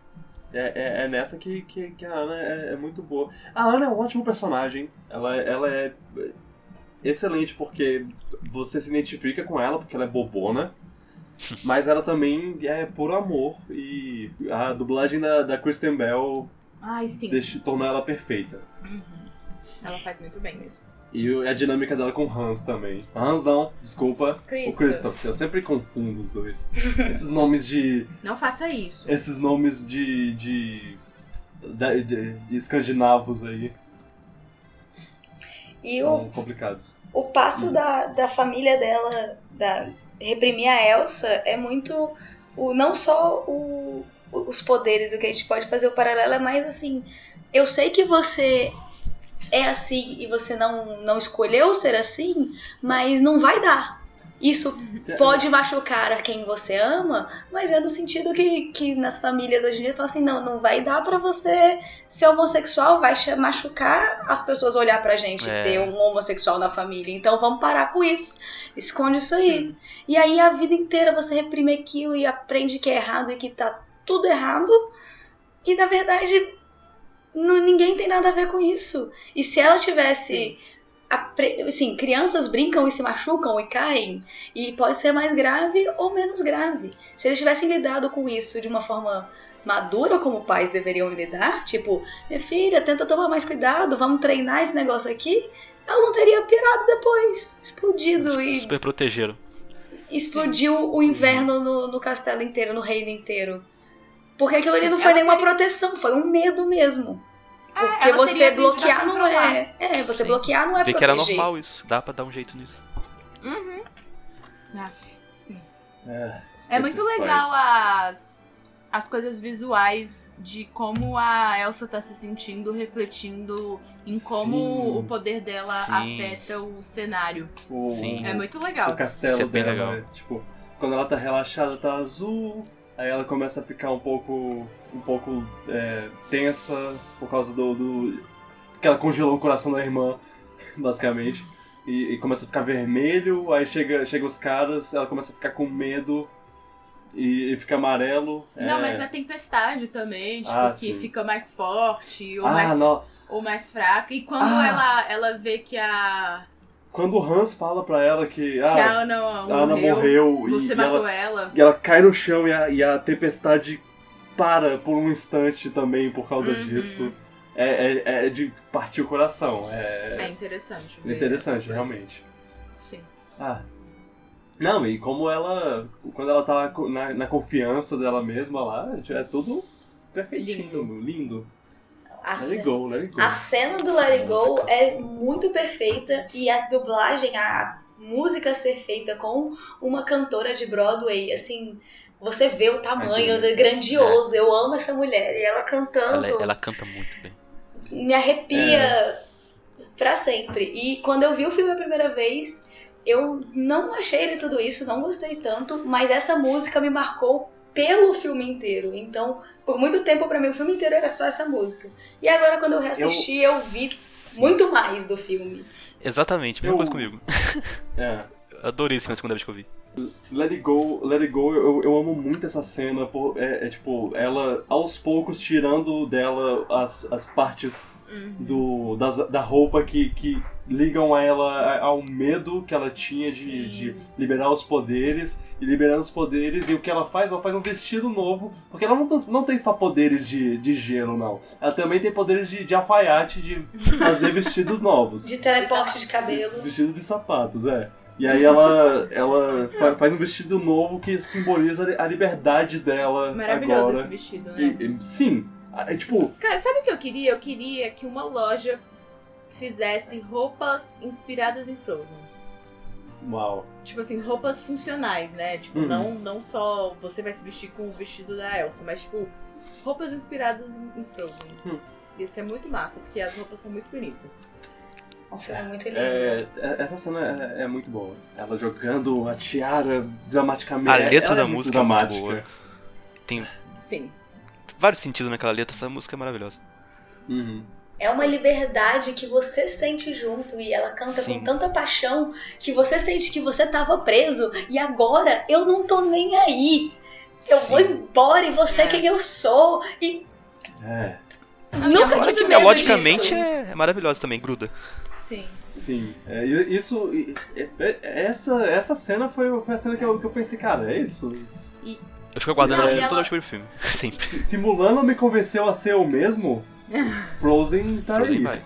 É, é, é nessa que, que, que a Ana é, é muito boa. A Ana é um ótimo personagem. Ela, ela é excelente porque você se identifica com ela, porque ela é bobona. Mas ela também é por amor. E a dublagem da, da Kristen Bell Ai, sim. deixa, tornou ela perfeita. Uhum. Ela faz muito bem mesmo. E a dinâmica dela com o Hans também. Hans não, desculpa. O Christoph. Christoph. Eu sempre confundo os dois. Esses nomes de. Não faça isso. Esses nomes de. de. de, de- de escandinavos aí E o, são complicados. o passo da, da família dela, da reprimir a Elsa, é muito. O, não só o, os poderes, o que a gente pode fazer o paralelo, é mais assim. Eu sei que você é assim e você não, não escolheu ser assim, mas não vai dar. Isso pode machucar a quem você ama, mas é no sentido que, que nas famílias hoje em dia falam assim, não, não vai dar pra você ser homossexual, vai cha- machucar as pessoas olhar pra gente e É. ter um homossexual na família, então vamos parar com isso, esconde isso aí. E aí a vida inteira você reprime aquilo e aprende que é errado e que tá tudo errado, e na verdade não, ninguém tem nada a ver com isso. E se ela tivesse... apre- Assim, crianças brincam e se machucam e caem, e pode ser mais grave ou menos grave. Se eles tivessem lidado com isso de uma forma madura, como pais deveriam lidar, tipo, minha filha, tenta tomar mais cuidado, vamos treinar esse negócio aqui, ela não teria pirado depois, explodido e Super protegeram. explodiu o inverno no, no castelo inteiro, no reino inteiro. Porque aquilo ali não Sim, foi ela nenhuma teria- proteção, foi um medo mesmo. É, Porque ela você teria aprendido a bloquear não controlar. é. É, você Sim. bloquear não é Ver que proteger. era normal isso. Dá pra dar um jeito nisso. Uhum. Aff, sim. É, É esses muito legal as, as coisas visuais de como a Elsa tá se sentindo, refletindo em como Sim. o poder dela Sim. afeta o cenário. o, Sim. É muito o legal. castelo Isso é bem dela, legal. né? Tipo, quando ela tá relaxada tá azul, aí ela começa a ficar um pouco um pouco é, tensa por causa do, do porque ela congelou o coração da irmã, basicamente, e, e começa a ficar vermelho, aí chega chega os caras, ela começa a ficar com medo e, e fica amarelo. Não, é... mas na tempestade também, tipo, Ah, que sim. fica mais forte ou, Ah, mais, não. ou mais fraca. E quando Ah. ela, ela vê que a, Quando o Hans fala pra ela que, que ah, a Ana a morreu, Ana morreu e, você e matou ela, ela. e ela cai no chão e a, e a tempestade para por um instante também por causa Uhum. disso. É, é, é de partir o coração. É É, interessante. é ver interessante, essas coisas. realmente. Sim. Ah. Não, e como ela. Quando ela tá na, na confiança dela mesma lá, é tudo perfeitinho, lindo. lindo. A, Let it ce- go, let it go. a cena do Let It Go é muito perfeita e a dublagem, a música ser feita com uma cantora de Broadway, assim, você vê o tamanho demais, do grandioso. Eu amo essa mulher e ela cantando. Ela, ela canta muito bem. Me arrepia pra sempre. E quando eu vi o filme a primeira vez, eu não achei ele tudo isso, não gostei tanto, mas essa música me marcou pelo filme inteiro. Então, por muito tempo pra mim o filme inteiro era só essa música. E agora quando eu reassisti, eu, eu vi muito mais do filme. Exatamente, mesma Eu- coisa comigo. É. Adorei esse filme a segunda vez que eu vi. Let It Go, Let It Go, eu, eu amo muito essa cena. Pô, é, é tipo, ela aos poucos tirando dela as, as partes Uhum. do, das, da roupa que, que ligam a ela ao medo que ela tinha de, Sim. de liberar os poderes. E liberando os poderes, e o que ela faz? Ela faz um vestido novo. Porque ela não, não tem só poderes de, de gelo, não. Ela também tem poderes de, de alfaiate, de fazer vestidos novos. De teleporte de cabelo. Vestidos e sapatos, é. E aí ela, ela fa- faz um vestido novo que simboliza a liberdade dela Maravilhoso agora. esse vestido, né? E- e- sim, é tipo, Cara, sabe o que eu queria? Eu queria que uma loja fizesse roupas inspiradas em Frozen. uau. Tipo assim, roupas funcionais, né? Tipo, Uhum. não, não só você vai se vestir com o vestido da Elsa, mas tipo, roupas inspiradas em, em Frozen. Hum. Isso é muito massa, porque as roupas são muito bonitas. Um filme muito lindo. É, é- essa cena é, é muito boa. Ela jogando a tiara dramaticamente. A letra Ela da é muito música é muito dramática. boa. Tem Sim. vários sentidos naquela letra, essa música é maravilhosa. Uhum. É uma liberdade que você sente junto e ela canta Sim. com tanta paixão que você sente que você tava preso e agora eu não tô nem aí. Eu vou Sim. embora e você é É. quem eu sou. E É, nunca Fora tive que medo melodicamente disso. é, é maravilhosa também, gruda. Sim. sim. É, e- isso. e- é- é- essa, essa cena foi, foi a cena que eu, que eu pensei, cara, é isso? Eu fico aguardando Não, ela e ela- toda vez que eu vejo o filme. Sempre. Se, se Mulan me convenceu a ser eu mesmo, Frozen tá Frozen aí. vai.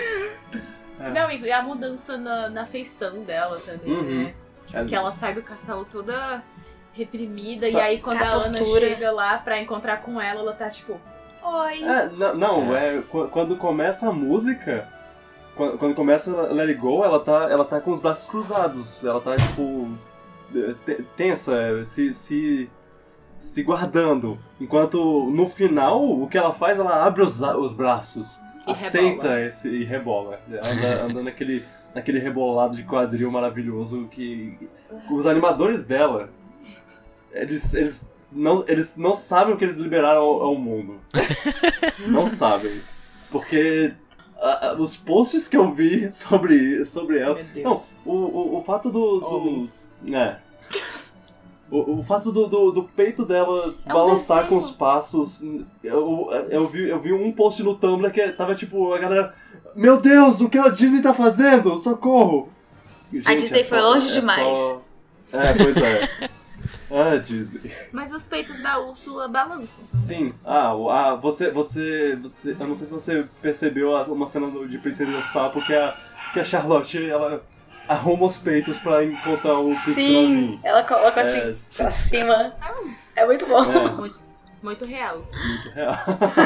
É. Não, e a mudança na, na feição dela também, Uhum. né? Tipo, que ela sai do castelo toda reprimida, Sa- e aí quando essa a Ana postura. chega lá pra encontrar com ela, ela tá tipo, oi. É, não, não é. qu- quando começa a música, quando, quando começa Let It Go, ela tá, ela tá com os braços cruzados. Ela tá, tipo, te- tensa, se, se, se guardando. Enquanto no final, o que ela faz, ela abre os, os braços, E aceita rebola. esse e rebola. Anda, anda naquele, naquele rebolado de quadril maravilhoso que os animadores dela, eles, eles não, eles não sabem o que eles liberaram ao, ao mundo. Não sabem. Porque a- a- os posts que eu vi sobre, sobre ela... Meu Deus. Não, o, o, o fato do... do Homens. é. O, o fato do, do, do peito dela É um balançar desenho. com os passos... Eu, eu, vi, eu vi um post no Tumblr que tava tipo, a galera... Meu Deus, o que a Disney tá fazendo? Socorro! Gente, Disney é foi só- longe é demais. só- É, pois é. Ah, Disney. Mas os peitos da Úrsula balançam. Sim. Ah, o- ah você, você, você... Eu não sei se você percebeu a- uma cena do- de Princesa e o Sapo que a, que a Charlotte, ela arruma os peitos pra encontrar o Príncipe Sim, Novinho. ela coloca É, assim pra cima. É muito bom. É, Muito, muito real. muito real.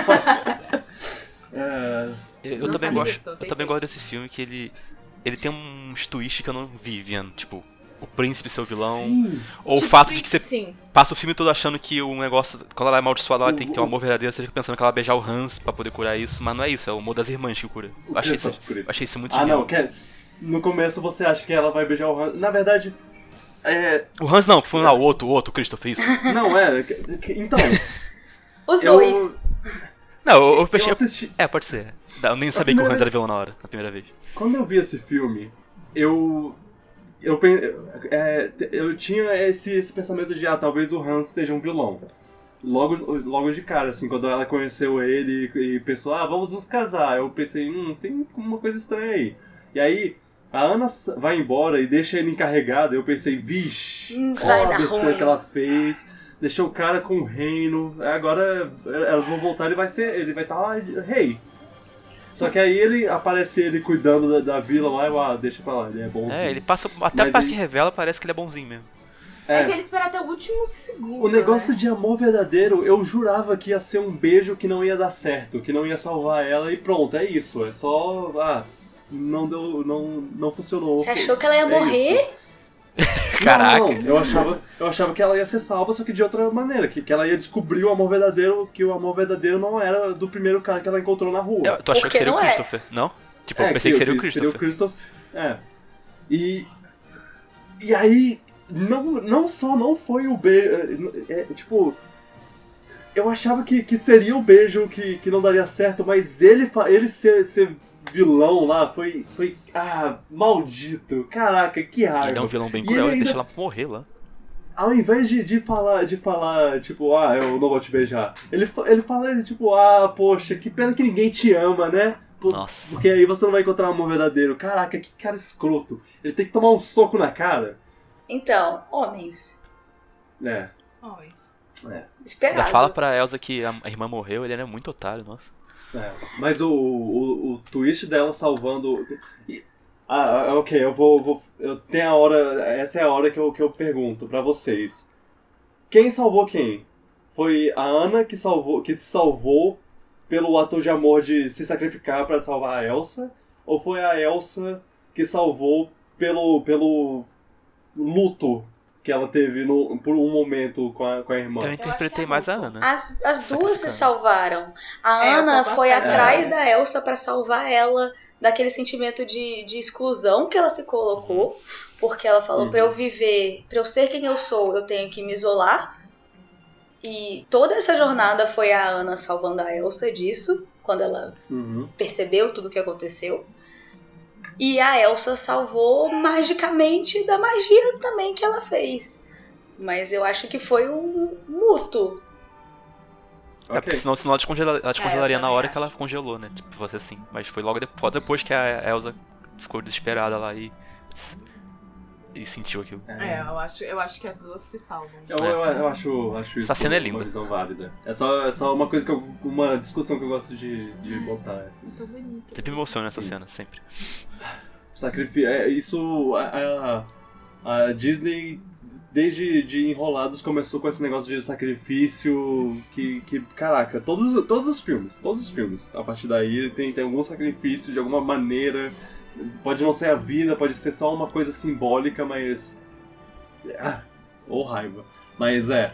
É, Eu, Você eu não também sabe gosto, disso, eu eu tenho também que- gosto desse filme que ele ele tem uns twists que eu não vi vendo, tipo, o príncipe ser o vilão, sim. ou o Tipo, fato de que você Sim. passa o filme todo achando que o negócio, quando ela é amaldiçoada, ela tem que ter um O- amor verdadeiro, você fica pensando que ela vai beijar o Hans pra poder curar isso, mas não é isso, é o amor das irmãs que cura. O Eu achei isso, Christopher Christ. eu achei isso muito Ah, genial. não, que no começo você acha que ela vai beijar o Hans. Na verdade, é. O Hans não, foi não, o outro, o outro, o Christopher, isso. Não, é. que- que- Então, Os eu, dois. Não, eu, eu eu pensei... assisti. É, pode ser. Eu nem sabia que o primeira Hans era vilão na hora, na primeira vez. Quando eu vi esse filme, eu. eu, pe- é, eu tinha esse, esse pensamento de, ah, talvez o Hans seja um vilão. Logo, logo de cara, assim, quando ela conheceu ele e, e pensou, ah, vamos nos casar. Eu pensei, hum, tem uma coisa estranha aí. E aí, a Ana vai embora e deixa ele encarregado. Eu pensei, vixe, Hum, ó vai a dar besteira ruim. que ela fez. Deixou o cara com o reino. Agora elas vão voltar e vai ser, ele vai estar lá, rei. Só que aí ele aparece ele cuidando da, da vila lá e eu, ah, deixa pra lá, ele é bonzinho. É, ele passa. Até Mas a parte aí- que revela, parece que ele é bonzinho mesmo. É. É, que ele espera até o último segundo. o negócio né? de amor verdadeiro, eu jurava que ia ser um beijo que não ia dar certo, que não ia salvar ela e pronto, é isso. É só, ah, não deu, não, não funcionou. Você achou que ela ia É morrer? isso. Caraca. Não, não, eu achava, eu achava que ela ia ser salva, só que de outra maneira, que, que ela ia descobrir o amor verdadeiro, que o amor verdadeiro não era do primeiro cara que ela encontrou na rua. Eu, tu achou que Porque seria o não é. Christopher? Não? Tipo, É, eu pensei que, seria o Seria Christopher. o Christopher. É. E. E aí. Não, não só não foi o beijo. É, tipo. Eu achava que, que seria o beijo que, que não daria certo, mas ele, fa- ele ser, ser vilão lá foi. Foi. Ah, maldito. Caraca, que raiva. Ele é um vilão bem E cruel, ele ele ainda- deixa ela morrer lá. Ao invés de, de falar, de falar, tipo, ah, eu não vou te beijar, ele, fa- ele fala, tipo, ah, poxa, que pena que ninguém te ama, né? Por- Nossa. Porque aí você não vai encontrar um amor verdadeiro. Caraca, que cara escroto. Ele tem que tomar um soco na cara. Então, homens. É, Ai. é, Esperado. Ainda fala pra Elsa que a a irmã morreu, ele é muito otário, nossa. é. Mas o, o, o twist dela salvando... e- Ah, ah, ok, eu vou, vou... Eu tenho a hora... Essa é a hora que eu, que eu pergunto pra vocês. Quem salvou quem? Foi a Ana que, salvou, que se salvou pelo ato de amor de se sacrificar pra salvar a Elsa? Ou foi a Elsa que salvou pelo, pelo luto que ela teve no, por um momento com a, com a irmã? Eu interpretei mais a Ana. As, as duas se Sacrificando. salvaram. A É, eu Ana concordo. foi É. atrás da Elsa pra salvar ela daquele sentimento de, de exclusão que ela se colocou. Porque ela falou, Uhum. pra eu viver, pra eu ser quem eu sou, eu tenho que me isolar. E toda essa jornada foi a Ana salvando a Elsa disso, quando ela Uhum. percebeu tudo o que aconteceu. E a Elsa salvou magicamente da magia também que ela fez. Mas eu acho que foi um mútuo. É porque Ok. senão, senão ela, descongela, ela descongelaria eu na também hora acho. que ela congelou, né? Tipo, fosse assim. Mas foi logo depois, só depois que a Elsa ficou desesperada lá e. E sentiu aquilo. É, eu acho, eu acho que as duas se salvam. Eu, eu, eu acho, acho isso Essa cena é uma linda. visão válida. É só, é só uma coisa que eu, uma discussão que eu gosto de, de botar. Muito bonito. Sempre me emociona essa Sim. cena, sempre. Sacrifício. É, isso. A, a, a Disney, desde de Enrolados, começou com esse negócio de sacrifício. Que, que caraca, todos, todos os filmes. Todos os filmes. A partir daí tem, tem algum sacrifício de alguma maneira. Pode não ser a vida, pode ser só uma coisa simbólica, mas. Ah, ou raiva. Mas é.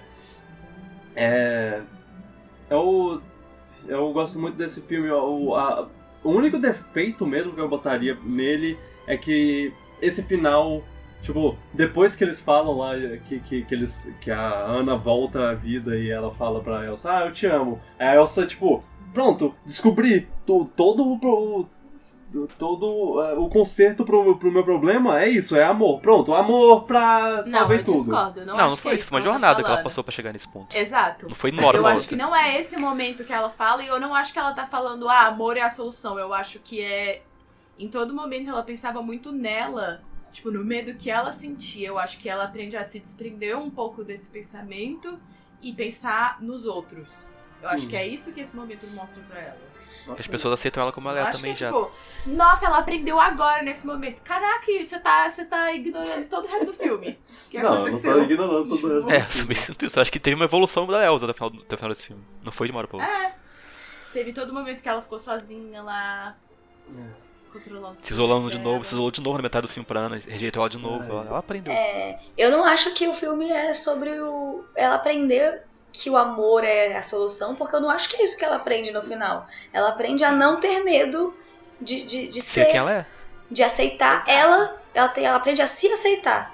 É. Eu. Eu gosto muito desse filme. O, a, o único defeito mesmo que eu botaria nele é que esse final. Tipo, depois que eles falam lá que, que, que, eles, que a Ana volta à vida e ela fala pra Elsa, ah, eu te amo. Aí a Elsa, tipo, pronto, descobri to, todo o. Todo uh, o conserto pro, pro meu problema é isso, é amor. Pronto, amor pra Não, salvar eu tudo. discordo. Não, Não, acho não que foi é isso, foi uma que ela tá jornada que ela falando. passou pra chegar nesse ponto. Exato. Não foi de uma hora Eu pra acho outra. que não é esse momento que ela fala e eu não acho que ela tá falando, ah, amor é a solução. Eu acho que é. Em todo momento ela pensava muito nela, tipo, no medo que ela sentia. Eu acho que ela aprende a se desprender um pouco desse pensamento e pensar nos outros. Eu acho Hum. que é isso que esse momento mostra pra ela. As pessoas aceitam ela como ela Eu é acho também que é, já. tipo, nossa, ela aprendeu agora nesse momento. Caraca, você tá, você tá ignorando todo o resto do filme. O que Não, eu não aconteceu? tô ignorando todo o resto. É, eu também sinto isso. Eu acho que teve uma evolução da Elsa até o final, até o final desse filme. Não foi de uma hora pra outra. É. Teve todo momento que ela ficou sozinha lá. É. Controlando os Se isolando de poderes novo, dela. se isolou de novo na metade do filme pra Ana, rejeitou ela de novo. Ai. Ela, ela aprendeu. É, eu não acho que o filme é sobre o, ela aprender que o amor é a solução, porque eu não acho que é isso que ela aprende no final. Ela aprende a não ter medo de, de, de Ser ser, quem ela é. de aceitar. Exato. Ela, ela, tem, ela aprende a se aceitar.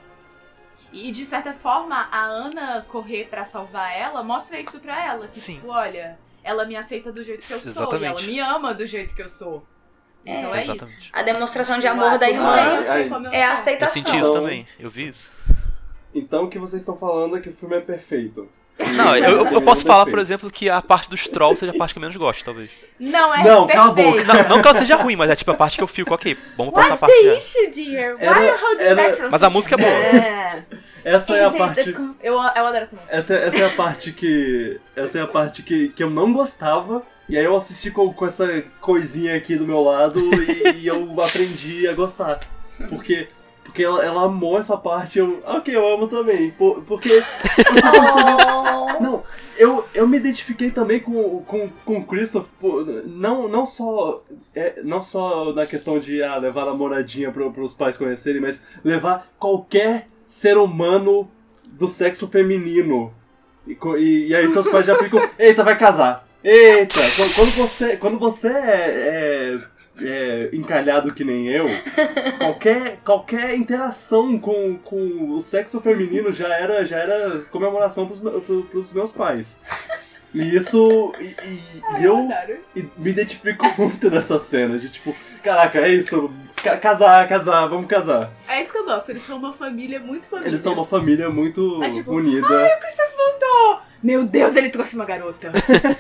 E de certa forma, a Ana correr pra salvar ela mostra isso pra ela. Que Sim. tipo, olha, ela me aceita do jeito que eu sou. E ela Exatamente. me ama do jeito que eu sou. É, Então é Exatamente. isso. A demonstração de amor Ah, da tudo irmã bem, eu Ai, sei ai. como eu é a sou. Eu aceitação. senti isso Então- também, eu vi isso. Então o que vocês estão falando é que o filme é perfeito. Não, eu, eu, Tem eu posso nenhum falar, por defeito. exemplo, que a parte dos trolls seja a parte que eu menos gosto, talvez. Não, é Não, cala a perfeito. boca. Não, não que ela seja ruim, mas é tipo a parte que eu fico, ok, vamos pra essa What's parte the já. issue, dear? Why Era- are you holding era- back from Mas a música é boa. É. Essa é a Is it parte. the con- Eu, eu adoro essa música. Essa, essa é a parte que. Essa é a parte que, que eu não gostava. E aí eu assisti com, com essa coisinha aqui do meu lado e, e eu aprendi a gostar. Porque. Porque ela, ela amou essa parte, eu. Ok, eu amo também. Por- porque. eu fico pensando- Oh. Não, eu, eu me identifiquei também com, com, com o Christoph, pô, não, não, só, é, não só na questão de ah, levar a namoradinha pro, pros pais conhecerem, mas levar qualquer ser humano do sexo feminino. E, co- e, e aí seus pais já ficam, eita, vai casar. Eita, quando, quando você, quando você é, é, é encalhado que nem eu, qualquer, qualquer interação com, com o sexo feminino já era, já era comemoração pros, me- pro- pros meus pais. E isso. E, e- e eu adoro. e me identifico muito nessa cena de tipo, caraca, é isso, ca- casar, casar, vamos casar. É isso que eu gosto, eles são uma família muito família. Eles são uma família muito É tipo, unida. O Christopher voltou! Meu Deus, ele trouxe uma garota.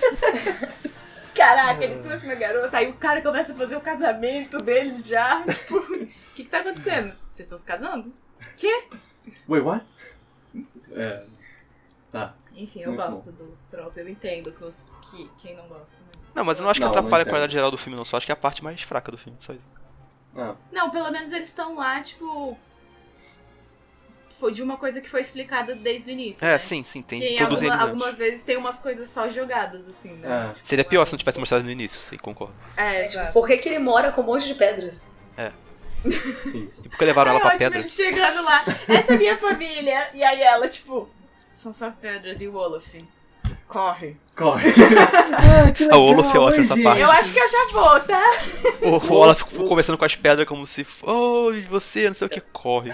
Caraca, ele trouxe uma garota. Aí o cara começa a fazer o casamento deles já. Tipo, o que que tá acontecendo? Vocês estão se casando? Quê? Wait, what? É. Tá. Enfim, eu Muito gosto dos trolls. Eu entendo que, os, que quem não gosta. Mas... Não, mas eu não acho que Não, não atrapalha a entendo. qualidade geral do filme, não. Só acho que é a parte mais fraca do filme, só isso. Ah. Não, pelo menos eles estão lá, tipo... Foi de uma coisa que foi explicada desde o início, É, né? sim, sim, tem Que todos alguma- eles antes. algumas vezes tem umas coisas só jogadas, assim, né? Ah. Seria pior se não tivesse mostrado no início, sim, concordo. É, É, tipo, exato. por que, que ele mora com um monte de pedras? Sim. E por que levaram ela Ai, pra ótimo, pedra? ele chegando lá, essa é minha família. E aí ela, tipo, são só pedras e o Olaf. Corre. Corre. Ah, o Olaf é ótimo essa parte. Eu acho que eu já vou, tá? O, o Olaf ficou conversando com as pedras como se... Oh, e você, não sei o que, corre.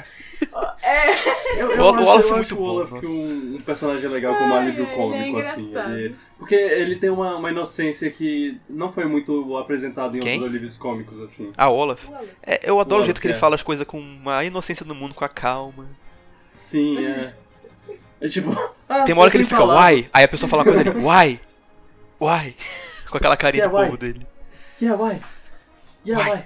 É. Eu, O eu Olaf acho, é eu muito acho o bom, Olaf nossa. um, um personagem legal como Ai, alívio ele é cômico, assim. engraçado. Ele- porque ele tem uma, uma inocência que não foi muito apresentada em Quem? outros alívios cômicos, assim. Ah, o Olaf. O Olaf. É, eu adoro o Olaf, jeito que ele é. fala as coisas com uma inocência do mundo, com a calma. Sim, é. É tipo. Ah, Tem uma hora que ele eu fica, fui falar. why? Aí a pessoa fala uma coisa dele, why? Why? Com aquela carinha Que é de why? povo dele. Yeah, why? Yeah, Why? why?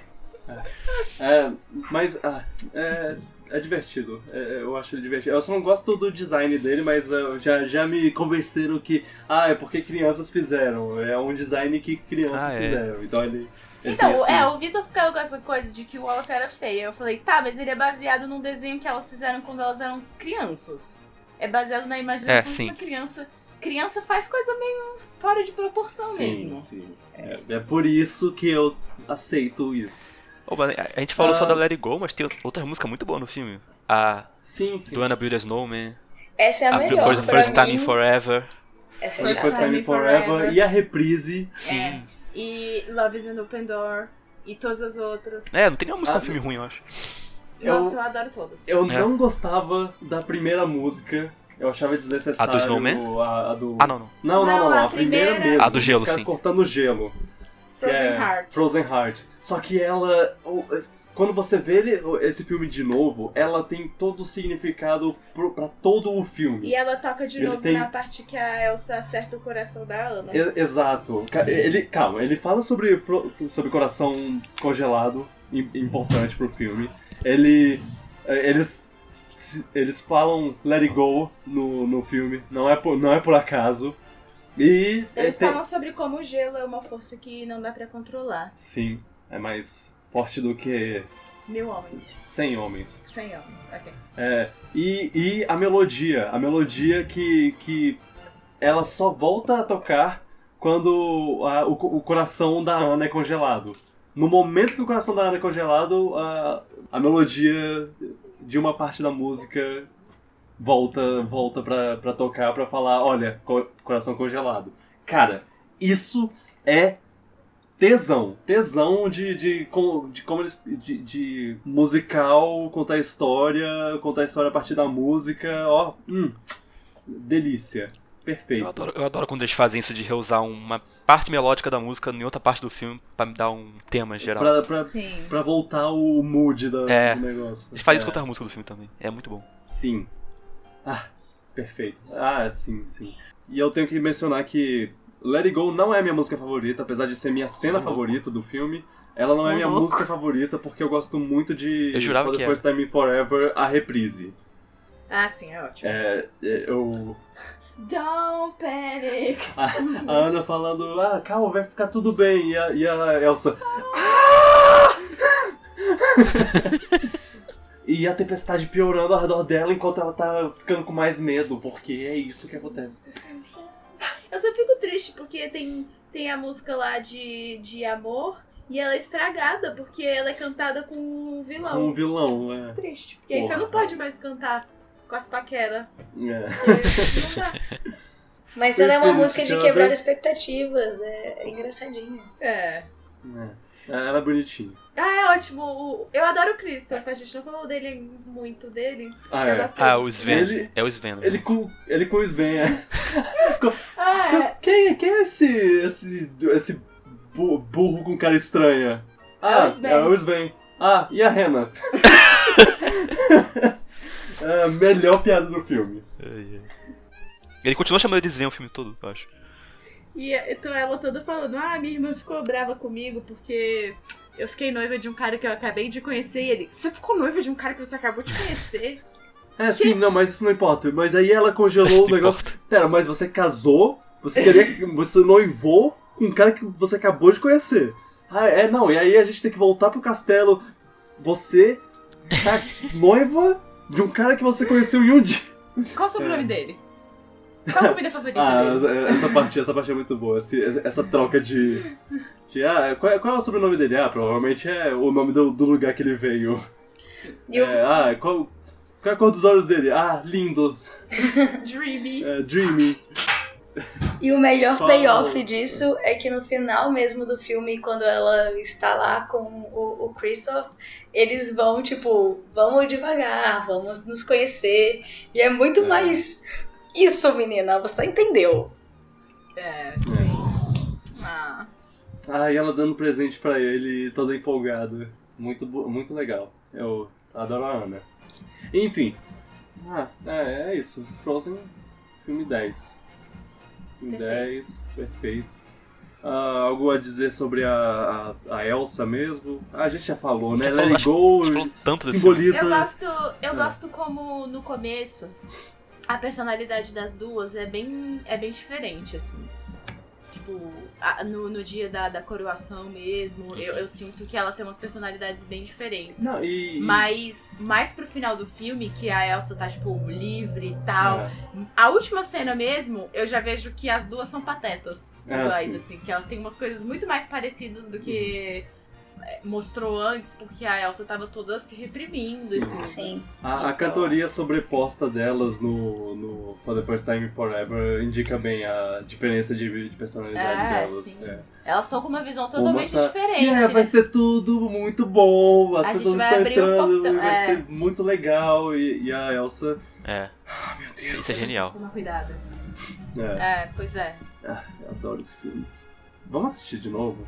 É, É, mas ah, é, é divertido. É, eu acho ele divertido. Eu só não gosto do design dele, mas uh, já, já me convenceram que. Ah, é porque crianças fizeram. É um design que crianças Ah, é. fizeram. Então ele. ele Então, tem esse- é, o Vitor ficava com essa coisa de que o Olaf era feio. Eu falei, tá, mas ele é baseado num desenho que elas fizeram quando elas eram crianças. É baseado na imaginação É, de sim. uma criança. Criança faz coisa meio fora de proporção Sim, mesmo. sim. É, é por isso que eu aceito isso. Ô, mas a a gente falou Ah. só da Let It Go, mas tem outra música muito boa no filme. A Sim, sim. do Anna Build a Snowman. Essa é a, A melhor First, pra First Time mim. in Forever. Essa é First chata. Time Time Forever. Forever. E a reprise. Sim. É. E Love is an Open Door. E todas as outras. É, não tem nenhuma música Ah, no filme ruim, eu acho. Nossa, eu- eu adoro todas. Eu É. não gostava da primeira música. Eu achava desnecessário. A do Snowman? A, a do... Ah, não, não. Não, não, Não, não, não, a a primeira primeira- mesmo. A do gelo, Os caras sim. cortando gelo. que Frozen é Heart. Frozen Heart. Só que ela, o- quando você vê ele- esse filme de novo, ela tem todo o significado pro, pra todo o filme. E ela toca de Ele novo tem- na parte que a Elsa acerta o coração da Ana. E- exato. Ca- Ele, calma, ele fala sobre, fro- sobre coração congelado, im- importante pro filme. Ele, eh, eles, eles falam Let It Go no, no filme, não é por, não é por acaso. E Eles eh, tem- falam sobre como o gelo é uma força que não dá pra controlar. sim, é mais forte do que Mil homens. cem homens. Cem homens, ok. É, e, e a melodia, a melodia que, que ela só volta a tocar quando a- o, co- o coração da Ana é congelado. No momento que o coração da Ana é congelado, a, a melodia de uma parte da música volta, volta pra, pra tocar, pra falar, olha, co- coração congelado. Cara, isso é tesão. Tesão de, de, com- de como eles. De, de musical, contar a história, contar a história a partir da música, ó. Hum, delícia. perfeito. Eu adoro, eu adoro quando eles fazem isso de reusar uma parte melódica da música em outra parte do filme pra me dar um tema geral. Pra, pra, Sim. pra voltar o mood da, É. do negócio. Eles fazem é. isso com outra música do filme também. É muito bom. Sim. Ah, perfeito. Ah, sim, sim. E eu tenho que mencionar que Let It Go não é minha música favorita, apesar de ser minha cena Ô, favorita do filme. Ela não é Ô, minha louco. música favorita porque eu gosto muito de Eu jurava For que the First Time in Forever, a reprise. Ah, sim, é ótimo. É, é, eu... Don't panic. A, a Ana falando, ah, calma, vai ficar tudo bem. E a, e a Elsa... E a tempestade piorando ao redor dela enquanto ela tá ficando com mais medo, porque é isso que acontece. Eu só fico triste porque tem, tem a música lá de, de amor e ela é estragada porque ela é cantada com um vilão. Com um vilão, é. Triste. Porque aí Porra, você não pode mas- mais cantar com as paqueras. é. Porque não dá. Mas ela é uma Perfeito, música de cada quebrar vez- expectativas, é, é engraçadinho. É. É. Ela é bonitinha. Ah, é ótimo. O- Eu adoro o Christopher. A gente não falou dele muito dele. Ah, Eu é. gosto Ah, muito. o Sven. Ele- É o Sven. né? Ele com, ele com o Sven, é. Ah, é. Quem, quem é esse, esse, esse bu- burro com cara estranha? Ah, o Sven. é o Sven. Ah, e a Hannah? É a melhor piada do filme. Ai, ai. Ele continua chamando ele de Sven o filme todo, eu acho. E então ela toda falando, ah, minha irmã ficou brava comigo porque eu fiquei noiva de um cara que eu acabei de conhecer. E ele, você ficou noiva de um cara que você acabou de conhecer? É, sim, não, mas isso não importa. Mas aí ela congelou Isso o não negócio. importa. Pera, mas você casou? Você queria. Você noivou com um cara que você acabou de conhecer. Ah, é, não, e aí a gente tem que voltar pro castelo. Você tá noiva de um cara que você conheceu em um dia. Qual o sobrenome É. dele? Qual a comida favorita Ah, dele? essa parte, essa parte é muito boa. Esse- essa troca de. de ah, qual, é- qual é o sobrenome dele? Ah, provavelmente é o nome do, do lugar que ele veio. E o, É, ah, qual, qual é a cor dos olhos dele? Ah, lindo. Dreamy. É, dreamy. e o melhor Qual- payoff disso é que no final mesmo do filme, quando ela está lá com o, o Christoph, eles vão, tipo, vamos devagar, vamos nos conhecer. E é muito É. mais isso, menina, você entendeu. É, sim. Ah. Ah, e ela dando presente pra ele, toda empolgada. Muito, bo- muito legal. Eu adoro a Ana. Enfim. Ah, é, é isso. Frozen, filme dez. Filme Perfeito. dez, perfeito. Ah, algo a dizer sobre a, a, a Elsa mesmo? Ah, a gente já falou, né? Já Let falou- It Go A gente falou tanto desse filme. simboliza... Eu gosto, eu É. gosto como no começo a personalidade das duas é bem, é bem diferente, assim. Tipo, a- no, no dia da, da coroação mesmo, eu, eu sinto que elas têm umas personalidades bem diferentes. Não, e... Mas mais pro final do filme, que a Elsa tá, tipo, livre e tal. É. A última cena mesmo, eu já vejo que as duas são patetas Ah, iguais, sim. assim. Que elas têm umas coisas muito mais parecidas do que é, mostrou antes, porque a Elsa tava toda se reprimindo Sim. e tudo. Sim. A, a Então- cantoria sobreposta delas no, no For the First Time in Forever indica bem a diferença de, de personalidade É, delas. sim. É. Elas estão com uma visão Uma totalmente tá- diferente. E é, vai né? ser tudo muito bom, as A pessoas gente vai estão abrir um entrando, portão, vai é. ser muito legal. E, e a Elsa. É, Ah, meu isso, Deus. isso é genial. Toma cuidado. É, É, pois é. ah, eu adoro esse filme. Vamos assistir de novo?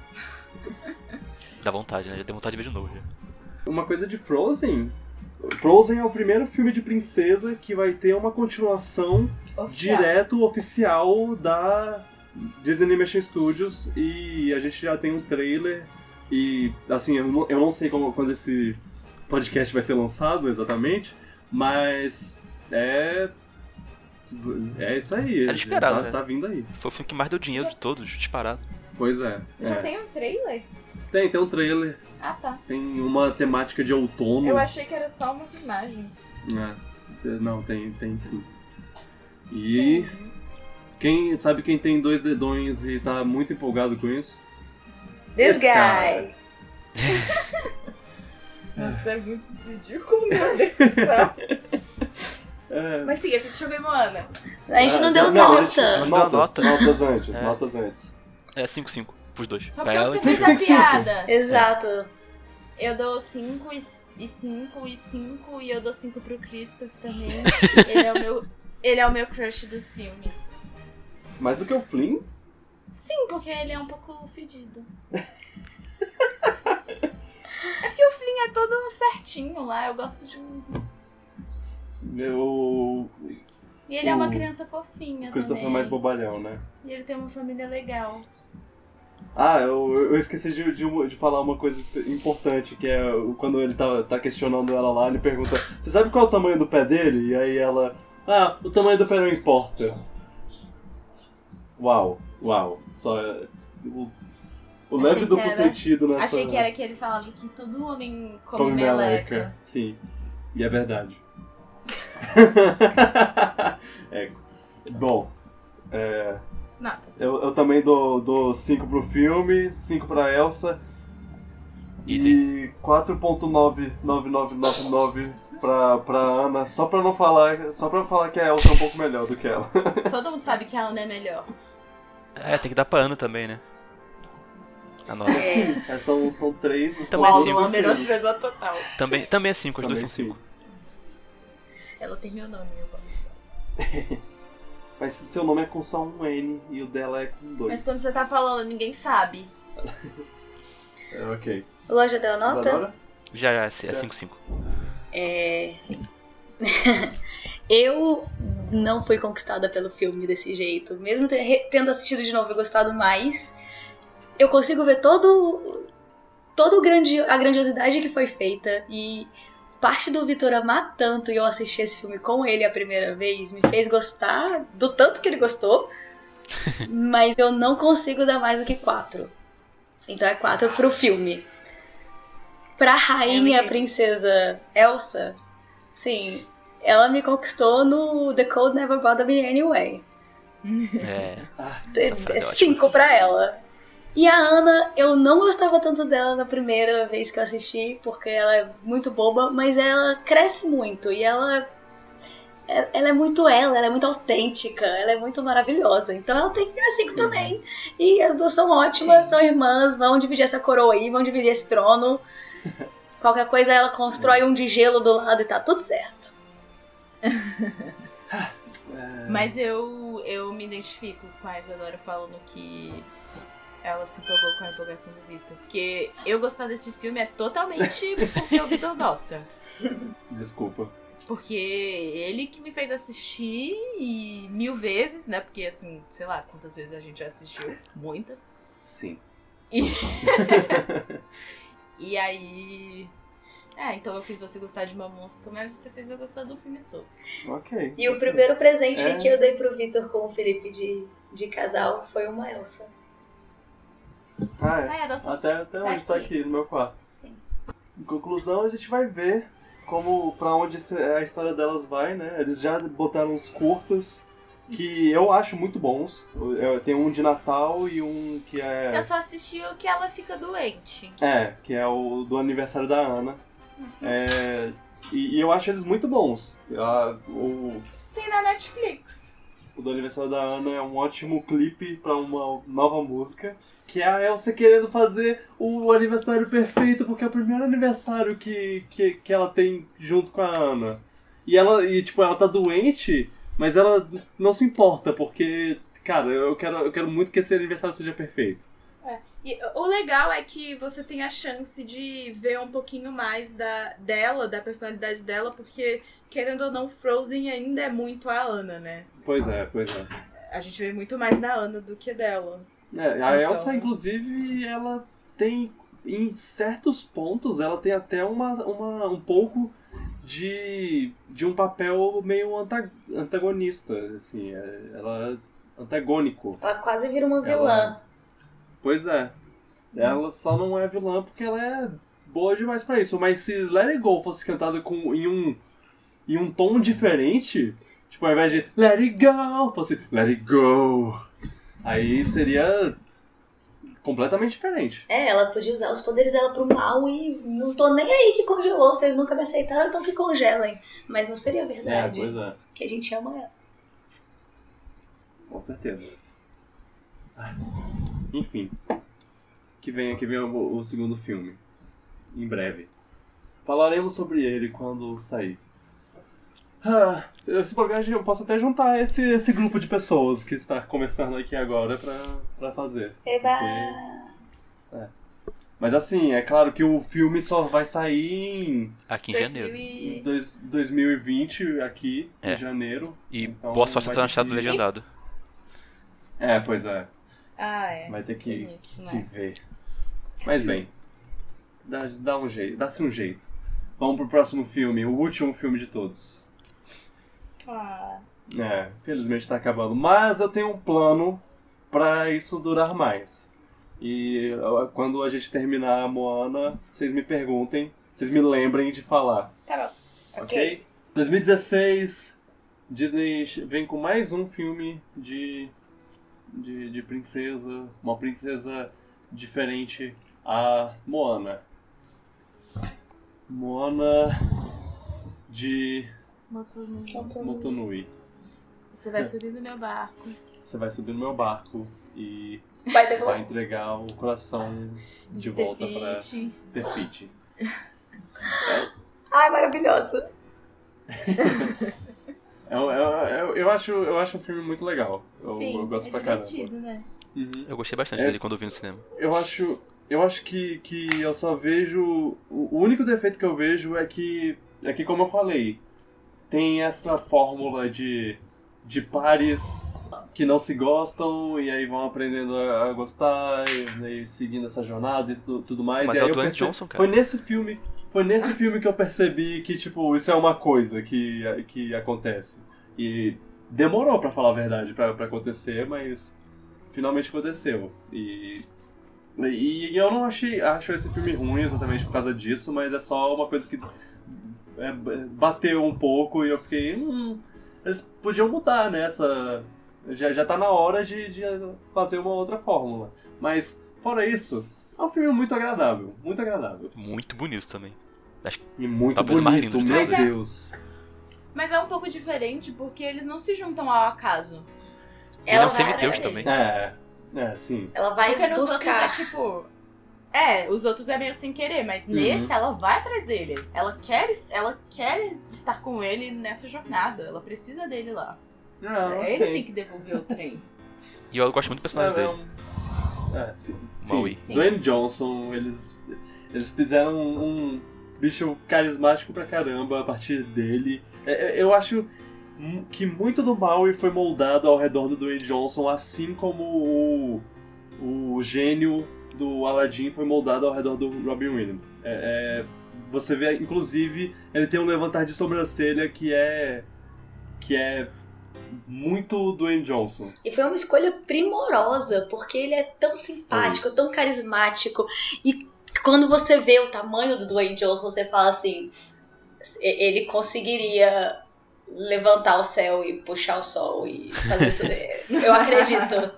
Dá vontade, né? Já tem vontade de ver de novo. Já. Uma coisa de Frozen. Frozen é o primeiro filme de princesa que vai ter uma continuação Oficial. direto oficial da Disney Animation Studios e a gente já tem um trailer e assim, eu não, eu não sei como, quando esse podcast vai ser lançado exatamente, mas é é isso aí. Era esperado, tá, né? tá vindo aí. Foi o filme que mais deu dinheiro de todos, disparado. Pois é. Já é. tem um trailer? Tem, tem um trailer, Ah, tá. tem uma temática de outono. Eu achei que era só umas imagens. É, não, tem, tem sim. E quem sabe quem tem dois dedões e tá muito empolgado com isso? This Esse cara. guy. Nossa, é muito ridículo, meu Deus do céu. É, Mas sim, a gente chegou em Moana. A gente ah, não deu a gente- nota. Notas, Nota. notas antes, É. notas antes. É cinco cinco pros dois. Só Pra porque ela e você cinco, fez a cinco, cinco. piada. Exato. Eu dou cinco e cinco e cinco e eu dou cinco pro Christopher também. Ele é o meu, ele é o meu crush dos filmes. Mais do que o Flynn? Sim, porque ele é um pouco fedido. É porque o Flynn é todo certinho lá, eu gosto de um... Meu... E ele é uma o criança fofinha Christopher também. é mais bobalhão, né? E ele tem uma família legal. Ah, eu, eu esqueci de, de, de falar uma coisa importante, que é quando ele tá, tá questionando ela lá, ele pergunta: você sabe qual é o tamanho do pé dele? E aí ela: ah, o tamanho do pé não importa. Uau, uau. Só o, o leve duplo era, sentido nessa... Achei que era que ele falava que todo homem come, come meleca. meleca. Sim, e é verdade. É. Bom, é... Eu, eu também dou cinco pro filme, cinco pra Elsa e quatro ponto nove nove nove nove nove pra, pra Ana, só pra não falar, só pra falar que a Elsa é um pouco melhor do que ela. Todo mundo sabe que a Ana é melhor. É, tem que dar pra Ana também, né? A nota. Sim, é, são, são três, são Também duas cinco. Uma princesas. menosprezou total. Também, também é cinco, as Também duas são cinco. Ela tem meu nome, eu gosto. Mas seu nome é com só um N e o dela é com dois. Mas quando você tá falando, ninguém sabe. É, ok. Loja deu nota? Isadora? Já, já, é cinco cinco. É... Eu não fui conquistada pelo filme desse jeito. Mesmo tendo assistido de novo e gostado mais, eu consigo ver todo, todo o grandi... a grandiosidade que foi feita. E parte do Vitor amar tanto e eu assistir esse filme com ele a primeira vez me fez gostar do tanto que ele gostou. Mas eu não consigo dar mais do que quatro. Então é quatro pro filme. Pra rainha, princesa Elsa, sim, ela me conquistou no The Cold Never Bothered Me Anyway. É. É cinco pra ela. E a Ana, eu não gostava tanto dela na primeira vez que eu assisti, porque ela é muito boba, mas ela cresce muito e ela, ela é muito ela, ela é muito autêntica, ela é muito maravilhosa. Então ela tem que ganhar cinco também. E as duas são ótimas, Sim. são irmãs, vão dividir essa coroa aí, vão dividir esse trono. Qualquer coisa ela constrói um de gelo do lado e tá tudo certo. Mas eu, eu me identifico com a Isadora falando que ela se empolgou com a empolgação do Vitor. Porque eu gostar desse filme é totalmente porque o Vitor gosta. Desculpa. Porque ele que me fez assistir e mil vezes, né? Porque assim, sei lá quantas vezes a gente já assistiu. Muitas. Sim. E, e aí... É, então eu fiz você gostar de uma música, mas você fez eu gostar do filme todo. Ok. E o primeiro presente é... que eu dei pro Vitor com o Felipe de, de casal foi uma Elsa. Ah, é. Ah, é nossa... Até, até tá hoje aqui. tá aqui no meu quarto. Sim. Em conclusão, a gente vai ver como, pra onde a história delas vai, né? Eles já botaram uns curtas que eu acho muito bons. Tem um de Natal e um que é... Eu só assisti o que ela fica doente. É, que é o do aniversário da Ana. Uhum. É, e, e eu acho eles muito bons. A, o, Tem na Netflix. O do aniversário da Ana é um ótimo clipe pra uma nova música, que é a Elsa querendo fazer o aniversário perfeito, porque é o primeiro aniversário que, que, que ela tem junto com a Ana. E ela, e, tipo, ela tá doente, mas ela não se importa, porque, cara, eu quero, eu quero muito que esse aniversário seja perfeito. É. E o legal é que você tem a chance de ver um pouquinho mais da, dela, da personalidade dela, porque, querendo ou não, Frozen ainda é muito a Ana, né? Pois é, pois é. A gente vê muito mais da Ana do que dela. É, a então... Elsa, inclusive, ela tem, em certos pontos, ela tem até uma, uma, um pouco de, de um papel meio antagonista, assim, ela é antagônico. Ela quase vira uma vilã. Ela... Pois é. Ela só não é vilã porque ela é boa demais pra isso. Mas se Let It Go fosse cantada com, em, um, em um tom diferente, tipo, ao invés de Let It Go, fosse Let It Go, aí seria completamente diferente. É, ela podia usar os poderes dela pro mal e não tô nem aí que congelou. Vocês nunca me aceitaram, então que congelem. Mas não seria verdade. É, pois é. Que a gente ama ela. Com certeza. Enfim, que vem, que vem o, o segundo filme, em breve. Falaremos sobre ele quando sair. Ah, esse programa eu posso até juntar esse, esse grupo de pessoas que está começando aqui agora pra, pra fazer. Eba! Porque, é. Mas assim, é claro que o filme só vai sair em Aqui em dois janeiro. mil em e- dois, dois mil e vinte, aqui, É. em janeiro. E Então, boa sorte vai até no ter estado que- legendado. É, pois é. Ah, é. Vai ter que, Tem isso, que né? ver. Mas bem, dá, dá um jeito, dá-se um jeito. Vamos pro próximo filme, o último filme de todos. Ah, É, infelizmente tá acabando. Mas eu tenho um plano pra isso durar mais. E uh, quando a gente terminar a Moana, vocês me perguntem, vocês me lembrem de falar, tá bom. ok? Ok. dois mil e dezesseis, Disney vem com mais um filme de, de, de princesa, uma princesa diferente, a Moana. Moana de Motonui. Motonui. Você vai subir no meu barco. Você vai subir no meu barco e Vai devolver. vai entregar o coração de volta pra Tefiti. Tefiti. Ai, maravilhoso. Eu, eu, eu, eu, acho, eu acho um filme muito legal. Eu, Sim, eu gosto é pra caramba. divertido, né? Uhum. Eu gostei bastante É. dele quando eu vi no cinema. Eu acho, eu acho que, que eu só vejo... O o único defeito que eu vejo é que, é que, como eu falei, tem essa fórmula de, de pares que não se gostam e aí vão aprendendo a, a gostar e, e seguindo essa jornada e tu, tudo mais. Mas e é aí o eu Dwayne perce- Johnson, cara. Foi nesse filme, foi nesse filme que eu percebi que, tipo, isso é uma coisa que, que acontece. E demorou, pra falar a verdade, pra, pra acontecer, mas finalmente aconteceu. E, e eu não achei, acho esse filme ruim exatamente por causa disso, mas é só uma coisa que é, bateu um pouco e eu fiquei, hum, eles podiam mudar, né? Essa, já, já tá na hora de, de fazer uma outra fórmula. Mas, fora isso, é um filme muito agradável, muito agradável. Muito bonito também. E muito Talvez o mais bonito, lindo de meu todos. Mas é- Deus. Mas é um pouco diferente porque eles não se juntam ao acaso. Ele é um Ela vai- semideus também. É, é, sim. Ela vai Porque nos buscar. outros é tipo. É, os outros é meio sem querer, mas Uhum. nesse ela vai atrás dele. Ela quer, ela quer estar com ele nessa jornada. Ela precisa dele lá. Ah, ok. Ele tem que devolver o trem. E eu gosto muito do personagem É, é dele. um- é, sim, Maui. sim. Dwayne Johnson, eles, eles fizeram um, um bicho carismático pra caramba a partir dele. É, é, eu acho mu- que muito do Maui foi moldado ao redor do Dwayne Johnson, assim como o, o gênio do Aladdin foi moldado ao redor do Robin Williams. É, é, você vê, inclusive, ele tem um levantar de sobrancelha que é que é muito Dwayne Johnson. E foi uma escolha primorosa, porque ele é tão simpático, tão carismático. E quando você vê o tamanho do Dwayne Johnson, você fala assim: e- ele conseguiria levantar o céu e puxar o sol e fazer tudo. Eu acredito.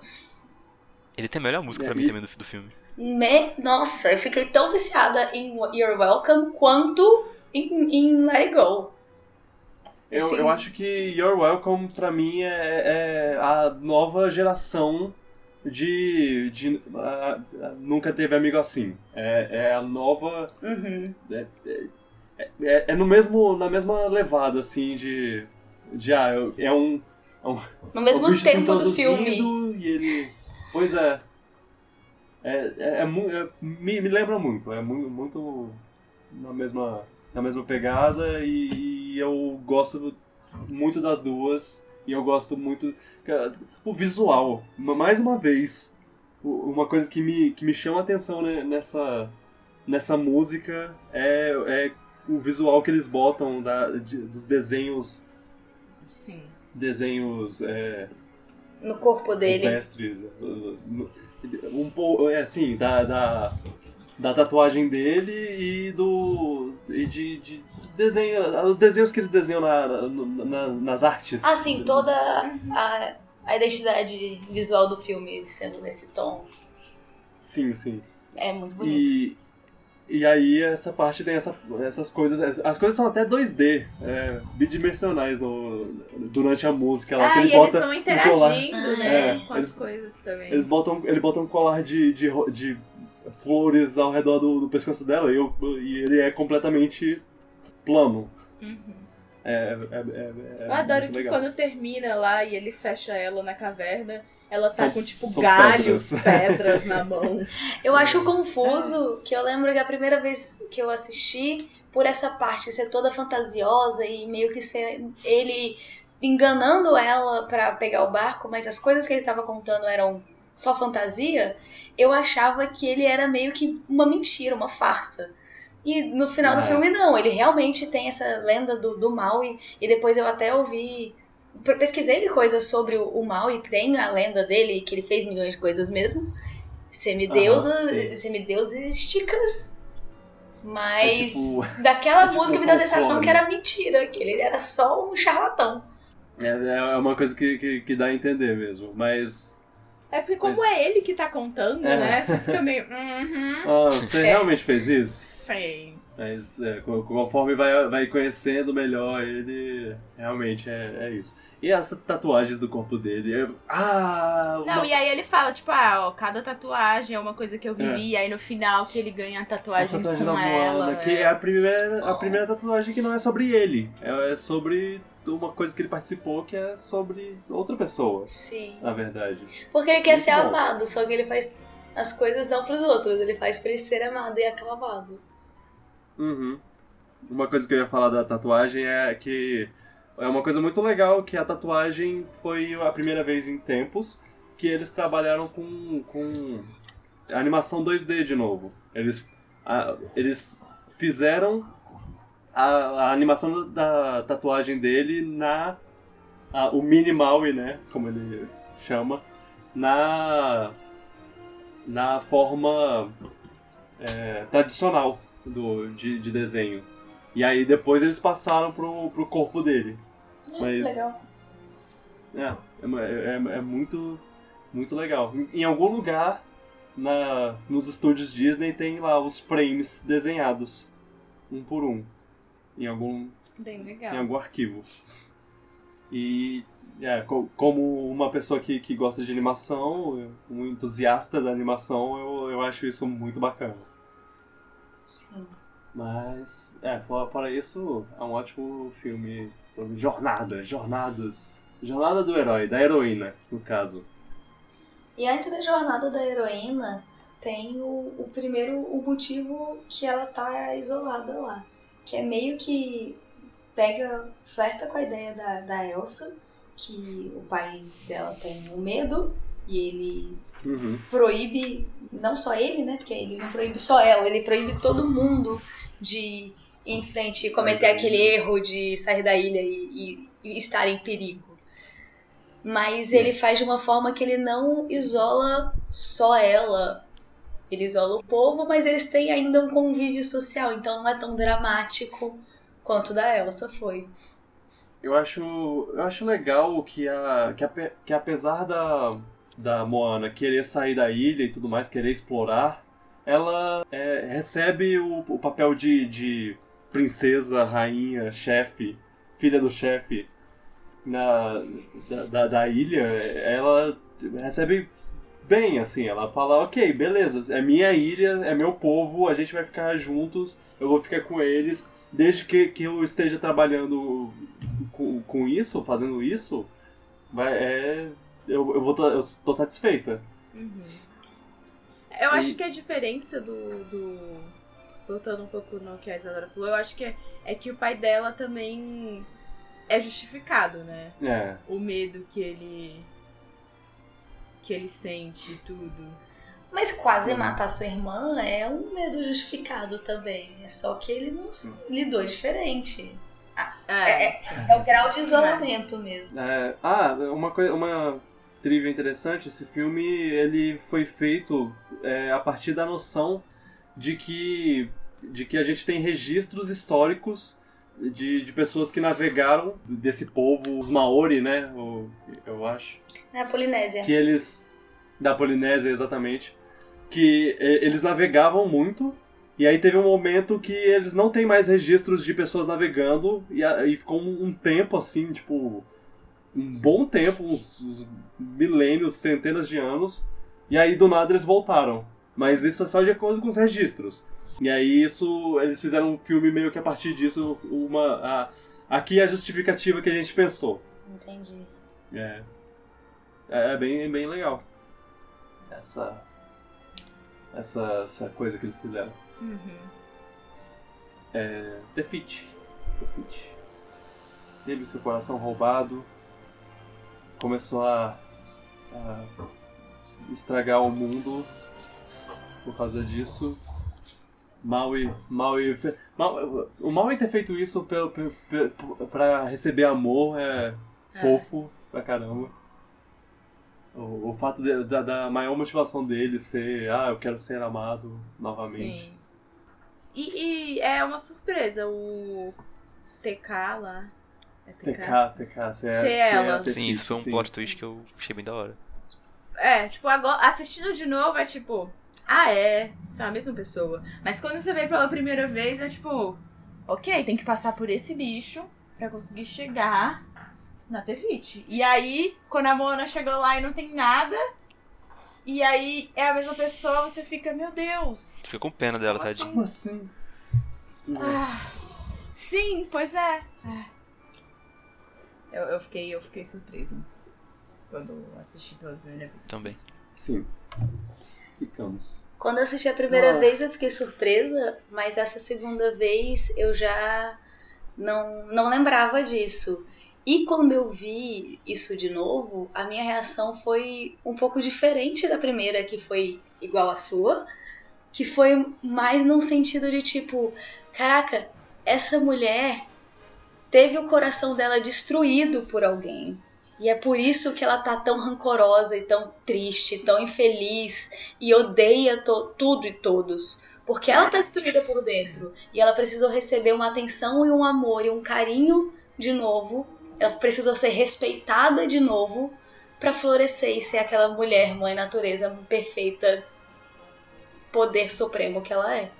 Ele tem a melhor música pra E- mim também do, do filme. Me- Nossa, eu fiquei tão viciada em You're Welcome quanto em, em Let It Go. Eu, Assim, eu acho que You're Welcome, pra mim, é, é a nova geração de... de a- a- nunca teve amigo assim. É, é a nova... uhum. É, é- é no mesmo, na mesma levada, assim, de... de ah, eu- é um... É um No mesmo o bicho se tempo do filme. introduzindo E ele... Pois é. É, é, é mu- é- me, me lembra muito. É mu- muito na mesma, na mesma pegada e, e eu gosto muito das duas. E eu gosto muito... cara, o visual. Mais uma vez, o- uma coisa que me, que me chama a atenção né, nessa, nessa música é, é o visual que eles botam da, de- dos desenhos... Sim. Desenhos... É, No corpo dele. rupestres, uh, no- um pouco, é assim, da, da, da tatuagem dele e do e de, de desenho, os desenhos que eles desenham na, na- na- nas artes. Ah, sim, toda a, a identidade visual do filme sendo nesse tom. Sim, sim. É muito bonito. E, e aí essa parte tem essa, essas coisas, as coisas são até dois D, é, bidimensionais no, durante a música lá, que Ah, ele e eles bota estão um interagindo, colar. né? É, com eles- as coisas também. Eles botam, ele bota um colar de, de, ro- de flores ao redor do, do pescoço dela e, eu- e ele é completamente plano. Uhum. É, é, é, é Eu adoro muito que legal. quando termina lá e ele fecha ela na caverna, ela tá São- com, tipo, são galhos, pedras. pedras na mão. Eu acho confuso que eu lembro que a primeira vez que eu assisti, por essa parte ser toda fantasiosa e meio que ser ele enganando ela pra pegar o barco, mas as coisas que ele estava contando eram só fantasia, eu achava que ele era meio que uma mentira, uma farsa. E no final Ah, do é. filme não, ele realmente tem essa lenda do, do mal e, e depois eu até ouvi, pesquisei coisas sobre o, o mal e tem a lenda dele, que ele fez milhões de coisas mesmo, semideusas, Aham, sim. semideusísticas, mas É tipo- daquela é tipo música me deu a sensação folclore. que era mentira, que ele era só um charlatão. É, é uma coisa que, que, que dá a entender mesmo, mas... É porque como Mas- é ele que tá contando, É. né? Você fica meio... Uhum. Ah, você É. realmente fez isso? Sei. Mas é, co- conforme vai, vai conhecendo melhor ele, realmente é, é isso. E as tatuagens do corpo dele? eu- Ah! Não, uma- e aí ele fala, tipo, ah, ó, cada tatuagem é uma coisa que eu vivi, e aí no final que ele ganha a A tatuagem, tatuagem com da ela. Moana, que é. é a primeira, a primeira tatuagem que não é sobre ele. É, é sobre uma coisa que ele participou que é sobre outra pessoa, Sim. na verdade. Porque ele quer Muito ser bom. amado, só que ele faz as coisas não pros outros, ele faz pra ele ser amado e aclamado. Uhum. Uma coisa que eu ia falar da tatuagem é que é uma coisa muito legal que a tatuagem foi a primeira vez em tempos que eles trabalharam com, com animação dois D de novo. Eles, a- eles fizeram a, a animação da, da tatuagem dele na... a- o Minnie Maui, né? Como ele chama. Na... na forma é, tradicional do, de, de desenho. E aí depois eles passaram pro, pro corpo dele. É, Mas... legal. É, é, é, é muito, muito legal. Em, em algum lugar na, nos estúdios Disney tem lá os frames desenhados, um por um, em algum, Bem em legal. algum arquivo. E é, co- como uma pessoa que, que gosta de animação, um entusiasta da animação, eu, eu acho isso muito bacana. Sim. Mas, é, fora, fora isso, é um ótimo filme sobre jornada, jornadas. Jornada do herói, da heroína, no caso. E antes da jornada da heroína, tem o, o primeiro o motivo que ela tá isolada lá. Que é meio que pega, flerta com a ideia da, da Elsa, que o pai dela tem um medo e ele Uhum. proíbe, não só ele, né? Porque ele não proíbe só ela, ele proíbe todo mundo de ir em frente e Sair cometer da aquele ilha. erro de sair da ilha e, e- e estar em perigo. Mas É. ele faz de uma forma que ele não isola só ela. Ele isola o povo, mas eles têm ainda um convívio social, então não é tão dramático quanto da Elsa foi. Eu acho, eu acho legal que, a, que, ape- que apesar da, da Moana querer sair da ilha e tudo mais, querer explorar, ela é, recebe o, o papel de, de princesa, rainha, chefe, filha do chefe na, da, da, da ilha. Ela recebe bem, assim, ela fala, ok, beleza, é minha ilha, é meu povo, a gente vai ficar juntos, eu vou ficar com eles, desde que, que eu esteja trabalhando com, com isso, fazendo isso, vai, é, eu, eu, vou, tô- eu tô satisfeita. Uhum. Eu acho E- que a diferença do, do. Voltando um pouco no que a Isadora falou, eu acho que é, é que o pai dela também é justificado, né? É, O medo que ele. que ele sente e tudo. Mas quase Uhum. matar sua irmã é um medo justificado também. É só que ele não s- lidou diferente. É, É- sim. É o grau de isolamento mesmo. é, ah, uma, coi- uma trivia interessante, esse filme ele foi feito é, a partir da noção de que, de que a gente tem registros históricos de, de pessoas que navegaram desse povo, os Maori, né, o- eu acho. Na Polinésia. Que eles, da Polinésia exatamente, que eh, eles navegavam muito, e aí teve um momento que eles não têm mais registros de pessoas navegando, e, a- e ficou um, um tempo assim, tipo, um bom tempo, uns, uns milênios, centenas de anos, e aí do nada eles voltaram. Mas isso é só de acordo com os registros. E aí isso, eles fizeram um filme meio que a partir disso, uma, a, aqui é a justificativa que a gente pensou. Entendi. É, é bem, bem legal. Essa, essa, essa coisa que eles fizeram. Uhum. É, Defeat. Defeat. Teve o seu coração roubado. Começou a, a estragar o mundo por causa disso. Maui, Maui, Maui, o Maui ter feito isso pra, pra, pra receber amor é fofo é. pra caramba. O, o fato de, da, da maior motivação dele ser, ah, eu quero ser amado novamente. Sim. E, e é uma surpresa, o T K lá. É T K, T K, se é, ser ela. Sim, isso foi um plot twist que eu achei bem da hora. É, tipo, agora, assistindo de novo é tipo, ah é, são a mesma pessoa. Mas quando você vê pela primeira vez é tipo, ok, tem que passar por esse bicho pra conseguir chegar na Tefit. E aí, quando a Moana chegou lá e não tem nada, e aí é a mesma pessoa, você fica, meu Deus. Fica com pena dela, Como tadinho. Como assim? Ah, sim, pois é. Ah. Eu, eu, fiquei, eu fiquei surpresa quando assisti pela primeira vez. Também. Sim. Ficamos. Quando eu assisti a primeira Ah. vez eu fiquei surpresa, mas essa segunda vez eu já não, não lembrava disso. E quando eu vi isso de novo, a minha reação foi um pouco diferente da primeira, que foi igual à sua, que foi mais num sentido de tipo, caraca, essa mulher teve o coração dela destruído por alguém. E é por isso que ela tá tão rancorosa e tão triste, tão infeliz e odeia to- tudo e todos. Porque ela tá destruída por dentro. E ela precisou receber uma atenção e um amor e um carinho de novo. Ela precisou ser respeitada de novo pra florescer e ser aquela mulher, mãe natureza perfeita, poder supremo que ela é.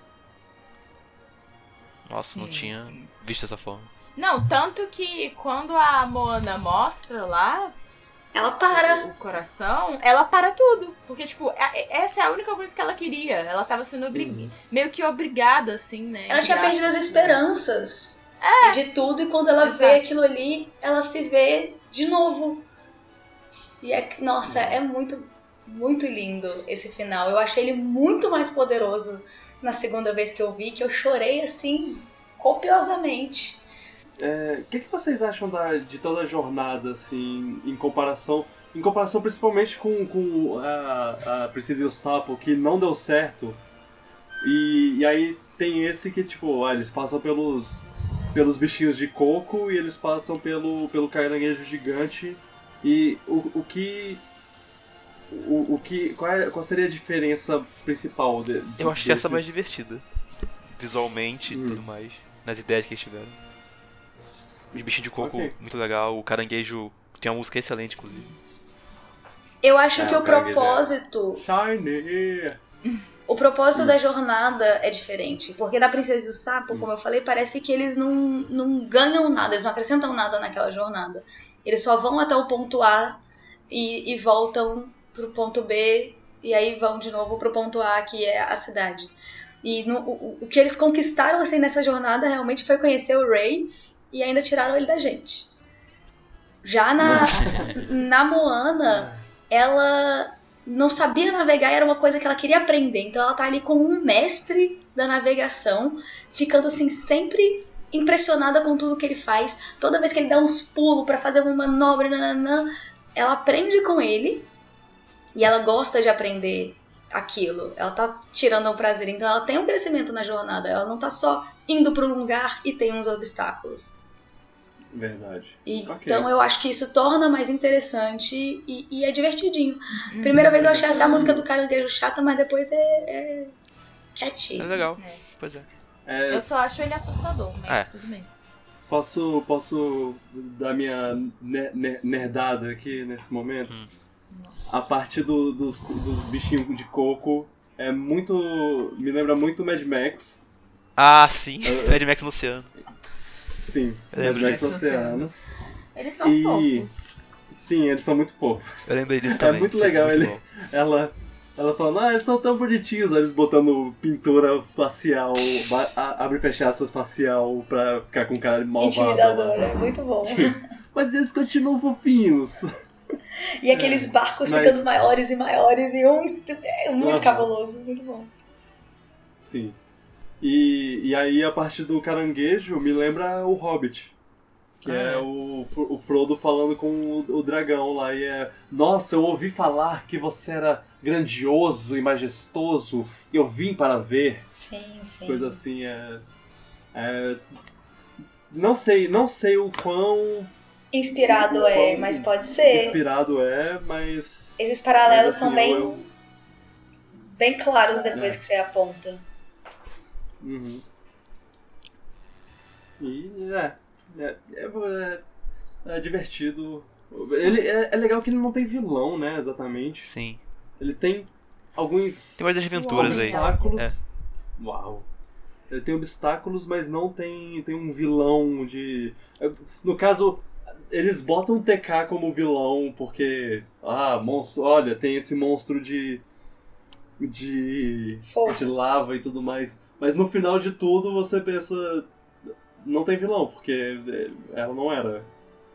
Nossa, não Sim, tinha sim. visto dessa forma. Não, tanto que quando a Moana mostra lá Ela para. o coração, ela para tudo. Porque, tipo, a- essa é a única coisa que ela queria. Ela tava sendo obri- Uhum. meio que obrigada, assim, né? Ela tinha entre perdido as aspas. esperanças e de tudo, e quando ela vê Exato. aquilo ali, ela se vê de novo. E é, nossa, é muito, muito lindo esse final. Eu achei ele muito mais poderoso na segunda vez que eu vi, que eu chorei assim, copiosamente. É, o que, que vocês acham da, de toda a jornada, assim, em comparação, em comparação principalmente com, com a, a Princesa e o Sapo, que não deu certo, e, e aí tem esse que, tipo, ah, eles passam pelos, pelos bichinhos de coco e eles passam pelo, pelo caranguejo gigante, e o, o que... O, o que qual, é, qual seria a diferença principal de, de, Eu achei essa mais desses- divertida. Visualmente e Hum. tudo mais. Nas ideias que eles tiveram. Os bichinhos de coco, Ok. muito legal. O caranguejo tem uma música excelente, inclusive. Eu acho É, que o o caranguejo é- propósito Shiny! O propósito Hum. da jornada é diferente, porque na Princesa e o Sapo, como eu falei, parece que eles não, não ganham nada, eles não acrescentam nada naquela jornada. Eles só vão até o ponto A e, e voltam pro ponto B, e aí vão de novo pro ponto A, que é a cidade. E no, o, o que eles conquistaram assim nessa jornada realmente foi conhecer o Ray e ainda tiraram ele da gente. Já na, na Moana, ela não sabia navegar, era uma coisa que ela queria aprender. Então ela tá ali com um mestre da navegação, ficando assim sempre impressionada com tudo que ele faz. Toda vez que ele dá uns pulos pra fazer uma manobra, nananã, ela aprende com ele e ela gosta de aprender aquilo. Ela tá tirando um prazer, então ela tem um crescimento na jornada. Ela não tá só indo para um lugar e tem uns obstáculos. Verdade. E, Ok. Então eu acho que isso torna mais interessante e, e é divertidinho. Primeira vez eu achei até a música do caranguejo chata, mas depois é, é catchy. É legal. É. Pois é. É, Eu só acho ele assustador, mas É. tudo bem. Posso, posso dar minha ne- ne- nerdada aqui nesse momento? Hum. A parte do- dos, dos bichinhos de coco é muito. Me lembra muito Mad Max. Ah, sim. Eu- Mad Max no oceano. Sim, Eu Mad lembro Max disso. Oceano. Eles são E- fofos. Sim, eles são muito fofos. Eu lembrei disso É também. muito Foi legal muito ele- bom. Ela, ela falando, ah, eles são tão bonitinhos, aí eles botando pintura facial, a- abre e fecha aspas facial pra ficar com cara de malvado. Intimidador, é muito bom. Mas eles continuam fofinhos. E aqueles barcos mas- ficando maiores e maiores, e um, é muito Aham. cabuloso, muito bom. Sim. E, e aí, a parte do caranguejo, me lembra o Hobbit. Que Ah, é é. o, o Frodo falando com o, o dragão lá. E é, nossa, eu ouvi falar que você era grandioso e majestoso. E eu vim para ver. Sim, sim. Coisa assim, é... é não sei, não sei o quão Inspirado é, mas pode ser. inspirado é, mas... Esses paralelos mas, assim, são bem, eu- eu- bem claros depois É. que você aponta. Uhum. E é, é, é, é, é divertido. Ele, é, é legal que ele não tem vilão, né, exatamente. Sim. Ele tem alguns Tem várias aventuras aí. obstáculos. Uau. Ele tem obstáculos, mas não tem, tem um vilão de... No caso, eles botam o T K como vilão porque... Ah, monstro... Olha, tem esse monstro de... De... Fogo. de lava e tudo mais. Mas no final de tudo você pensa... Não tem vilão, porque ela não era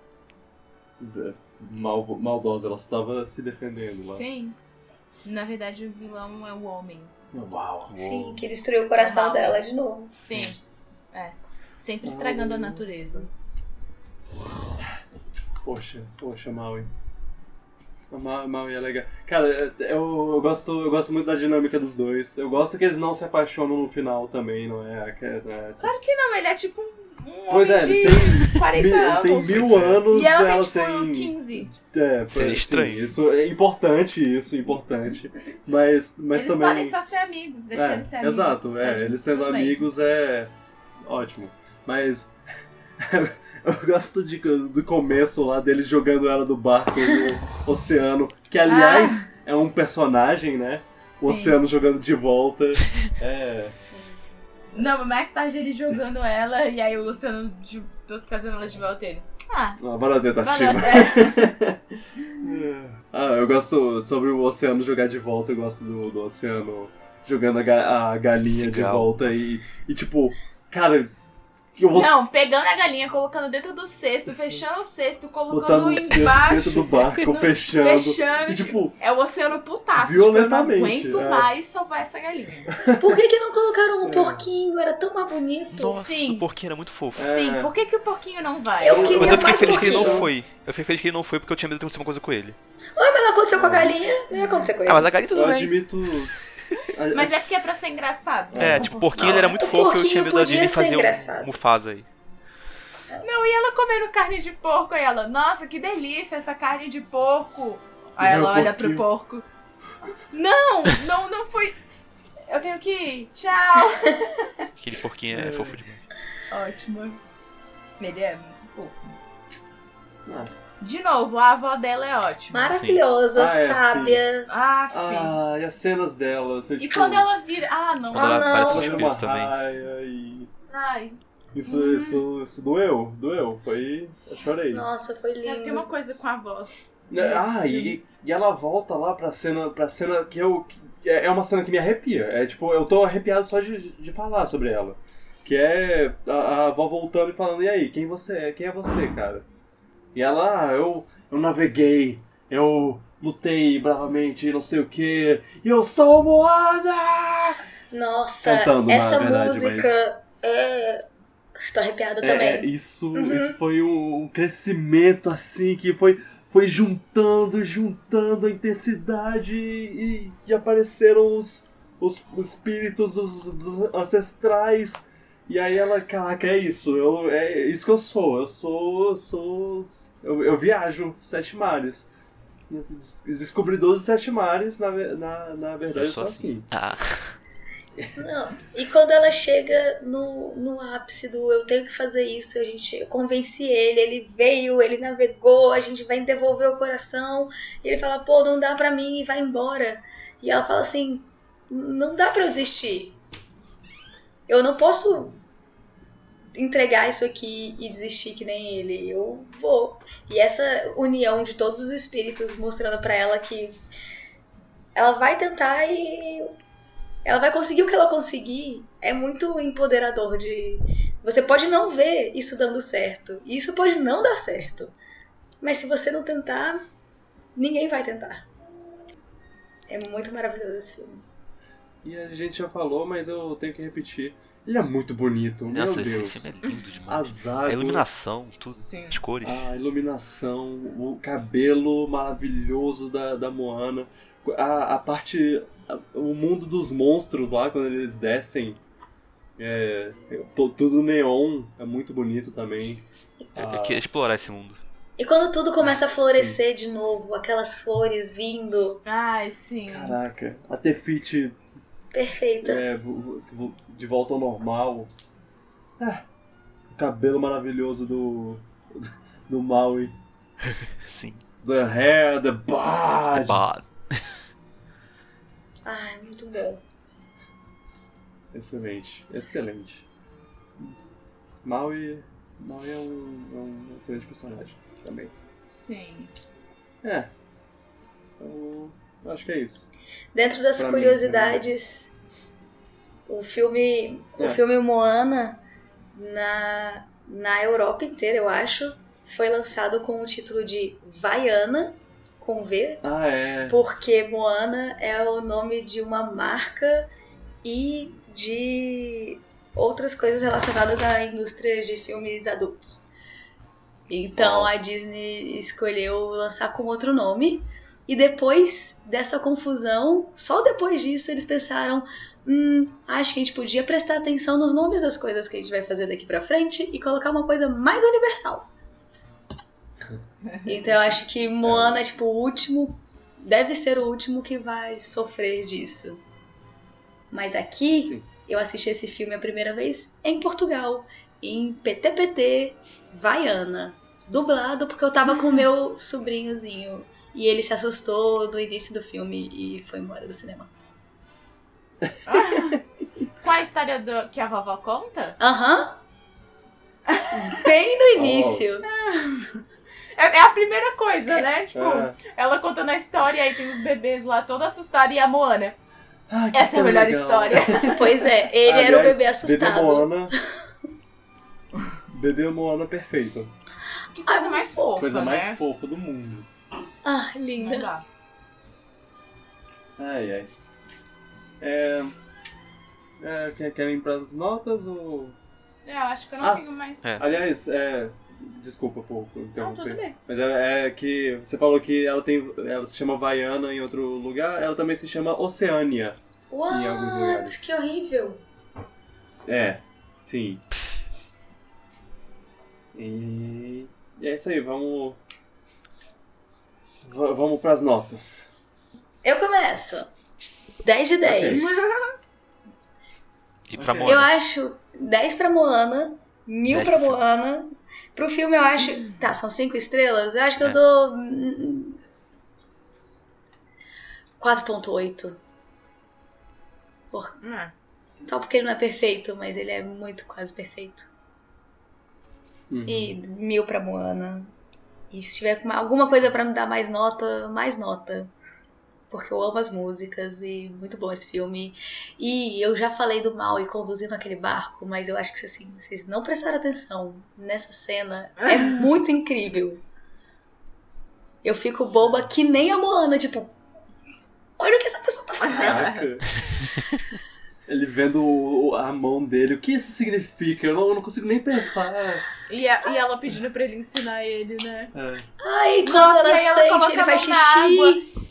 mal, maldosa, ela só estava se defendendo lá. Sim. Na verdade, o vilão é o homem. Uau. Sim, que destruiu o coração Mal. dela de novo. Sim. É. Sempre estragando a natureza. Poxa, poxa, Maui. A Ma- Maui é legal. Cara, eu, eu, gosto, eu gosto muito da dinâmica dos dois. Eu gosto que eles não se apaixonam no final também, não é? Não é essa- Claro que não, ele é tipo um, um Pois homem é, de ele tem, quarenta mil, anos. tem mil anos E ela, ela tem tipo tem. quinze. É, Seria sim, estranho. isso é importante, isso é importante. Mas, mas Eles também. podem só ser amigos, deixar É, eles ser amigos. exato, tá é, tudo- eles sendo tudo bem. amigos é ótimo. Mas eu gosto de, do começo lá deles jogando ela do barco no oceano, que aliás é um personagem, né? O Sim. oceano jogando de volta. É. Sim. Não, mas mais tarde ele jogando ela e aí o Luciano de, tô trazendo ela de volta ele. Ah, Ah, bora valeu, tentativa. é. Ah, eu gosto sobre o oceano jogar de volta, eu gosto do, do oceano jogando a, ga- a galinha de Cigal. volta e, e tipo, cara, eu vou Não, pegando a galinha, colocando dentro do cesto, fechando o cesto, colocando botando um cesto embaixo, dentro do barco, fechando. fechando. E tipo, É o oceano putaço. Violentamente, Tipo, eu não é. aguento mais salvar essa galinha. Por que, que não colocaram um É. porquinho? Era tão mais bonito. Nossa, Sim. o porquinho era muito fofo. É. Sim, por que, que o porquinho não vai? Eu Mas queria eu fiquei mais feliz que ele não porquinho. foi. Eu fiquei feliz que ele não foi porque eu tinha medo de acontecer uma coisa com ele. Ué, mas não aconteceu com a galinha? Não ia acontecer com ele. Ah, mas a galinha tudo eu bem. admito. a- Mas é porque é pra ser engraçado. É, É. tipo, o porquinho ele era muito O fofo e eu porquinho tinha medo da podia Disney ser fazer engraçado. um Mufasa aí. Não, e ela comendo carne de porco, aí ela, nossa, que delícia essa carne de porco. Aí Meu ela olha porquinho. pro porco. Não, não, não foi. Eu tenho que ir. Tchau. Aquele porquinho é fofo demais. Ótimo. Ele é muito fofo. Ah, De novo, a avó dela é ótima. Maravilhosa, Ah, é, sábia. Ah, filho. ah, e as cenas dela. Tô, E tipo, quando ela vira. Ah, não. Quando ela Ah, não. aparece com ela os vira uma espíritos também. raia e. Ai, Isso, isso, isso doeu, doeu. Foi. Eu chorei. Nossa, foi tem lindo. uma coisa com a voz. Né, Ah, e, e ela volta lá pra cena, pra cena que eu. que É é uma cena que me arrepia. É tipo, eu tô arrepiado só de, de falar sobre ela. Que é a, a avó voltando e falando, e aí, quem você é? Quem é você, cara? E ela, ah, eu, eu naveguei, eu lutei bravamente, não sei o que, e eu sou Moana! Nossa, Cantando, na essa verdade, música é. Tô arrepiada É, também. isso, Uhum. isso foi um, um crescimento assim que foi, foi juntando, juntando a intensidade e, e apareceram os, os espíritos dos, dos ancestrais. E aí ela, caraca, é isso, eu, é isso que eu sou, eu sou, eu sou, eu, eu viajo sete mares. Os descobridores dos sete mares, na, ve- na, na verdade, Eu são sou assim. Ah, Não. E quando ela chega no, no ápice do eu tenho que fazer isso, a gente, eu convenci ele, ele veio, ele navegou, a gente vai devolver o coração. E ele fala, pô, não dá pra mim e vai embora. E ela fala assim, não dá pra eu desistir. Eu não posso entregar isso aqui e desistir que nem ele. Eu vou. E essa união de todos os espíritos mostrando pra ela que ela vai tentar e ela vai conseguir o que ela conseguir. É muito empoderador de... Você pode não ver isso dando certo, e isso pode não dar certo. Mas se você não tentar, ninguém vai tentar. É muito maravilhoso esse filme. E a gente já falou, mas eu tenho que repetir. Ele é muito bonito, Nossa, meu Deus. esse filme é lindo demais. As águas, A iluminação, tudo, Sim. as cores. a iluminação, o cabelo maravilhoso da, da Moana, a, a parte, a, o mundo dos monstros lá, quando eles descem, é, to, tudo neon, é muito bonito também. Eu, eu queria explorar esse mundo. E quando tudo começa a florescer de novo, aquelas flores vindo, Ai, sim. Caraca, a Tefiti perfeita. é, vo- vo- de volta ao normal. Ah, o cabelo maravilhoso do, do Maui. Sim. The hair, the body. Bah. Ai, muito bom. Excelente, excelente. Maui, Maui é, um, é um excelente personagem também. Sim. É, eu, eu acho que é isso. Dentro das Pra mim, curiosidades, o filme, É. o filme Moana na, na Europa inteira, eu acho, foi lançado com o título de Vaiana, com V, Ah, é. porque Moana é o nome de uma marca e de outras coisas relacionadas à indústria de filmes adultos. Então Oh. a Disney escolheu lançar com outro nome. E depois dessa confusão, só depois disso eles pensaram, hum, acho que a gente podia prestar atenção nos nomes das coisas que a gente vai fazer daqui pra frente e colocar uma coisa mais universal. Então eu acho que Moana é tipo o último, deve ser o último que vai sofrer disso. Mas aqui, Sim. eu assisti esse filme a primeira vez em Portugal, em P T P T Vaiana, dublado porque eu tava com o meu sobrinhozinho. E ele se assustou no início do filme e foi embora do cinema. Qual a história do, que a vovó conta? Aham. Bem no início. É, é a primeira coisa, né? Tipo, É. ela contando a história, aí tem os bebês lá todos assustados e a Moana. Ah, que Essa é a melhor legal. história. Pois é, ele era o Aliás, bebê assustado. Bebê Moana. Bebê Moana perfeito. Que coisa mais fofa, Coisa mais né? fofa do mundo. Ah, Não linda. dá. Ai, ai. É... é quer- querem ir pras notas ou... É, eu acho que eu não Ah. tenho mais. É. Aliás, é... Desculpa por por Não, tudo interromper. bem. Mas é, é que você falou que ela tem, ela se chama Vaiana em outro lugar, ela também se chama Oceânia. Em alguns What? lugares. Que horrível. É, sim. E, e é isso aí, vamos. Va- vamos pras notas. Eu começo. dez de dez. E pra Ok. Moana. Eu acho dez pra Moana, mil dez pra pro filme. Moana. Pro filme eu acho... Tá, são cinco estrelas. Eu acho que É. eu dou... hum, quatro ponto oito. Por... Ah, Só porque ele não é perfeito, mas ele é muito quase perfeito. Uhum. E mil pra Moana. E se tiver uma- alguma coisa pra me dar mais nota, mais nota. Porque eu amo as músicas e muito bom esse filme. E eu já falei do Maui conduzindo aquele barco, mas eu acho que assim, vocês não prestaram atenção nessa cena. É muito incrível. Eu fico boba que nem a Moana, tipo... Olha o que essa pessoa tá fazendo. Caraca. Ele vendo o- a mão dele, o que isso significa? Eu não, eu não consigo nem pensar. e, a- e ela pedindo pra ele ensinar ele, né? É. Ai, quando Nossa, ela e aí ela sente, coloca ele a faz mão na xixi.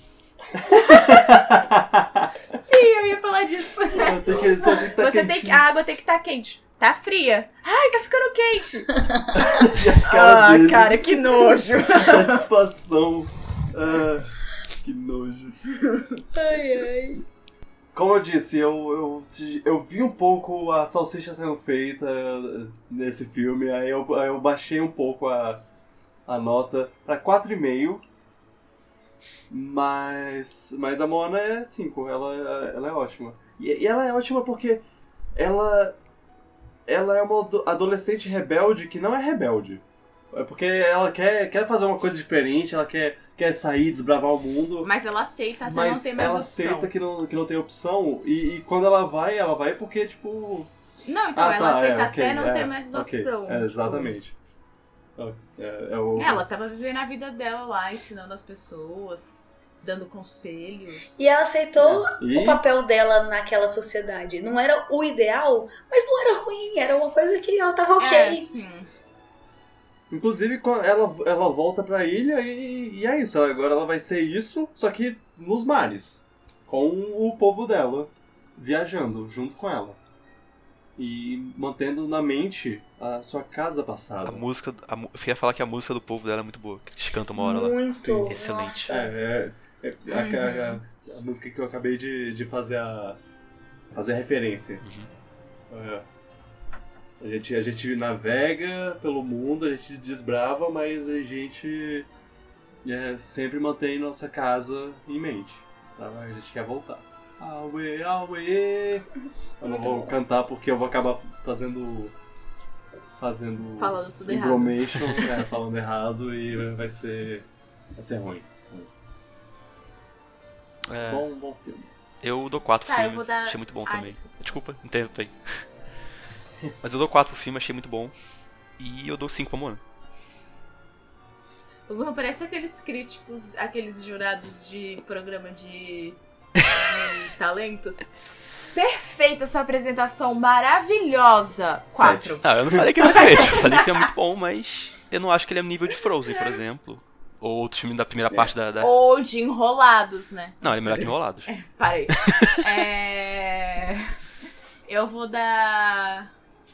Sim, eu ia falar disso. Tem que, tem que tá Você tem que, quentinho. a água tem que estar quente. Tá fria. Ai, tá ficando quente. E a cara ah, dele, cara, que nojo. que satisfação. Ah, que nojo. Ai, ai. Como eu disse, eu, eu, eu vi um pouco a salsicha sendo feita nesse filme, aí eu, aí eu baixei um pouco a, a nota pra quatro vírgula cinco, mas, mas a Moana é cinco, ela, ela é ótima. E, e ela é ótima porque ela, ela é uma ado- adolescente rebelde que não é rebelde. É porque ela quer, quer fazer uma coisa diferente, ela quer, quer sair, desbravar o mundo. Mas ela aceita até Mas não ter mais ela opção. aceita que não, que não tem opção. E, e quando ela vai, ela vai porque, tipo... Não, então ah, ela tá, aceita é, okay, até não é, ter mais okay, opção. É, tipo. exatamente. É, é o... Ela tava vivendo a vida dela lá, ensinando as pessoas, dando conselhos. E ela aceitou É. E- o papel dela naquela sociedade. Não era o ideal, mas não era ruim. Era uma coisa que ela tava ok. É, sim. Inclusive, quando ela, ela volta pra ilha e, e é isso. Agora ela vai ser isso, só que nos mares. Com o povo dela, viajando junto com ela. E mantendo na mente a sua casa passada. A música. A, mu- eu queria falar que a música do povo dela é muito boa, que eles cantam uma hora lá. Muito. Sim, excelente. Nossa. É, é, é a, a- a- a música que eu acabei de, de fazer a fazer a referência. Uhum. É. A gente, a gente navega pelo mundo, a gente desbrava, mas a gente é, sempre mantém nossa casa em mente. Tá? A gente quer voltar. Aue, aue. Eu não Muito vou bom. cantar porque eu vou acabar fazendo. Fazendo. Falando tudo errado. embromation, é, falando errado e vai ser. Vai ser ruim. É, Bom, bom filme. eu dou quatro pro Tá, eu filme, vou dar- achei muito bom Ah, também. desculpa. Desculpa, interrompa aí. Mas eu dou quatro pro filme, achei muito bom. E eu dou cinco pra Moana. O Bruno parece aqueles críticos, aqueles jurados de programa de, de talentos. Perfeita sua apresentação, maravilhosa. Quatro. Ah, eu não falei que ele é perfeito, eu falei que é muito bom, mas eu não acho que ele é no nível de Frozen, por exemplo. Ou outro filme da primeira parte da, da... Ou de Enrolados, né? Não, ele é melhor que Enrolados. Parei. É... Eu vou dar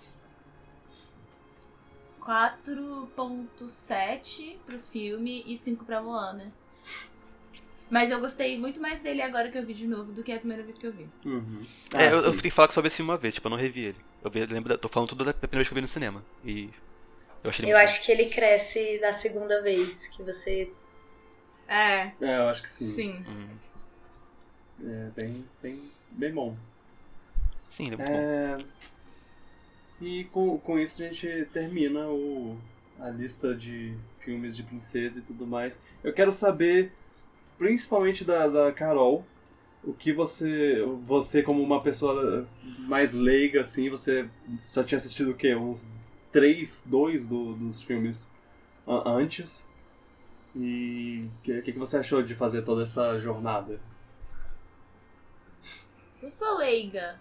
quatro ponto sete pro filme e cinco pra Moana. Mas eu gostei muito mais dele agora que eu vi de novo do que a primeira vez que eu vi. Uhum. É, Ah, eu, eu sim. fiquei falando só vi esse filme uma vez, tipo, eu não revi ele. Eu vi- lembro, da- tô falando tudo da primeira vez que eu vi no cinema. E eu achei ele Eu muito acho que ele cresce da segunda vez que você. É, É, eu acho que sim. sim. bom. Hum, É bem, bem, bem bom. sim, ele é muito bom. É... E com, com isso a gente termina o, a lista de filmes de princesa e tudo mais. Eu quero saber, principalmente da, da Carol, o que você, você como uma pessoa mais leiga, assim, você só tinha assistido o quê? Uns três, dois do, dos filmes a- antes. E o que, que que você achou de fazer toda essa jornada? Eu sou leiga.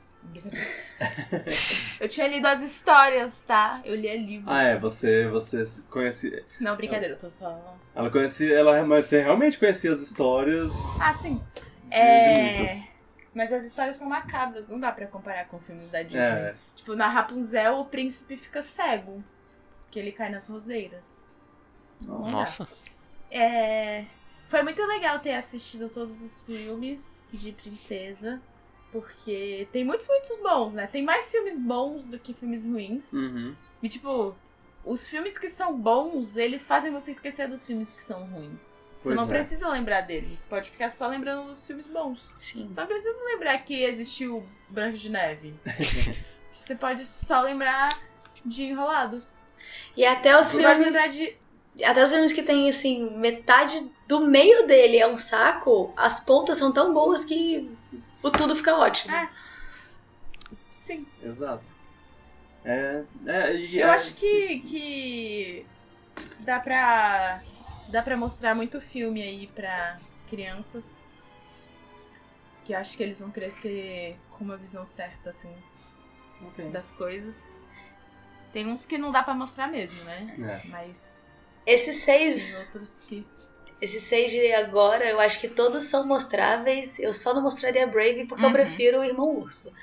Eu tinha lido as histórias, tá? Eu lia livros. Ah, é, você, você conhece... Não, brincadeira, eu tô só. Ela conhecia, ela, mas você realmente conhecia as histórias Ah, sim. de, de É. lutas. Mas as histórias são macabras, não dá pra comparar com filmes da Disney. É, Tipo, na Rapunzel o príncipe fica cego. Que ele cai nas roseiras. Não dá. Nossa. É... Foi muito legal ter assistido todos os filmes de princesa. Porque tem muitos, muitos bons, né? Tem mais filmes bons do que filmes ruins. uhum. E, tipo, os filmes que são bons, eles fazem você esquecer dos filmes que são ruins. Você Pois não é. precisa lembrar deles. Você pode ficar só lembrando dos filmes bons. Sim. Só precisa lembrar que existiu Branca de Neve. Você pode só lembrar de Enrolados. E até os Você pode filmes. lembrar de... Até os filmes que tem, assim, metade do meio dele é um saco, as pontas são tão boas que o tudo fica ótimo. É. Sim. Exato. É, é, e Eu é- acho que, que dá pra, dá pra mostrar muito filme aí pra crianças. Que eu acho que eles vão crescer com uma visão certa, assim, Ok. das coisas. Tem uns que não dá pra mostrar mesmo, né? É. Mas Esses tem seis, outros que... esses seis de agora, eu acho que todos são mostráveis. Eu só não mostraria Brave porque eu Uhum. prefiro o Irmão Urso.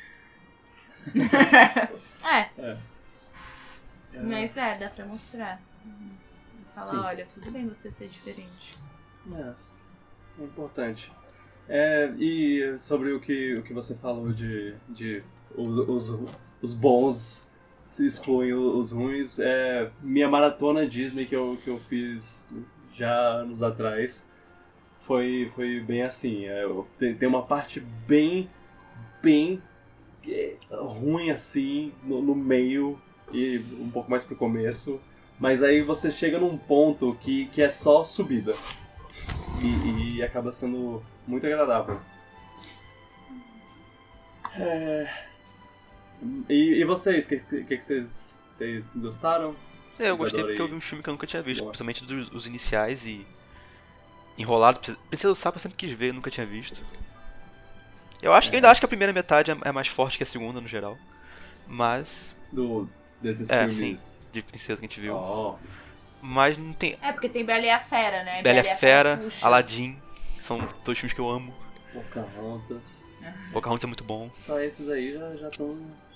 é, É. mas é, dá pra mostrar. Falar, Sim. olha, tudo bem você ser diferente. É, é importante. É, e sobre o que, o que você falou de, de os, os, os bons se excluem os ruins, é, minha maratona Disney que eu, que eu fiz já anos atrás foi, foi bem assim. É, eu- tem, tem uma parte bem, bem é, ruim assim no, no meio e um pouco mais pro começo, Mas aí você chega num ponto que, que é só subida. E, e acaba sendo muito agradável. É... E, e vocês? O que, que, que vocês, vocês gostaram? É, eu Vocês gostei adorei. porque eu vi um filme que eu nunca tinha visto, Boa. principalmente dos os iniciais e Enrolado. Princesa do Sapo eu sempre quis ver, eu nunca tinha visto. Eu, acho, É. eu ainda acho que a primeira metade é, é mais forte que a segunda no geral. Mas, Do, desses É, filmes... de princesa que a gente viu. Oh. Mas não tem... É, porque tem Bela e a Fera, né? Bela e a Fera, puxa. Aladdin, são dois filmes que eu amo. Pocahontas... Pocahontas é muito bom. Só esses aí já estão...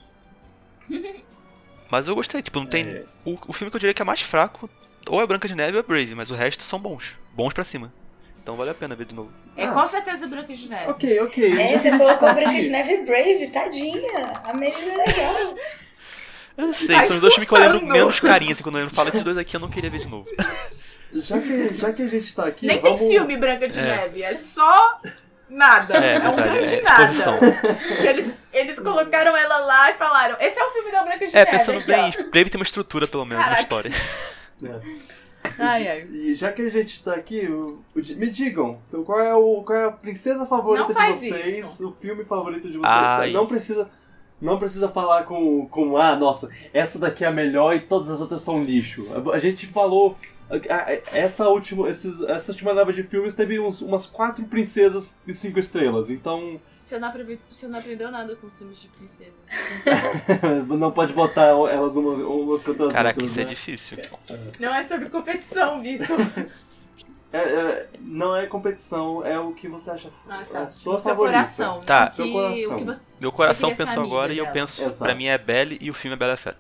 Mas eu gostei, tipo, não tem... É. O, o filme que eu diria que é mais fraco, ou é Branca de Neve ou é Brave, mas o resto são bons. Bons pra cima. Então vale a pena ver de novo. É Ah. com certeza Branca de Neve. Ok, ok. É, você colocou Branca de Neve e Brave, tadinha. A Melissa é legal. Eu não sei, Ai, são os dois filmes que eu lembro surtando. menos carinho, assim, quando eu lembro. Fala desses dois aqui, eu não queria ver de novo. Já que, já que a gente tá aqui, Nem vamos... tem filme Branca de É. Neve, é só nada. É, um verdade, filme é de nada. exposição. Que eles, eles colocaram ela lá e falaram: esse é o filme da Branca de É, Neve. pensando aqui, bem, ó. Brave tem uma estrutura, pelo menos, na Caraca. história. É. Ai, ai. E já que a gente tá aqui, o- o di- me digam, qual é, o, qual é a princesa favorita Não de faz vocês, isso. o filme favorito de vocês. Ai. Não precisa, não precisa falar com, com, ah, nossa, essa daqui é a melhor e todas as outras são lixo. A, a gente falou, a- a- essa última, esses, essa última leva de filmes teve uns- umas quatro princesas de cinco estrelas, então Você não, aprendeu, você não aprendeu nada com os filmes de princesa. não pode botar elas uma, umas contra as Caraca, outras, isso é né? difícil. Não é sobre competição, Vitor. É, é, não é competição, é o que você acha Ah, é tá. a sua O seu favorita. coração. Tá. Que- Seu coração. O que você... Meu coração Você queria ser pensou agora amiga e eu dela. penso, Exato. pra mim é Belle e o filme é Bela e a Fera.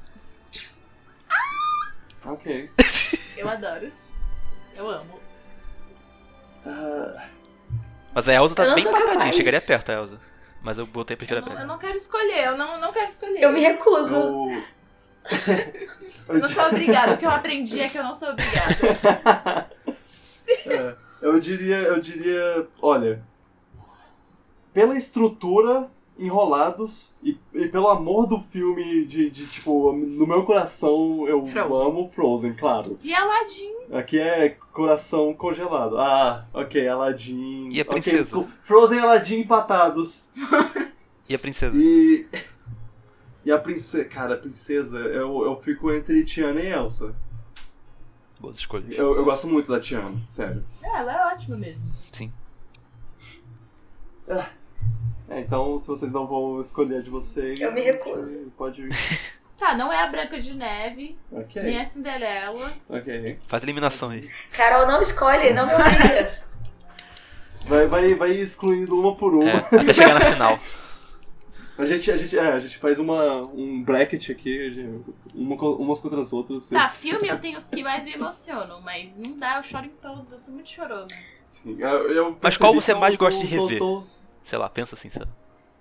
Ok. Eu adoro. Eu amo. Ah, Mas a Elsa tá Eu não bem sou empatadinha, capaz. chegaria perto a Elsa. Mas eu botei prefiro Eu a não, eu Belle. não quero escolher, eu não, não quero escolher. Eu me recuso. eu... Eu não sou obrigada. O que eu aprendi é que eu não sou obrigada. É, eu diria, eu diria, olha, pela estrutura, Enrolados, e, e pelo amor do filme, de, de tipo, no meu coração eu Frozen. amo Frozen, claro. E Aladdin. Aqui é coração congelado. Ah, ok, Aladdin. E a ok, princesa? co- Frozen e Aladdin empatados. E a princesa? E. E a princesa. Cara, a princesa, eu, eu fico entre Tiana e Elsa. Boas escolhas. Eu, eu gosto muito da Tiana, sério. É, ela é ótima mesmo. Sim. É, então, se vocês não vão escolher a de vocês. Eu me recuso. Pode. Tá, não é a Branca de Neve, Ok. nem a Cinderela. Ok. Faz eliminação aí. Carol, não escolhe, não me obriga. Vai, vai, vai excluindo uma por uma. É, até chegar na final. A gente, a gente, é, a gente faz uma, um bracket aqui, a gente- uma, co- umas contra as outras. Tá, filme eu tenho os que mais me emocionam, mas não dá, eu choro em todos, eu sou muito chorona. Sim, eu, eu Mas qual percebi você que eu mais tô- gosta de tô- rever? tô- Sei lá, pensa assim, sei lá.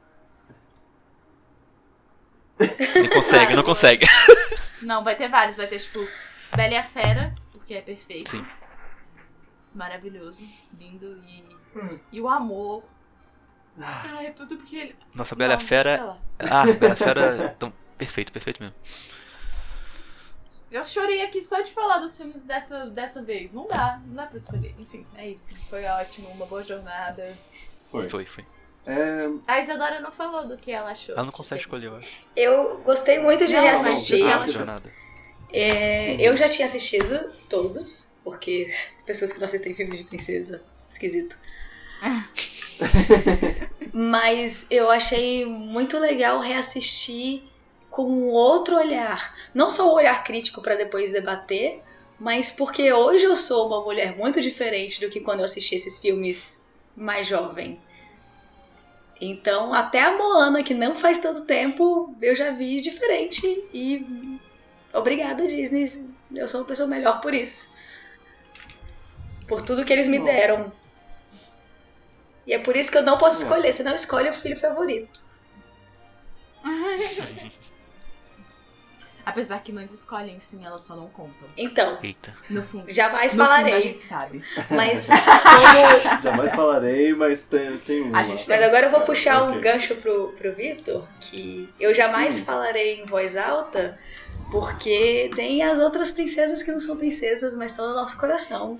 Nem consegue, não consegue. Não, vai ter vários, vai ter tipo Bela e a Fera, porque é perfeito. Sim. Maravilhoso, lindo e. E o amor. Ai, é tudo porque ele. Nossa, Bela e a Não, Fera. sei lá. Ah, Bela e a Fera. Então, perfeito, perfeito mesmo. Eu chorei aqui só de falar dos filmes dessa, dessa vez. Não dá, não dá pra escolher. Enfim, é isso. Foi ótimo, uma boa jornada. Foi. Foi, foi. É, A Isadora não falou do que ela achou. Ela não consegue Que teve. escolher, eu acho. Eu gostei muito de Não, mas reassistir. ela Ah, achou- jornada. É, eu já tinha assistido todos, porque pessoas que não assistem filme de princesa, esquisito. Mas eu achei muito legal reassistir com um outro olhar. Não só o olhar crítico para depois debater, mas porque hoje eu sou uma mulher muito diferente do que quando eu assisti esses filmes mais jovem. Então, até a Moana, que não faz tanto tempo, eu já vi diferente e obrigada, Disney. Eu sou uma pessoa melhor por isso. Por tudo que eles me Bom. deram. E é por isso que eu não posso É. escolher. Você não escolhe o filho favorito. Apesar que mães escolhem sim, elas só não contam. Então, Eita. No fundo. jamais no fundo a falarei. gente sabe. Mas, como- jamais falarei, mas tem, tem uma. A gente mas agora eu vou puxar um Ok. gancho pro, pro Vitor, que eu jamais Hum. falarei em voz alta, Porque tem as outras princesas que não são princesas, mas estão no nosso coração.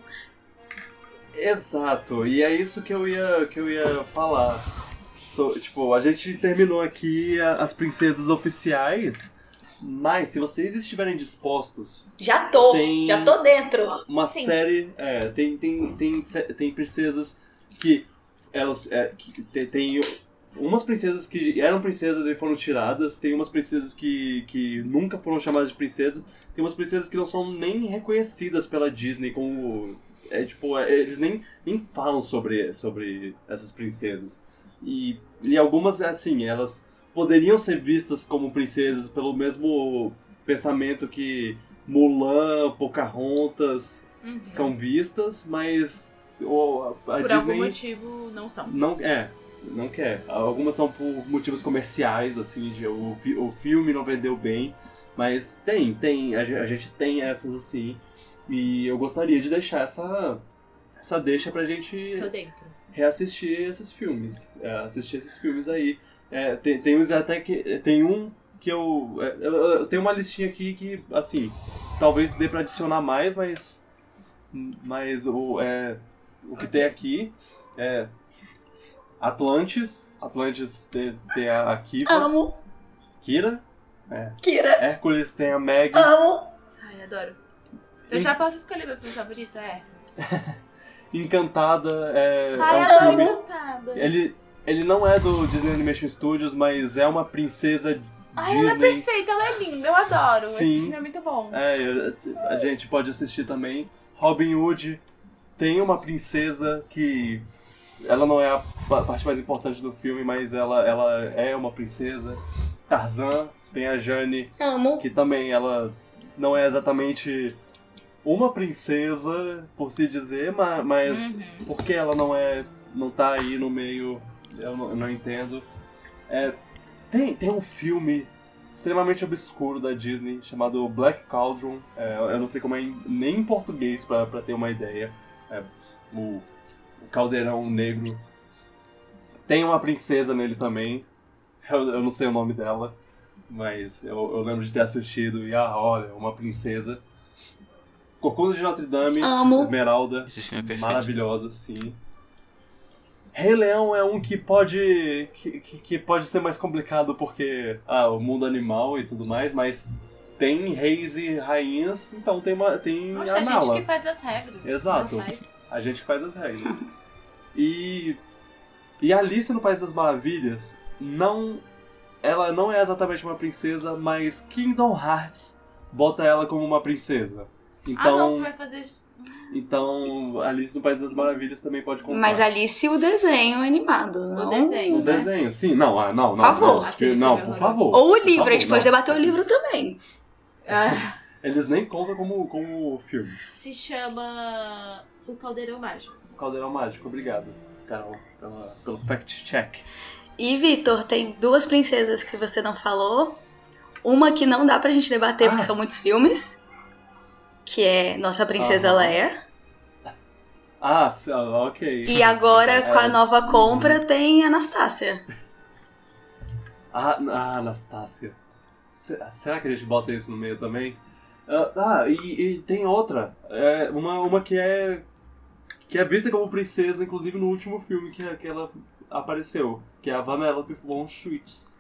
Exato, e é isso que eu ia, que eu ia falar. So, tipo, a gente terminou aqui a, as princesas oficiais, mas se vocês estiverem dispostos... Já tô, tem já tô dentro. Uma Sim. série, é, tem, tem, tem, tem princesas que elas... É, que tem, tem umas princesas que eram princesas e foram tiradas, tem umas princesas que, que nunca foram chamadas de princesas, tem umas princesas que não são nem reconhecidas pela Disney como... É, tipo, é, eles nem, nem falam sobre, sobre essas princesas. E, e algumas, assim, elas poderiam ser vistas como princesas pelo mesmo pensamento que Mulan, Pocahontas Uhum. são vistas, mas o, a Por Disney algum motivo, não são. não é, não quer. Algumas são por motivos comerciais, assim, de, o, fi- o filme não vendeu bem, mas tem, tem, a, ge- a gente tem essas assim, e eu gostaria de deixar essa, essa deixa pra gente Tô dentro. reassistir esses filmes, é, assistir esses filmes aí. É, tem, tem uns até que, tem um que eu, é, eu, eu tenho uma listinha aqui que, assim, talvez dê pra adicionar mais, mas, mas o, é, o que Ok. tem aqui é Atlantis, Atlantis tem, tem a, a Kiva, Amo, Kira, é, Kira, Hércules tem a Meg, amo. Ai, adoro. Eu já posso escolher meu filme favorito, é. Encantada é, Ai, é um adoro filme... Encantada. Ele, ele não é do Disney Animation Studios, mas é uma princesa Ai, ela é Disney. perfeita, ela é linda, eu adoro. Esse Sim. filme é muito bom. É, eu- a gente pode assistir também. Robin Hood tem uma princesa que ela não é a pa- parte mais importante do filme, mas ela, ela é uma princesa. Tarzan tem a Jane, Amo. que também ela não é exatamente uma princesa, por se dizer, ma- mas Uhum. por que ela não é, não tá aí no meio, eu não, eu não entendo. É, tem, tem um filme extremamente obscuro da Disney chamado Black Cauldron, é, eu não sei como é em- nem em português pra, pra ter uma ideia. É, o, o Caldeirão Negro. Tem uma princesa nele também, eu, eu não sei o nome dela, mas eu, eu lembro de ter assistido e, ah, olha, uma princesa. Corcunda de Notre Dame, Amo. Esmeralda, Esse filme é perfeito. maravilhosa, sim. Rei Leão é um que pode que, que, que pode ser mais complicado porque ah, o mundo animal e tudo mais, mas tem reis e rainhas, então tem uma tem Poxa, a a gente Nala. que faz as regras. Exato. não faz. A gente faz as regras. E e Alice no País das Maravilhas não ela não é exatamente uma princesa, mas Kingdom Hearts bota ela como uma princesa. Então, Ah, não, você vai fazer. então Alice no País das Maravilhas também pode contar. Mas Alice, o desenho animado, não? desenho. O desenho, sim. Não, ah, não, não. Por favor. Não, os filmes- não, Aquele por filme é favor. Ou o Por livro, favor, a gente pode não. debater o Esses- livro também. Ah, Eles nem contam como, como filme. se chama O Caldeirão Mágico. Caldeirão Mágico, obrigado, Carol, pela, pelo fact check. E, Vitor, tem duas princesas que você não falou. Uma que não dá pra gente debater Ah. porque são muitos filmes. Que é Nossa Princesa Aham. Leia. Ah, se- ah, ok. E agora, É, com a nova compra, tem Anastácia. Ah, ah, Anastácia. Se- Será que a gente bota isso no meio também? Ah, ah, e, e tem outra. É, uma, uma que é. Que é vista como princesa, inclusive no último filme que, que ela apareceu. Que é a Vanellope von Schweetz.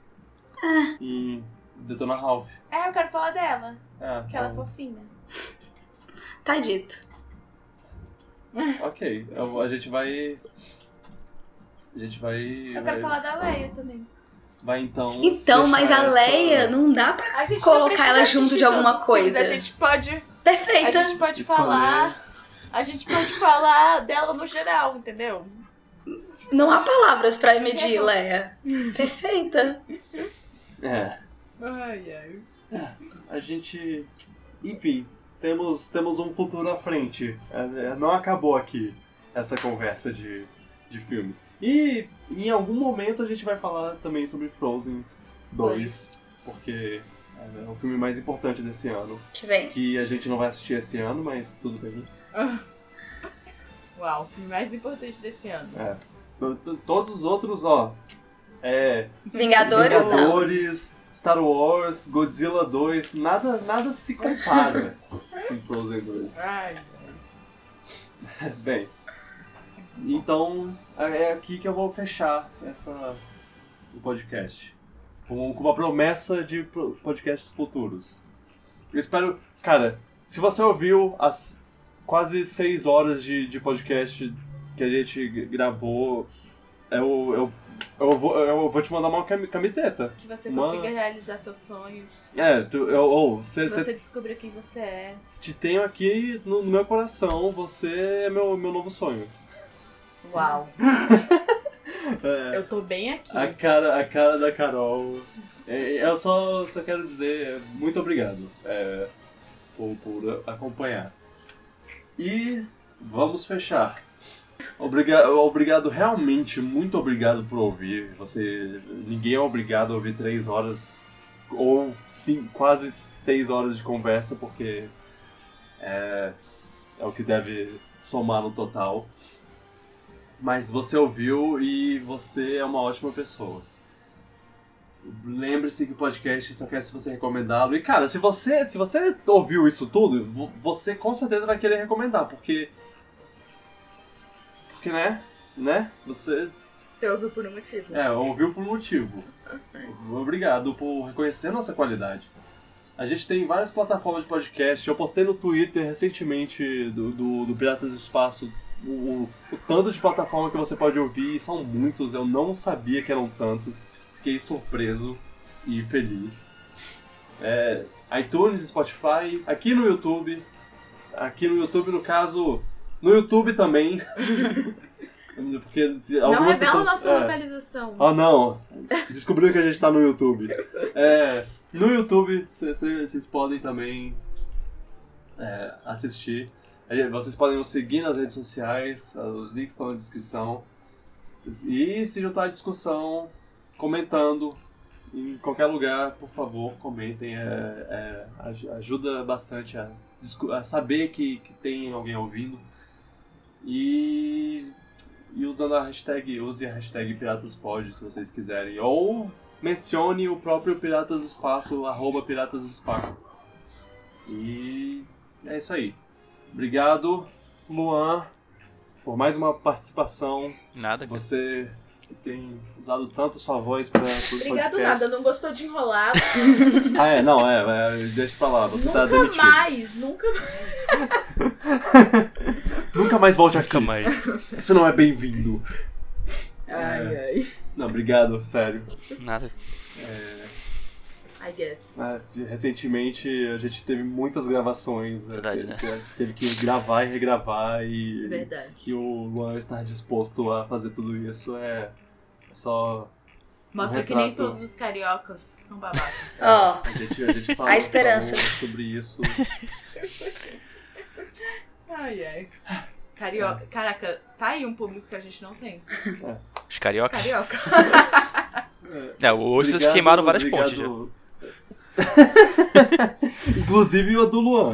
Em Detona Ralph. É, eu quero falar dela. É, Aquela então, fofinha. Tá dito. ok, eu- a gente vai. A gente vai. Eu vai, quero falar da Leia também. vai então. Então, mas deixar a essa- Leia não dá pra A gente não colocar precisa ela junto assistir de alguma todos os filmes, coisa. A gente pode, a Perfeita. gente pode escolher. falar. A gente pode falar dela no geral, entendeu? Não há palavras pra medir, Leia. Perfeita. É. Ai, ai. A gente. Enfim, temos, temos um futuro à frente. É, é, não acabou aqui essa conversa de, de filmes. E em algum momento a gente vai falar também sobre Frozen dois, porque é o filme mais importante desse ano. Que vem. Que a gente não vai assistir esse ano, mas tudo bem. Uau, o filme mais importante desse ano. É. T- t- Todos os outros, ó. É, Vingadores, não. Vingadores, Star Wars, Godzilla dois, nada, nada se compara com Frozen dois. Ai, Bem, então é aqui que eu vou fechar essa, o podcast. Com, com uma promessa de pro- podcasts futuros. Eu espero... Cara, se você ouviu as quase seis horas de, de podcast que a gente gravou, eu, eu, eu, vou, eu vou te mandar uma cami- camiseta. que você Uma- consiga realizar seus sonhos. É, tu, eu, ou, você, Você você descobrir quem você é. te tenho aqui no, no meu coração, você é meu, meu novo sonho. Uau. É, Eu tô bem aqui. a, cara, a cara da Carol. É, eu só, só quero dizer muito obrigado é, por, por acompanhar. E vamos fechar. Obriga- obrigado, realmente, muito obrigado por ouvir. Você, ninguém é obrigado a ouvir três horas ou sim, quase seis horas de conversa, porque é, é o que deve somar no total. Mas você ouviu e você é uma ótima pessoa. Lembre-se que o podcast só quer se você recomendá-lo. E cara, se você, se você ouviu isso tudo, vo- você com certeza vai querer recomendar, porque... Porque, né? Né? Você Você ouviu por um motivo. é, ouviu por um motivo. Obrigado por reconhecer a nossa qualidade. A gente tem várias plataformas de podcast. Eu postei no Twitter recentemente do, do, do Piratas do Espaço o, o, o tanto de plataforma que você pode ouvir. E são muitos, eu não sabia que eram tantos. Fiquei surpreso e feliz. É, iTunes, Spotify, aqui no YouTube. Aqui no YouTube, no caso, no YouTube também. Porque Não algumas revela pessoas, nossa é. localização. Ah, não. Descobriu que a gente tá no YouTube. É, no YouTube, vocês podem também é, assistir. Aí, vocês podem nos seguir nas redes sociais, os links estão na descrição. E se juntar à discussão, comentando em qualquer lugar, por favor, comentem. É, é, aj- ajuda bastante a, discu- a saber que, que tem alguém ouvindo. E... E usando a hashtag, use a hashtag PiratasPod se vocês quiserem. Ou mencione o próprio Piratas do Espaço, arroba Piratas do Espaço. E é isso aí. Obrigado, Luan, por mais uma participação. Nada, cara. Você que tem usado tanto sua voz para os Obrigado podcasts. nada, não gostou de enrolar. Ah, é, não, é, é deixa pra lá, você nunca tá demitido. mais, nunca mais. Nunca mais volte Nunca aqui. mais. Você não é bem-vindo. Ai, ai. Não, obrigado, sério. Nada. I guess. Ah, recentemente a gente teve muitas gravações, né? Verdade, teve, né? teve- teve que gravar e regravar e, Verdade. e o Luan estar disposto a fazer tudo isso é só... Mostra um que nem retrato. todos os cariocas são babacas. Ó, A gente, a gente falou, A esperança. falou sobre isso. Ai, ai. Carioca. Caraca, tá aí um público que a gente não tem. Os cariocas. Carioca. É, hoje vocês Obrigado, queimaram várias obrigado. pontes já. Inclusive o do Luan.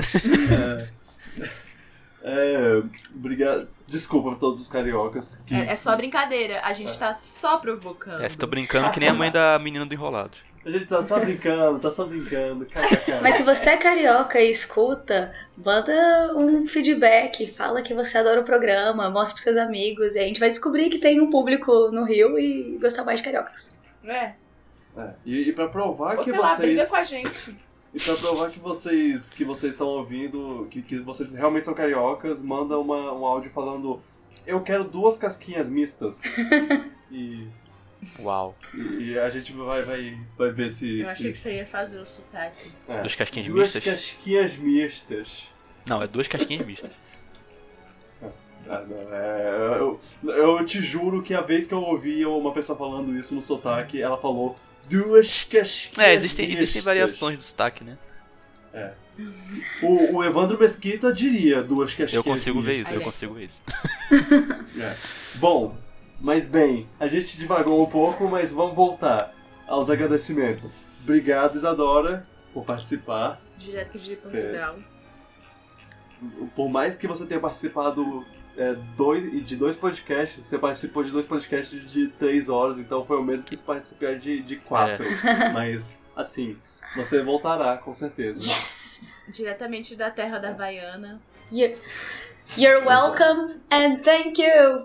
É, é, obrigado. Desculpa a todos os cariocas. Que... É, é só brincadeira, a gente tá só provocando. É, você tá brincando que nem a mãe da menina do Enrolado. A gente tá só brincando, tá só brincando. Kkk. mas se você é carioca e escuta, manda um feedback, fala que você adora o programa, mostra pros seus amigos, e a gente vai descobrir que tem um público no Rio e gostar mais de cariocas. É. É, e, e pra provar Ou que sei lá, briga vocês... com a gente. E pra provar que vocês que vocês estão ouvindo, que, que vocês realmente são cariocas, manda uma, um áudio falando: eu quero duas casquinhas mistas. e, Uau. e a gente vai, vai, vai ver se. Eu se achei que você ia fazer o sotaque. é. Duas casquinhas Duas mistas? casquinhas mistas. Não, é duas casquinhas mistas. Ah, não, é, eu, eu te juro que a vez que eu ouvi uma pessoa falando isso no sotaque, ela falou duas casquinhas É, existem, mistas. existem variações do sotaque, né? O, o Evandro Mesquita diria duas casquinhas Eu consigo ver mistas. isso, eu Olha. consigo ver isso. É. Bom, mas bem, a gente divagou um pouco, mas vamos voltar aos agradecimentos. Obrigado, Isadora, por participar. Direto de Certo. Portugal. Por mais que você tenha participado é, dois, de dois podcasts, você participou de dois podcasts de três horas, então foi o mesmo que se participar de, de quatro. É. Mas, assim, você voltará, com certeza. Yes! Diretamente da terra da Havaiana. You, you're welcome and thank you!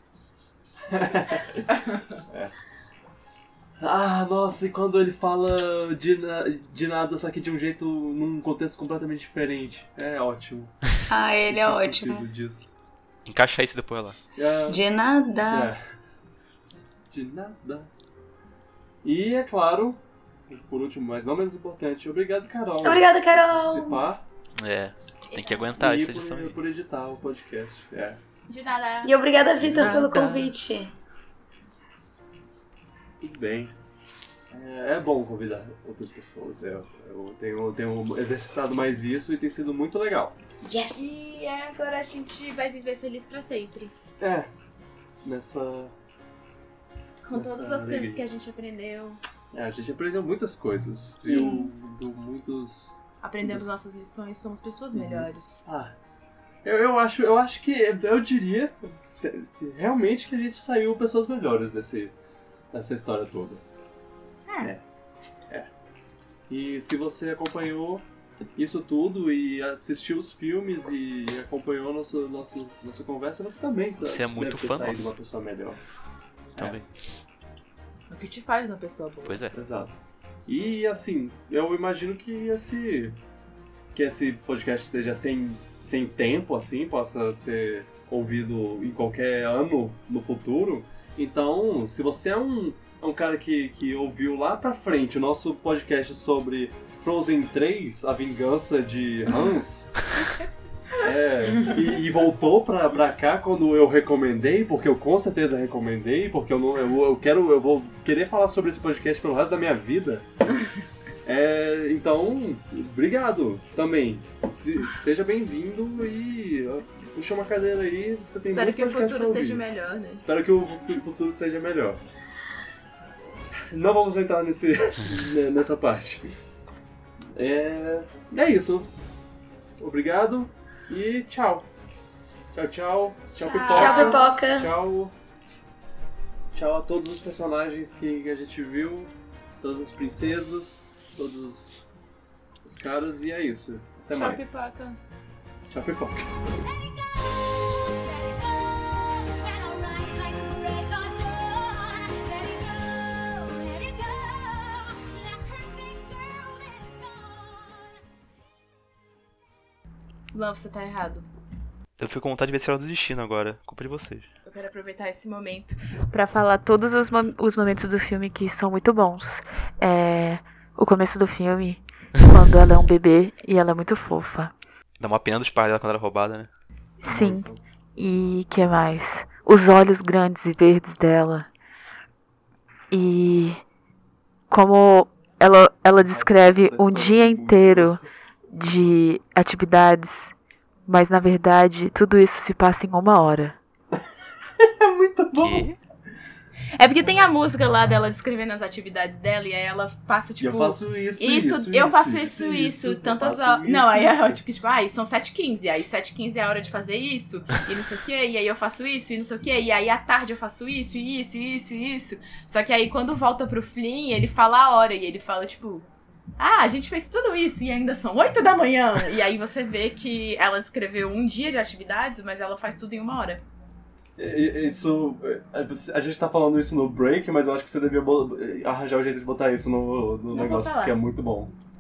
É. Ah, nossa, e quando ele fala de, de nada, só que de um jeito, num contexto completamente diferente. É ótimo. Ah, ele é ótimo. Disso. Encaixa isso depois lá. É. De nada. É. De nada. E, é claro, por último, mas não menos importante, obrigado, Carol. Obrigada, Carol. Por participar. É, tem que aguentar e essa edição por, aí. por editar o podcast. É. De nada. E obrigada, Vitor, pelo convite. Tudo bem. É, é bom convidar outras pessoas. Eu, eu, tenho, eu tenho exercitado mais isso e tem sido muito legal. Yes! E agora a gente vai viver feliz pra sempre. É, nessa... Com nessa todas as alegria. coisas que a gente aprendeu. É, a gente aprendeu muitas coisas. Sim. Eu, eu muitos... Aprendemos muitas... nossas lições, somos pessoas melhores. Ah, eu, eu, acho, eu acho que, eu diria realmente que a gente saiu pessoas melhores desse, dessa história toda. É. É. é. E se você acompanhou isso tudo e assistiu os filmes e acompanhou nosso, nosso, nossa conversa, você também tá, você é muito deve ter fã saído nosso. uma pessoa melhor. Também. O que te faz uma pessoa boa. Pois é. Exato. E assim, eu imagino que esse, que esse podcast seja sem, sem tempo, assim, possa ser ouvido em qualquer ano no futuro. Então, se você é um, é um cara que, que ouviu lá pra frente o nosso podcast sobre Frozen três, A Vingança de Hans, é, e, e voltou pra, pra cá quando eu recomendei, porque eu com certeza recomendei, porque eu, não, eu, eu, quero, eu vou querer falar sobre esse podcast pelo resto da minha vida. É, então, obrigado também. Se, seja bem-vindo e ó, puxa uma cadeira aí. Você tem Espero muito que o podcast futuro pra ouvir. seja melhor, né? Espero que o, que o futuro seja melhor. Não vamos entrar nesse, nessa parte. É, é isso. Obrigado e tchau. Tchau, tchau. Tchau, Tchau. Pipoca. Tchau, Pipoca. Tchau. Tchau a todos os personagens que a gente viu. Todas as princesas. Todos os, os caras. E é isso. Até Tchau, mais. Pipoca. Tchau, Pipoca. Luan, você tá errado. Eu fico com vontade de ver Senhora do Destino agora. Culpa de vocês. Eu quero aproveitar esse momento pra falar todos os, mo- os momentos do filme que são muito bons. É, o começo do filme, quando ela é um bebê e ela é muito fofa. Dá uma pena dos pais dela quando era roubada, né? Sim. E que mais? Os olhos grandes e verdes dela. E como ela, ela descreve um dia inteiro de atividades, mas na verdade tudo isso se passa em uma hora. É muito bom. Que... É porque tem a música lá dela descrevendo as atividades dela, e aí ela passa, tipo... eu faço isso, Isso, isso, eu isso, faço isso, isso, eu tantas faço horas. isso, Não, aí é isso. tipo, tipo, ai, são sete e quinze, aí sete e quinze é a hora de fazer isso, e não sei o que, e aí eu faço isso, e não sei o que, e aí à tarde eu faço isso, e isso, e isso, e isso. Só que aí quando volta pro Flynn, ele fala a hora, e ele fala, tipo... Ah, a gente fez tudo isso e ainda são oito da manhã. E aí você vê que ela escreveu um dia de atividades, mas ela faz tudo em uma hora. Isso, a gente tá falando isso no break, mas eu acho que você devia arranjar um jeito de botar isso no, no Eu vou negócio, falar. porque é muito bom.